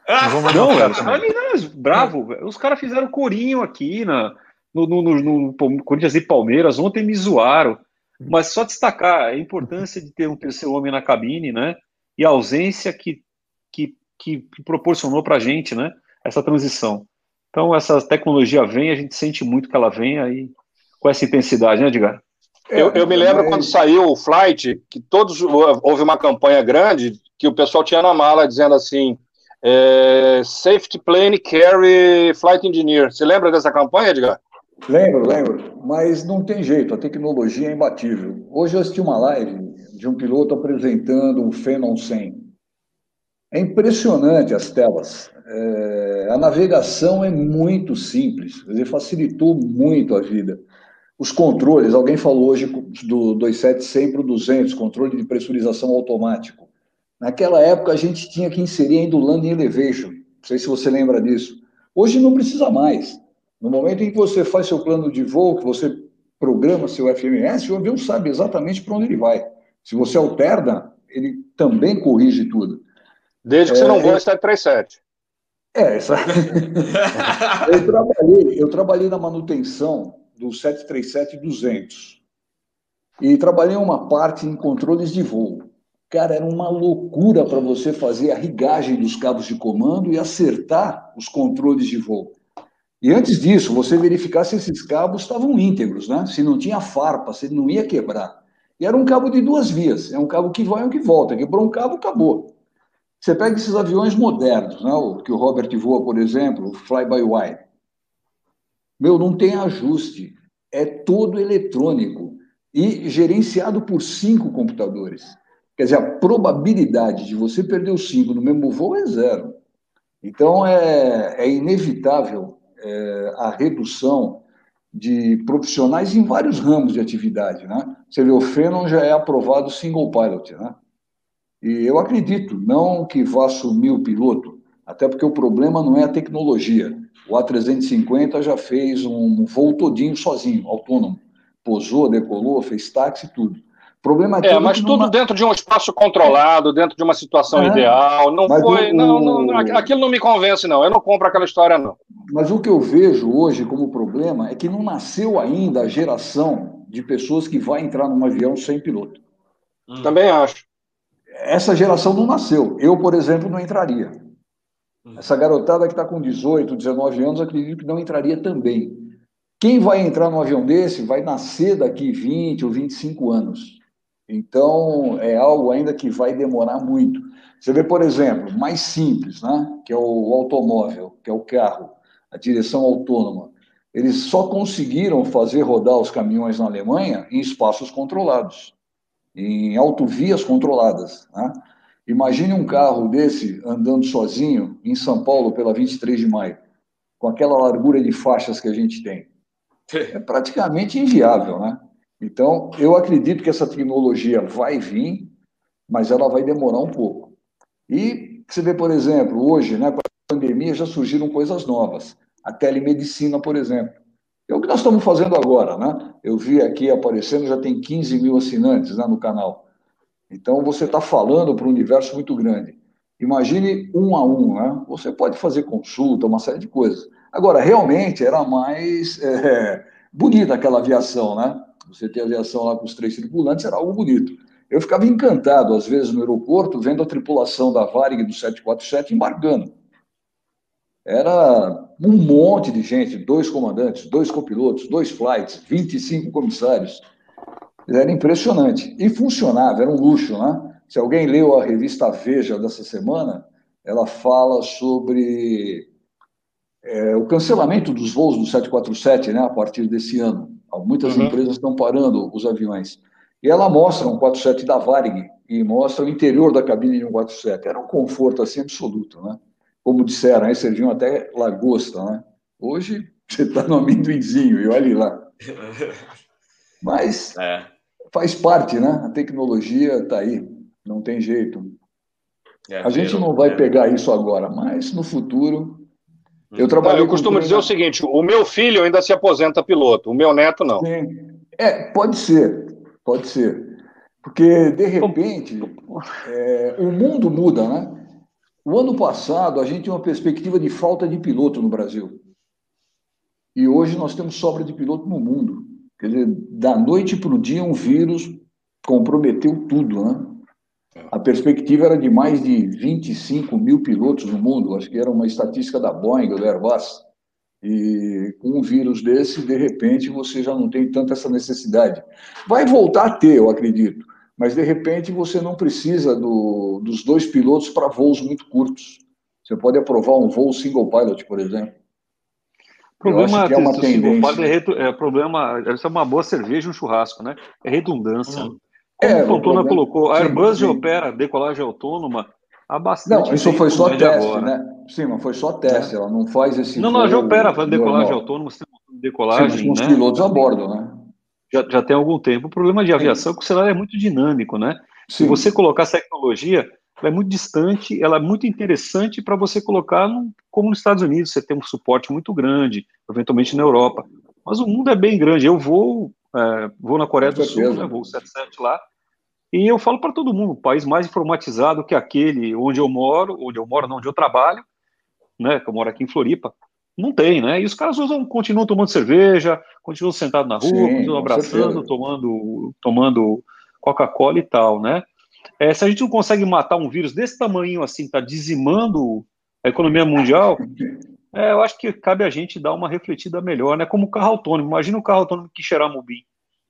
Bravo. Os caras fizeram corinho aqui no Corinthians e Palmeiras, ontem me zoaram, mas só destacar a importância de ter um terceiro homem na cabine, né, e a ausência que proporcionou para a gente, né, essa transição. Então, essa tecnologia vem, a gente sente muito que ela vem aí com essa intensidade, né, Edgar? Eu me lembro quando saiu o Flight, que houve uma campanha grande, que o pessoal tinha na mala dizendo assim, Safety Plane Carry Flight Engineer. Você lembra dessa campanha, Edgar? Lembro, mas não tem jeito, a tecnologia é imbatível. Hoje eu assisti uma live de um piloto apresentando um Phenom 100. É impressionante as telas. A navegação é muito simples, quer dizer, facilitou muito a vida. Os controles, alguém falou hoje do 271 para o 200, controle de pressurização automático. Naquela época a gente tinha que inserir ainda o Landing Elevation, não sei se você lembra disso. Hoje não precisa mais. No momento em que você faz seu plano de voo, que você programa seu FMS, o avião sabe exatamente para onde ele vai. Se você alterna, ele também corrige tudo. Desde que você não voe 737. Eu trabalhei na manutenção do 737-200 e trabalhei uma parte em controles de voo. Cara, era uma loucura para você fazer a rigagem dos cabos de comando e acertar os controles de voo. E antes disso, você verificar se esses cabos estavam íntegros, né? Se não tinha farpa, se ele não ia quebrar. E era um cabo de 2 vias, é um cabo que vai e um que volta. Quebrou um cabo, acabou. Você pega esses aviões modernos, né? Que o Robert voa, por exemplo, o fly-by-wire. Não tem ajuste, é todo eletrônico e gerenciado por 5 computadores. Quer dizer, a probabilidade de você perder os 5 no mesmo voo é 0. Então, é inevitável a redução de profissionais em vários ramos de atividade, né? Você vê, o Phenom já é aprovado single pilot, né? E eu acredito, não que vá assumir o piloto, até porque o problema não é a tecnologia. O A350 já fez um voo todinho sozinho, autônomo. Pousou, decolou, fez táxi, tudo. O problema é mas tudo dentro de um espaço controlado, dentro de uma situação ideal. Não foi. Aquilo não me convence, não. Eu não compro aquela história, não. Mas o que eu vejo hoje como problema é que não nasceu ainda a geração de pessoas que vai entrar num avião sem piloto. Também acho. Essa geração não nasceu. Eu, por exemplo, não entraria. Essa garotada que está com 18, 19 anos, acredito que não entraria também. Quem vai entrar num avião desse vai nascer daqui 20 ou 25 anos. Então, é algo ainda que vai demorar muito. Você vê, por exemplo, mais simples, né? Que é o automóvel, que é o carro, a direção autônoma. Eles só conseguiram fazer rodar os caminhões na Alemanha em espaços controlados. em autovias controladas, né? Imagine um carro desse andando sozinho em São Paulo pela 23 de maio, com aquela largura de faixas que a gente tem. É praticamente inviável, né? Então, eu acredito que essa tecnologia vai vir, mas ela vai demorar um pouco. E você vê, por exemplo, hoje, né, com a pandemia, já surgiram coisas novas. A telemedicina, por exemplo. É o que nós estamos fazendo agora, né? Eu vi aqui aparecendo, já tem 15 mil assinantes, né, no canal. Então, você está falando para um universo muito grande. Imagine um a um, né? Você pode fazer consulta, uma série de coisas. Agora, realmente, era mais bonita aquela aviação, né? Você ter aviação lá com os 3 tripulantes era algo bonito. Eu ficava encantado, às vezes, no aeroporto, vendo a tripulação da Varig do 747 embarcando. Era um monte de gente, 2 comandantes, 2 copilotos, 2 flights, 25 comissários. Era impressionante. E funcionava, era um luxo, né? Se alguém leu a revista Veja dessa semana, ela fala sobre o cancelamento dos voos do 747, né, a partir desse ano. Muitas empresas estão parando os aviões. E ela mostra um 47 da Varig e mostra o interior da cabine de um 47. Era um conforto assim absoluto, né? Como disseram, aí serviam até lagosta, né? Hoje você está no amendoinzinho e olhe lá. Mas faz parte, né? A tecnologia está aí, não tem jeito. A gente não vai pegar isso agora, mas no futuro... Eu costumo dizer o seguinte, o meu filho ainda se aposenta piloto, o meu neto não. Sim. Pode ser, pode ser. Porque, de repente, o mundo muda, né? O ano passado, a gente tinha uma perspectiva de falta de piloto no Brasil. E hoje nós temos sobra de piloto no mundo. Quer dizer, da noite para o dia, um vírus comprometeu tudo, né? A perspectiva era de mais de 25 mil pilotos no mundo. Acho que era uma estatística da Boeing ou da Airbus. E com um vírus desse, de repente, você já não tem tanta essa necessidade. Vai voltar a ter, eu acredito. Mas, de repente, você não precisa dos 2 pilotos para voos muito curtos. Você pode aprovar um voo single pilot, por exemplo. O problema é uma tendência. Essa é uma boa cerveja e um churrasco, né? É redundância. Como o Pamplona colocou, a Airbus já opera decolagem autônoma há bastante tempo. Não, isso foi só teste, né? Sim, mas foi só teste. Ela não faz esse voo. Não, já opera fazendo decolagem autônoma, sistema de decolagem. Sim, mas com os pilotos a bordo, né? Já tem algum tempo. O problema de aviação é que o cenário é muito dinâmico, né? Se você colocar essa tecnologia, ela é muito distante, ela é muito interessante para você colocar, como nos Estados Unidos, você tem um suporte muito grande, eventualmente na Europa. Mas o mundo é bem grande. Eu vou na Coreia do Sul, né? Voo 77 lá, e eu falo para todo mundo, o país mais informatizado que aquele onde eu trabalho, né? Que eu moro aqui em Floripa, não tem, né? E os caras continuam tomando cerveja, continuam sentados na rua, continuam abraçando, tomando Coca-Cola e tal, né? Se a gente não consegue matar um vírus desse tamanho assim, está dizimando a economia mundial, eu acho que cabe a gente dar uma refletida melhor, né? Como o carro autônomo. Imagina o carro autônomo que cheirar Mubim.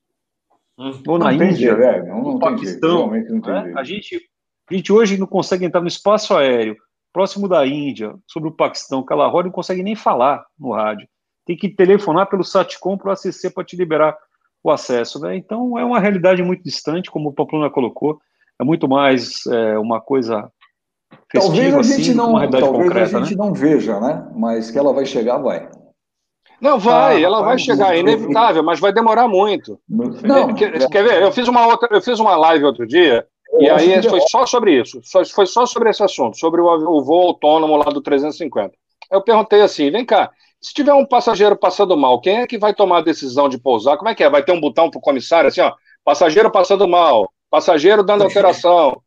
Ou na Índia, no Paquistão. A gente hoje não consegue entrar no espaço aéreo próximo da Índia, sobre o Paquistão, que a Lahore não consegue nem falar no rádio. Tem que telefonar pelo SATCOM para o ACC para te liberar o acesso, né? Então é uma realidade muito distante, como o Pamplona colocou, é muito mais uma coisa festiva, talvez a gente não veja, né? Mas que ela vai chegar, vai. Não, ela vai chegar, é inevitável, mas vai demorar muito. Não, quer ver? Eu fiz uma live outro dia, e aí foi só sobre isso, foi só sobre esse assunto, sobre o voo autônomo lá do 350. Eu perguntei assim, vem cá, se tiver um passageiro passando mal, quem é que vai tomar a decisão de pousar? Como é que é? Vai ter um botão para o comissário, assim, ó, passageiro passando mal, passageiro dando alteração,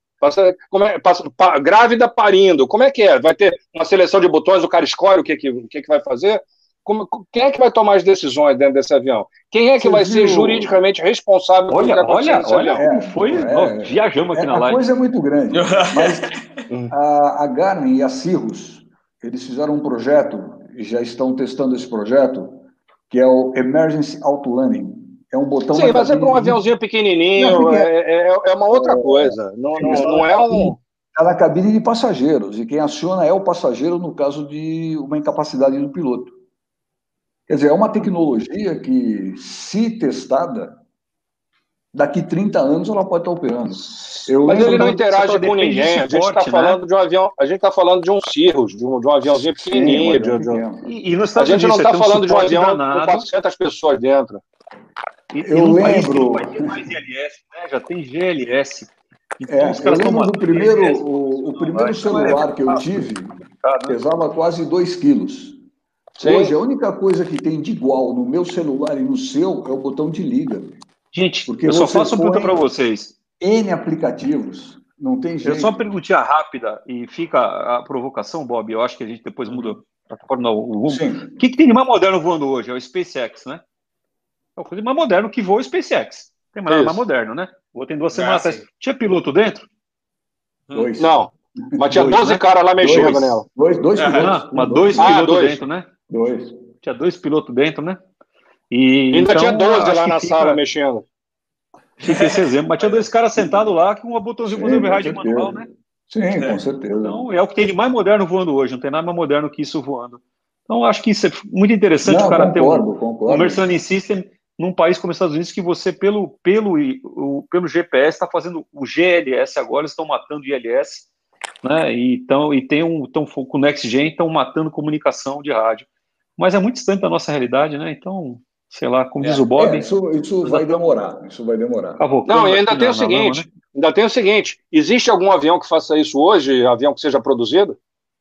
grávida parindo, como é que é? Vai ter uma seleção de botões, o cara escolhe o que vai fazer? Quem é que vai tomar as decisões dentro desse avião? Quem é que vai ser juridicamente responsável por que aconteceu nesse avião? Como foi? Viajamos aqui na live. A coisa é muito grande, mas a Garmin e a Cirrus, eles fizeram um projeto, e já estão testando esse projeto, que é o Emergency Auto Landing. É um botão... Sim, mas é para um aviãozinho pequenininho, é uma outra coisa. Não é um... Está na cabine de passageiros, e quem aciona é o passageiro no caso de uma incapacidade do piloto. Quer dizer, é uma tecnologia que, se testada, daqui 30 anos ela pode estar operando. Mas ele não interage com ninguém. A gente está falando de um avião, a gente está falando de um Cirrus, de um aviãozinho pequenininho. E nos a gente não está falando de um avião danado. com 400 pessoas dentro. Eu lembro. Vai ter mais ILS, né? Já tem GLS. Então, eu lembro do primeiro celular que eu tive, pesava quase 2 quilos. Sim. Hoje, a única coisa que tem de igual no meu celular e no seu é o botão de liga. Gente, porque eu só faço uma pergunta para vocês. N aplicativos, não tem jeito. Eu só uma perguntinha rápida e fica a provocação, Bob. Eu acho que a gente depois muda o rumo. O que tem de mais moderno voando hoje? É o SpaceX, né? É o coisa mais moderno que voa o SpaceX. Tem mais moderno, né? Vou ter 2 semanas atrás. Tinha piloto dentro? 2. Não. Mas tinha 12 caras lá mexendo nela. 2 pilotos. Mas 2 pilotos dentro, né? 2. Tinha 2 pilotos dentro, né? E ainda então, tinha 12 lá na sala mexendo. Fica esse exemplo. Mas tinha 2 caras sentados lá com uma botãozinho de override manual, né? Sim, com certeza. Então, é o que tem de mais moderno voando hoje. Não tem nada mais moderno que isso voando. Então, acho que isso é muito interessante. O cara ter um Mercedes System num país como os Estados Unidos, que você, pelo GPS, está fazendo o GLS agora, eles estão matando o ILS, né? E com o Next Gen, estão matando comunicação de rádio. Mas é muito distante da nossa realidade, né? Então, sei lá, como diz o Bob... Isso vai demorar, isso vai demorar. Não, e ainda tem o seguinte, existe algum avião que faça isso hoje, avião que seja produzido?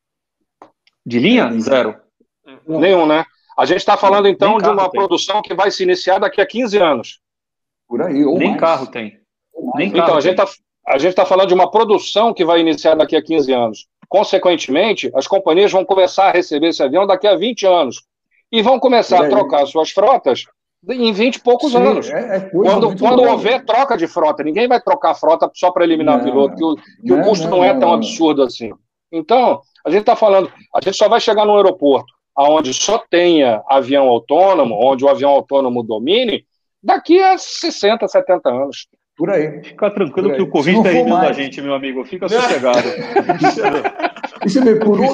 De linha? Zero. Nenhum, né? A gente está falando, então, de uma produção que vai se iniciar daqui a 15 anos. Por aí, ou nem mais. Carro tem. Então, a gente está falando de uma produção que vai iniciar daqui a 15 anos. Consequentemente, as companhias vão começar a receber esse avião daqui a 20 anos. E vão começar a trocar suas frotas em 20 e poucos anos. Quando houver troca de frota, ninguém vai trocar a frota só para eliminar piloto, que o custo não é tão absurdo assim. Então, a gente está falando, a gente só vai chegar no aeroporto onde só tenha avião autônomo, onde o avião autônomo domine, daqui a 60, 70 anos. Por aí. Fica tranquilo que o Covid está eliminando a gente, meu amigo. Fica sossegado. E você vê, por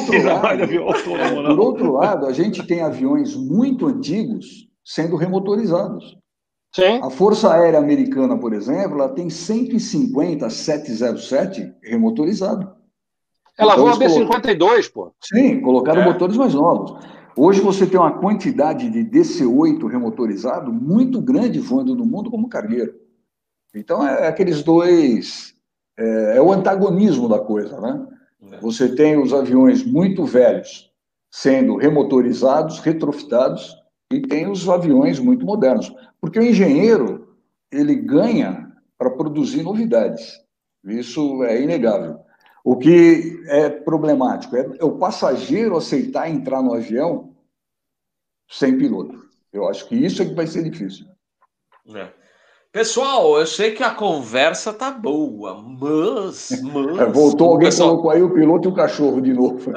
outro lado, a gente tem aviões muito antigos sendo remotorizados. Sim. A Força Aérea Americana, por exemplo, ela tem 150 707 remotorizado. Ela voa B-52, pô. Sim, colocaram motores mais novos. Hoje você tem uma quantidade de DC-8 remotorizado muito grande voando no mundo como cargueiro. Então, é aqueles dois... É o antagonismo da coisa, né? Você tem os aviões muito velhos sendo remotorizados, retrofitados, e tem os aviões muito modernos. Porque o engenheiro, ele ganha para produzir novidades. Isso é inegável. O que é problemático é o passageiro aceitar entrar no avião sem piloto. Eu acho que isso é que vai ser difícil. Pessoal, eu sei que a conversa tá boa, mas... voltou alguém, colocou aí o piloto e o cachorro de novo.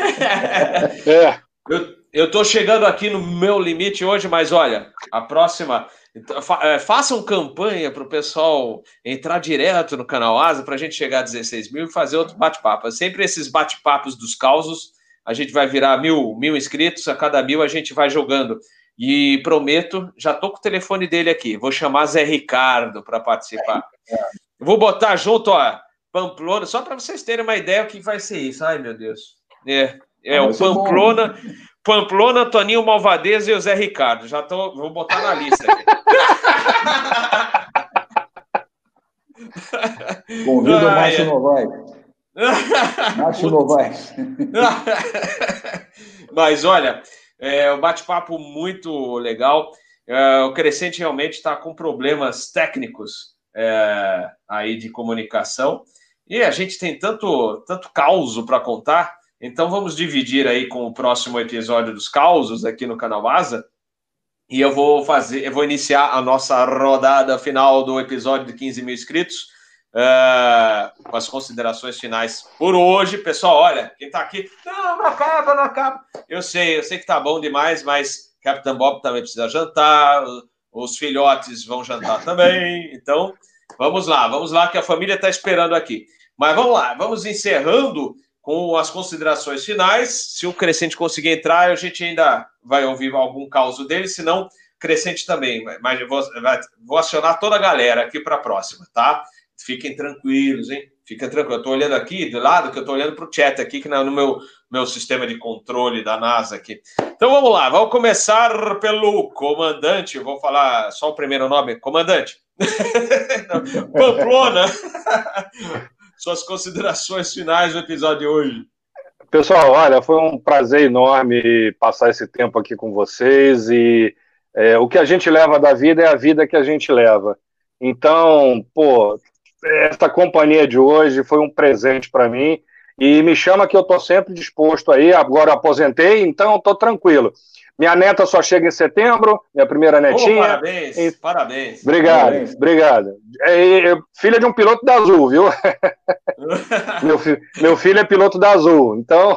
Eu tô chegando aqui no meu limite hoje, mas olha, a próxima... Façam campanha para o pessoal entrar direto no canal Asa para a gente chegar a 16 mil e fazer outro bate-papo. Sempre esses bate-papos dos causos, a gente vai virar mil inscritos, a cada 1000 a gente vai jogando. E prometo, já estou com o telefone dele aqui, vou chamar Zé Ricardo para participar. Vou botar junto, ó, Pamplona, só para vocês terem uma ideia do que vai ser isso. Ai, meu Deus. O Pamplona... Pamplona, Toninho Malvadeza e o Zé Ricardo. Vou botar na lista aqui. Convido o Márcio Novaes. Márcio Novaes. Mas, olha, um bate-papo muito legal. O Crescente realmente está com problemas técnicos aí de comunicação. E a gente tem tanto caos para contar. Então, vamos dividir aí com o próximo episódio dos causos aqui no canal Asa. E eu vou iniciar a nossa rodada final do episódio de 15 mil inscritos com as considerações finais por hoje. Pessoal, olha, quem tá aqui... Não acaba. Eu sei que tá bom demais, mas Capitão Bob também precisa jantar, os filhotes vão jantar também. Então, vamos lá, que a família tá esperando aqui. Mas vamos lá, vamos encerrando... com as considerações finais. Se o Crescente conseguir entrar, a gente ainda vai ouvir algum caos dele, senão Crescente também, mas vou acionar toda a galera aqui para a próxima, tá? Fiquem tranquilos, hein? Fiquem tranquilos. Eu estou olhando aqui do lado, que eu estou olhando para o chat aqui, que no meu sistema de controle da NASA aqui. Então vamos lá, vamos começar pelo comandante. Vou falar só o primeiro nome, comandante. Pamplona. Suas considerações finais do episódio de hoje. Pessoal, olha, foi um prazer enorme passar esse tempo aqui com vocês e o que a gente leva da vida é a vida que a gente leva. Então, pô, essa companhia de hoje foi um presente para mim e me chama que eu estou sempre disposto aí. Agora eu aposentei, então estou tranquilo. Minha neta só chega em setembro, minha primeira netinha. Parabéns, parabéns. Obrigado. Filha de um piloto da Azul, viu? meu filho é piloto da Azul, então...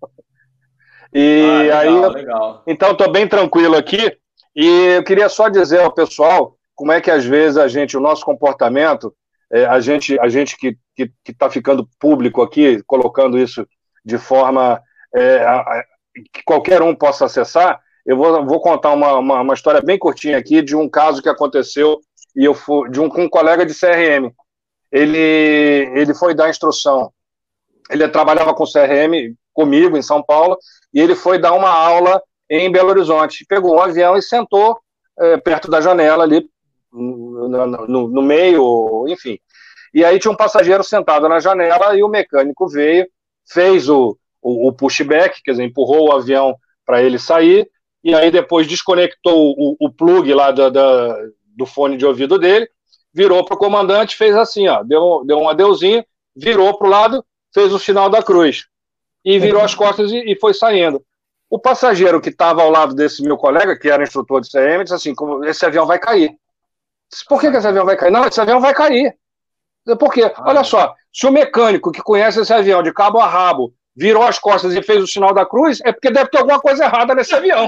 legal. Então, estou bem tranquilo aqui. E eu queria só dizer ao pessoal como é que, às vezes, o nosso comportamento, a gente que está ficando público aqui, colocando isso de forma que qualquer um possa acessar. Eu vou contar uma história bem curtinha aqui de um caso que aconteceu e de um colega de CRM. Ele foi dar instrução. Ele trabalhava com CRM comigo em São Paulo e ele foi dar uma aula em Belo Horizonte. Pegou um avião e sentou perto da janela ali, no meio, enfim. E aí tinha um passageiro sentado na janela e o mecânico veio, fez o pushback, quer dizer, empurrou o avião para ele sair, e aí depois desconectou o plug lá do fone de ouvido dele, virou para o comandante, fez assim, ó, deu um adeuzinho, virou para o lado, fez o sinal da cruz, e virou as costas e foi saindo. O passageiro que estava ao lado desse meu colega, que era instrutor de CM, disse assim, esse avião vai cair. Disse, por que esse avião vai cair? Não, esse avião vai cair. Por quê? Olha só, se o mecânico que conhece esse avião de cabo a rabo virou as costas e fez o sinal da cruz, é porque deve ter alguma coisa errada nesse avião.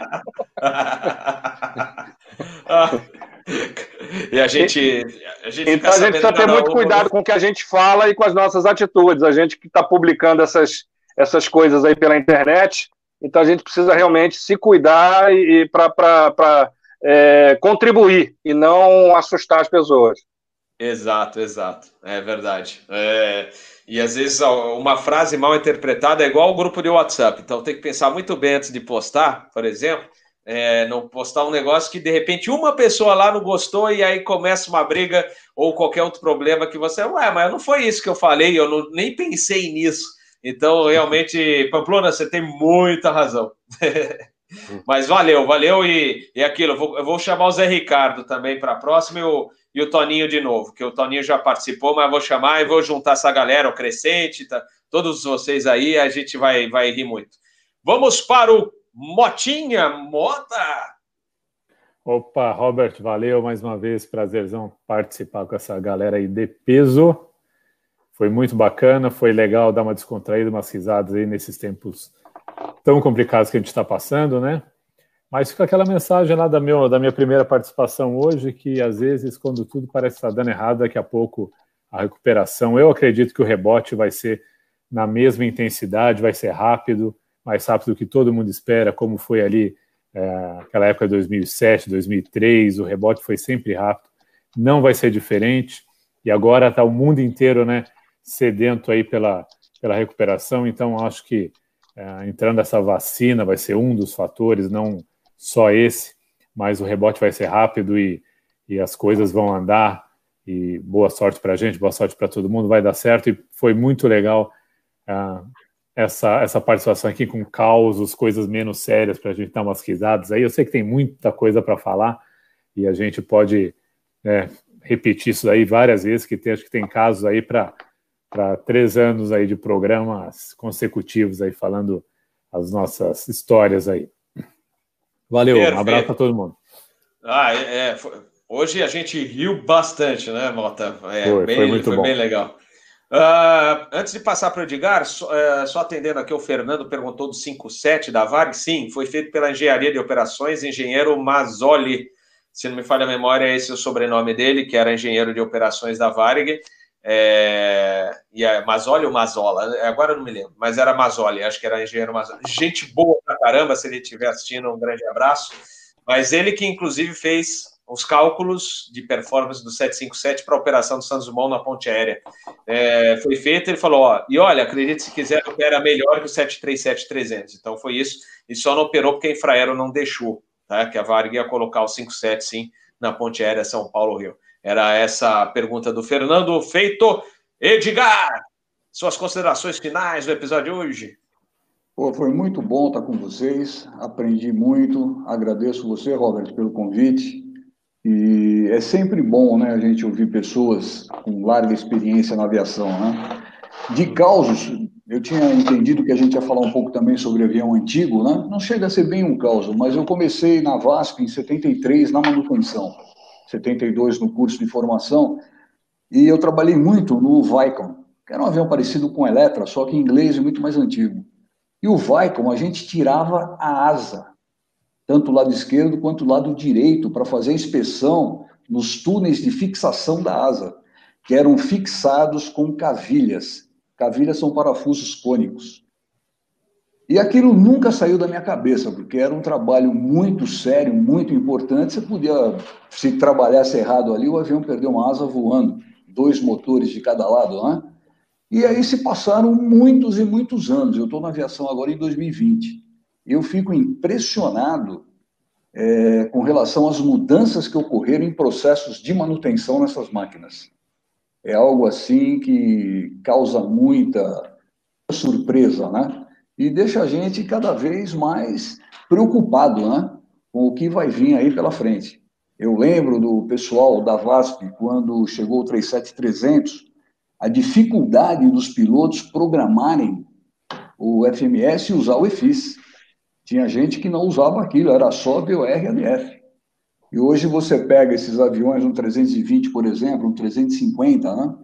E a gente então a gente precisa ter muito cuidado com o que a gente fala e com as nossas atitudes. A gente que está publicando essas coisas aí pela internet, então a gente precisa realmente se cuidar e para contribuir e não assustar as pessoas. Exato, é verdade. E às vezes uma frase mal interpretada é igual ao grupo de WhatsApp, então tem que pensar muito bem antes de postar, por exemplo, não postar um negócio que de repente uma pessoa lá não gostou e aí começa uma briga ou qualquer outro problema que você, mas não foi isso que eu falei, eu nem pensei nisso. Então, realmente, Pamplona, você tem muita razão. Mas valeu, e aquilo, eu vou chamar o Zé Ricardo também para a próxima e o Toninho de novo, que o Toninho já participou, mas eu vou chamar e vou juntar essa galera, o Crescente, todos vocês aí, a gente vai rir muito. Vamos para o Motinha, Mota! Opa, Robert, valeu mais uma vez, prazerzão participar com essa galera aí de peso. Foi muito bacana, foi legal dar uma descontraída, umas risadas aí nesses tempos tão complicados que a gente está passando, né? Mas fica aquela mensagem lá da minha primeira participação hoje, que às vezes, quando tudo parece estar dando errado, daqui a pouco a recuperação, eu acredito que o rebote vai ser na mesma intensidade, vai ser rápido, mais rápido do que todo mundo espera, como foi ali aquela época de 2007, 2003, o rebote foi sempre rápido, não vai ser diferente, e agora está o mundo inteiro, né, sedento aí pela recuperação, então acho que entrando essa vacina vai ser um dos fatores, não só esse, mas o rebote vai ser rápido e as coisas vão andar, e boa sorte para a gente, boa sorte para todo mundo, vai dar certo, e foi muito legal essa participação aqui com causos, coisas menos sérias para a gente dar umas risadas aí. Eu sei que tem muita coisa para falar e a gente pode repetir isso aí várias vezes, que acho que tem casos aí para 3 anos aí de programas consecutivos aí falando as nossas histórias aí. Valeu, um abraço para todo mundo. Hoje a gente riu bastante, né, Mota? Foi bem legal. Antes de passar para o Edgar, só atendendo aqui, o Fernando perguntou do 57 da Varig. Sim, foi feito pela Engenharia de Operações, engenheiro Mazzoli. Se não me falha a memória, esse é o sobrenome dele, que era engenheiro de operações da Varig. Mazzoli ou Mazzola? Agora eu não me lembro, mas era Mazzoli, acho que era engenheiro Mazzoli. Gente boa pra caramba, se ele estiver assistindo, um grande abraço. Mas ele que, inclusive, fez os cálculos de performance do 757 para a operação do Santos Dumont na ponte aérea. Foi feito, ele falou, e olha, acredite se quiser, opera melhor que o 737-300. Então foi isso, e só não operou porque a Infraero não deixou, tá? Que a Varig ia colocar o 57, sim, na ponte aérea São Paulo-Rio. Era essa a pergunta do Fernando Feito. Edgar, suas considerações finais do episódio de hoje? Foi muito bom estar com vocês, aprendi muito, agradeço você, Robert, pelo convite. E é sempre bom, né, a gente ouvir pessoas com larga experiência na aviação, né? De causos, eu tinha entendido que a gente ia falar um pouco também sobre avião antigo, né? Não chega a ser bem um causo, mas eu comecei na VASP em 73 na manutenção, 72 no curso de formação, e eu trabalhei muito no Vicon, que era um avião parecido com o Electra, só que em inglês e muito mais antigo. E o Vicon, a gente tirava a asa, tanto o lado esquerdo quanto o lado direito, para fazer a inspeção nos túneis de fixação da asa, que eram fixados com cavilhas. Cavilhas são parafusos cônicos. E aquilo nunca saiu da minha cabeça, porque era um trabalho muito sério, muito importante. Você podia, se trabalhasse errado ali, o avião perdeu uma asa voando, 2 motores de cada lado, né? E aí se passaram muitos e muitos anos. Eu estou na aviação agora em 2020. Eu fico impressionado com relação às mudanças que ocorreram em processos de manutenção nessas máquinas. É algo assim que causa muita surpresa, né? E deixa a gente cada vez mais preocupado, né, com o que vai vir aí pela frente. Eu lembro do pessoal da VASP, quando chegou o 37300, a dificuldade dos pilotos programarem o FMS e usar o EFIS. Tinha gente que não usava aquilo, era só VOR e ADF. E hoje você pega esses aviões, um 320, por exemplo, um 350, né?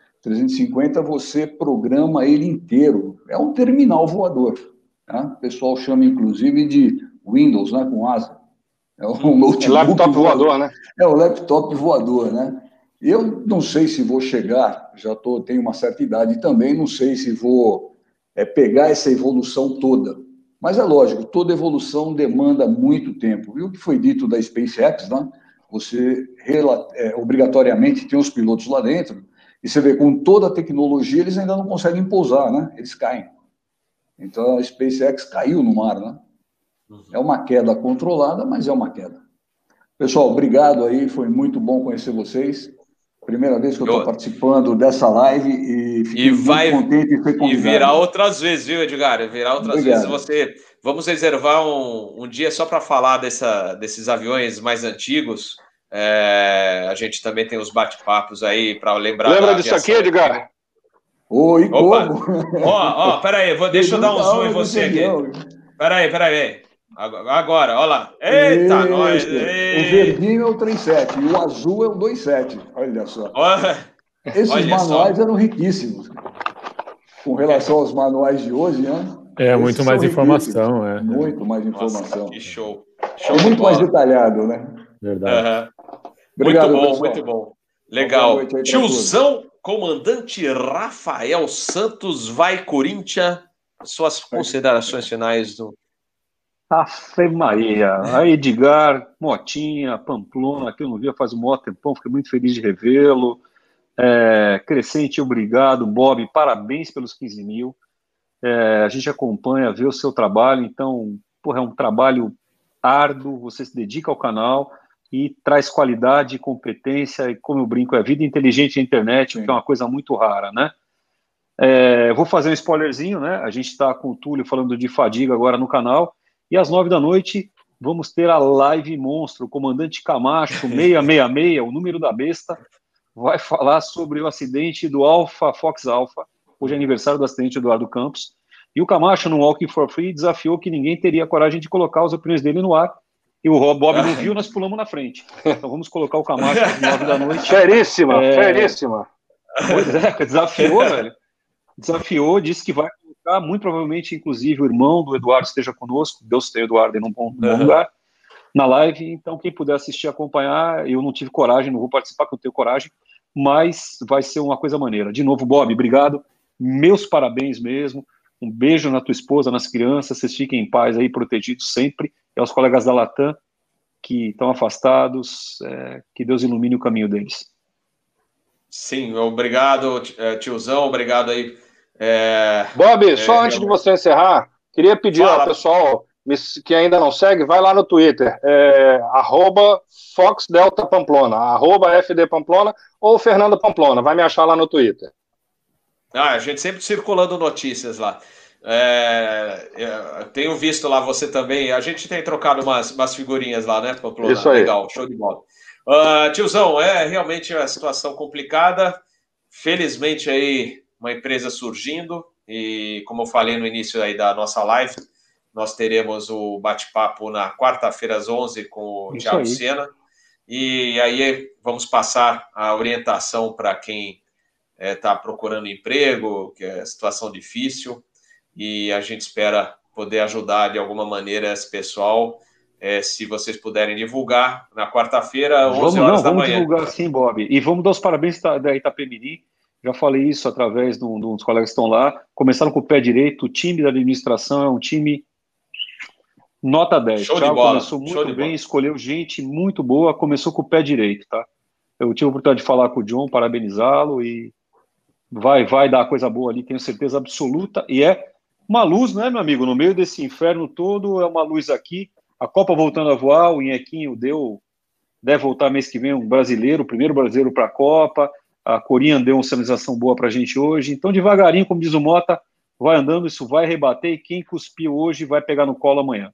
350 você programa ele inteiro. É um terminal voador. Né? O pessoal chama, inclusive, de Windows, né? Com asa. É um notebook laptop voador, né? É o laptop voador, né? Eu não sei se vou chegar, tenho uma certa idade também, não sei se vou pegar essa evolução toda. Mas é lógico, toda evolução demanda muito tempo. E o que foi dito da SpaceX, né? Você obrigatoriamente tem os pilotos lá dentro, e você vê, com toda a tecnologia, eles ainda não conseguem pousar, né? Eles caem. Então, a SpaceX caiu no mar, né? É uma queda controlada, mas é uma queda. Pessoal, obrigado aí, foi muito bom conhecer vocês. Primeira vez que eu estou participando dessa live e fiquei muito contente de ser convidado. E virá outras vezes, viu, Edgar? Virá outras vezes. Vamos reservar um dia só para falar desses aviões mais antigos. A gente também tem os bate-papos aí para lembrar. Lembra disso aqui, Edgar? Oi, como? Peraí, deixa eu dar um zoom em você aqui. Peraí. Agora, olha lá. Eita, nós! O verdinho é o 37 e o azul é o 27. Olha só. Esses manuais eram riquíssimos. Com relação aos manuais de hoje, né? Muito mais informação, Muito mais informação. Nossa, que show. Muito mais detalhado, né? Verdade. Obrigado, muito bom. Legal. Tiozão, comandante Rafael Santos, vai Corinthians. Suas considerações finais do... Ave Maria, a Edgar, Motinha, Pamplona, que eu não via faz um maior tempão, fiquei muito feliz de revê-lo. Crescente, obrigado. Bob, parabéns pelos 15 mil. A gente acompanha, vê o seu trabalho, então, é um trabalho árduo, você se dedica ao canal e traz qualidade, competência, e como eu brinco, vida inteligente na internet, que é uma coisa muito rara, né? Vou fazer um spoilerzinho, né? A gente está com o Túlio falando de fadiga agora no canal, e às 9 da noite vamos ter a live monstro, o comandante Camacho 666, o número da besta, vai falar sobre o acidente do Fox Alpha. Hoje é aniversário do acidente do Eduardo Campos, e o Camacho, no Walking for Free, desafiou que ninguém teria coragem de colocar as opiniões dele no ar, e o Bob não viu, nós pulamos na frente. Então vamos colocar o Camacho às 9 da noite. Feríssima. Pois desafiou, velho. Desafiou, disse que vai colocar, muito provavelmente, inclusive, o irmão do Eduardo esteja conosco, Deus tem o Eduardo em um bom lugar, na live. Então, quem puder assistir, acompanhar, eu não tive coragem, não vou participar, porque eu tenho coragem, mas vai ser uma coisa maneira. De novo, Bob, obrigado, meus parabéns mesmo, um beijo na tua esposa, nas crianças, vocês fiquem em paz aí, protegidos sempre, e aos colegas da Latam, que estão afastados, que Deus ilumine o caminho deles. Sim, obrigado, tiozão, obrigado aí. Bob, só antes de você encerrar, queria pedir ao pessoal que ainda não segue, vai lá no Twitter, @FoxDeltaPamplona, @FDPamplona ou Fernando Pamplona, vai me achar lá no Twitter. A gente sempre circulando notícias lá. Tenho visto lá você também, a gente tem trocado umas figurinhas lá, né, Pamplona? Isso aí. Legal, show de bola. Tiozão, realmente uma situação complicada, felizmente aí uma empresa surgindo, e como eu falei no início aí da nossa live, nós teremos o bate-papo na quarta-feira às 11 com o Thiago Sena, e aí vamos passar a orientação para quem está procurando emprego, que é situação difícil, e a gente espera poder ajudar de alguma maneira esse pessoal, se vocês puderem divulgar na quarta-feira, 11 horas da manhã. Vamos divulgar sim, Bob, e vamos dar os parabéns da Itapemirim. Já falei isso através de uns colegas que estão lá. Começaram com o pé direito. O time da administração é um time nota 10. Show de bola. Começou muito bem, escolheu gente muito boa, começou com o pé direito, tá? Eu tive a oportunidade de falar com o John, parabenizá-lo, e vai dar coisa boa ali, tenho certeza absoluta. E é uma luz, né, meu amigo? No meio desse inferno todo, é uma luz aqui. A Copa voltando a voar, o Inhequinho deve voltar mês que vem, um brasileiro, o primeiro brasileiro para a Copa. A Corinha deu uma sinalização boa para a gente hoje. Então, devagarinho, como diz o Mota, vai andando, isso vai rebater, e quem cuspiu hoje vai pegar no colo amanhã.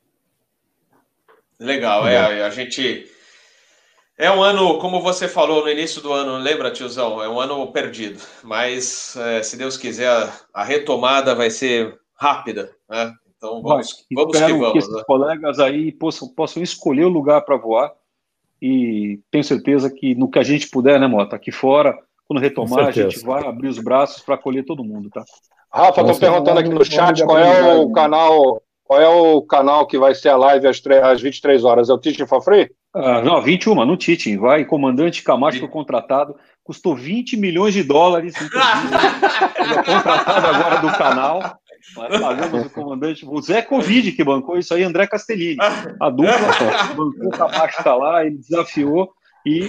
Legal, a gente... É um ano, como você falou no início do ano, lembra, tiozão? É um ano perdido, mas se Deus quiser, a retomada vai ser rápida, né? Então, vamos que vamos. Que esses colegas aí possam escolher o lugar para voar, e tenho certeza que no que a gente puder, né, Mota, aqui fora, quando retomar, a gente vai abrir os braços para acolher todo mundo, tá? Rafa, estou perguntando aqui no chat qual é o canal que vai ser a live às 23 horas. É o Teaching for Free? Não, 21, no Teaching. Vai, comandante Camacho foi contratado, custou $20 milhões, inclusive. Ele é contratado agora do canal. Nós pagamos o comandante, o Zé Covid que bancou isso aí, André Castellini. A dupla bancou, o Camacho está lá, ele desafiou, e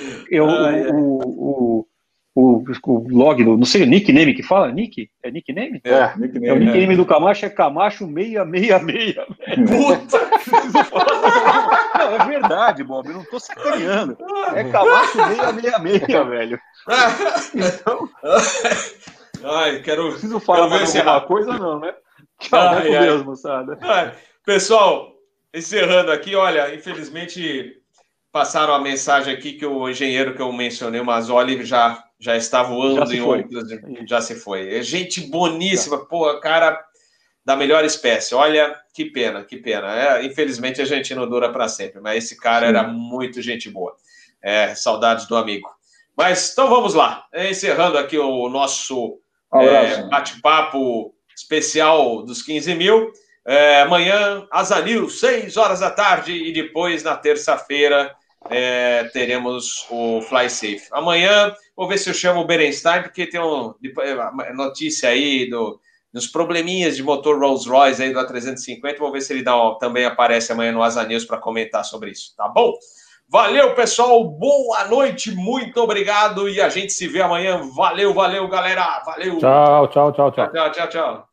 o log, não sei, o nickname que fala? É nickname? Nickname, o nickname do Camacho é Camacho 666. Puta! Não, é verdade, Bob, eu não tô sacaneando. É Camacho 666, velho. Então... Preciso falar mais alguma coisa, não, né? Tchau, com Deus, moçada. Pessoal, encerrando aqui, olha, infelizmente passaram a mensagem aqui que o engenheiro que eu mencionei, o Mazzoli, já está voando em outras. Já se foi. É gente boníssima, pô, cara da melhor espécie. Olha, que pena, que pena. Infelizmente a gente não dura para sempre, mas esse cara era muito gente boa. Saudades do amigo. Mas então vamos lá. Encerrando aqui o nosso bate-papo especial dos 15 mil. Amanhã, Asa News, 6 horas da tarde, e depois, na terça-feira, teremos o Fly Safe. Amanhã, vou ver se eu chamo o Berenstein, porque tem uma notícia aí dos probleminhas de motor Rolls-Royce aí do A350. Vou ver se ele também aparece amanhã no Asa News para comentar sobre isso, tá bom? Valeu, pessoal, boa noite, muito obrigado, e a gente se vê amanhã. Valeu, galera, valeu. Tchau. Tchau.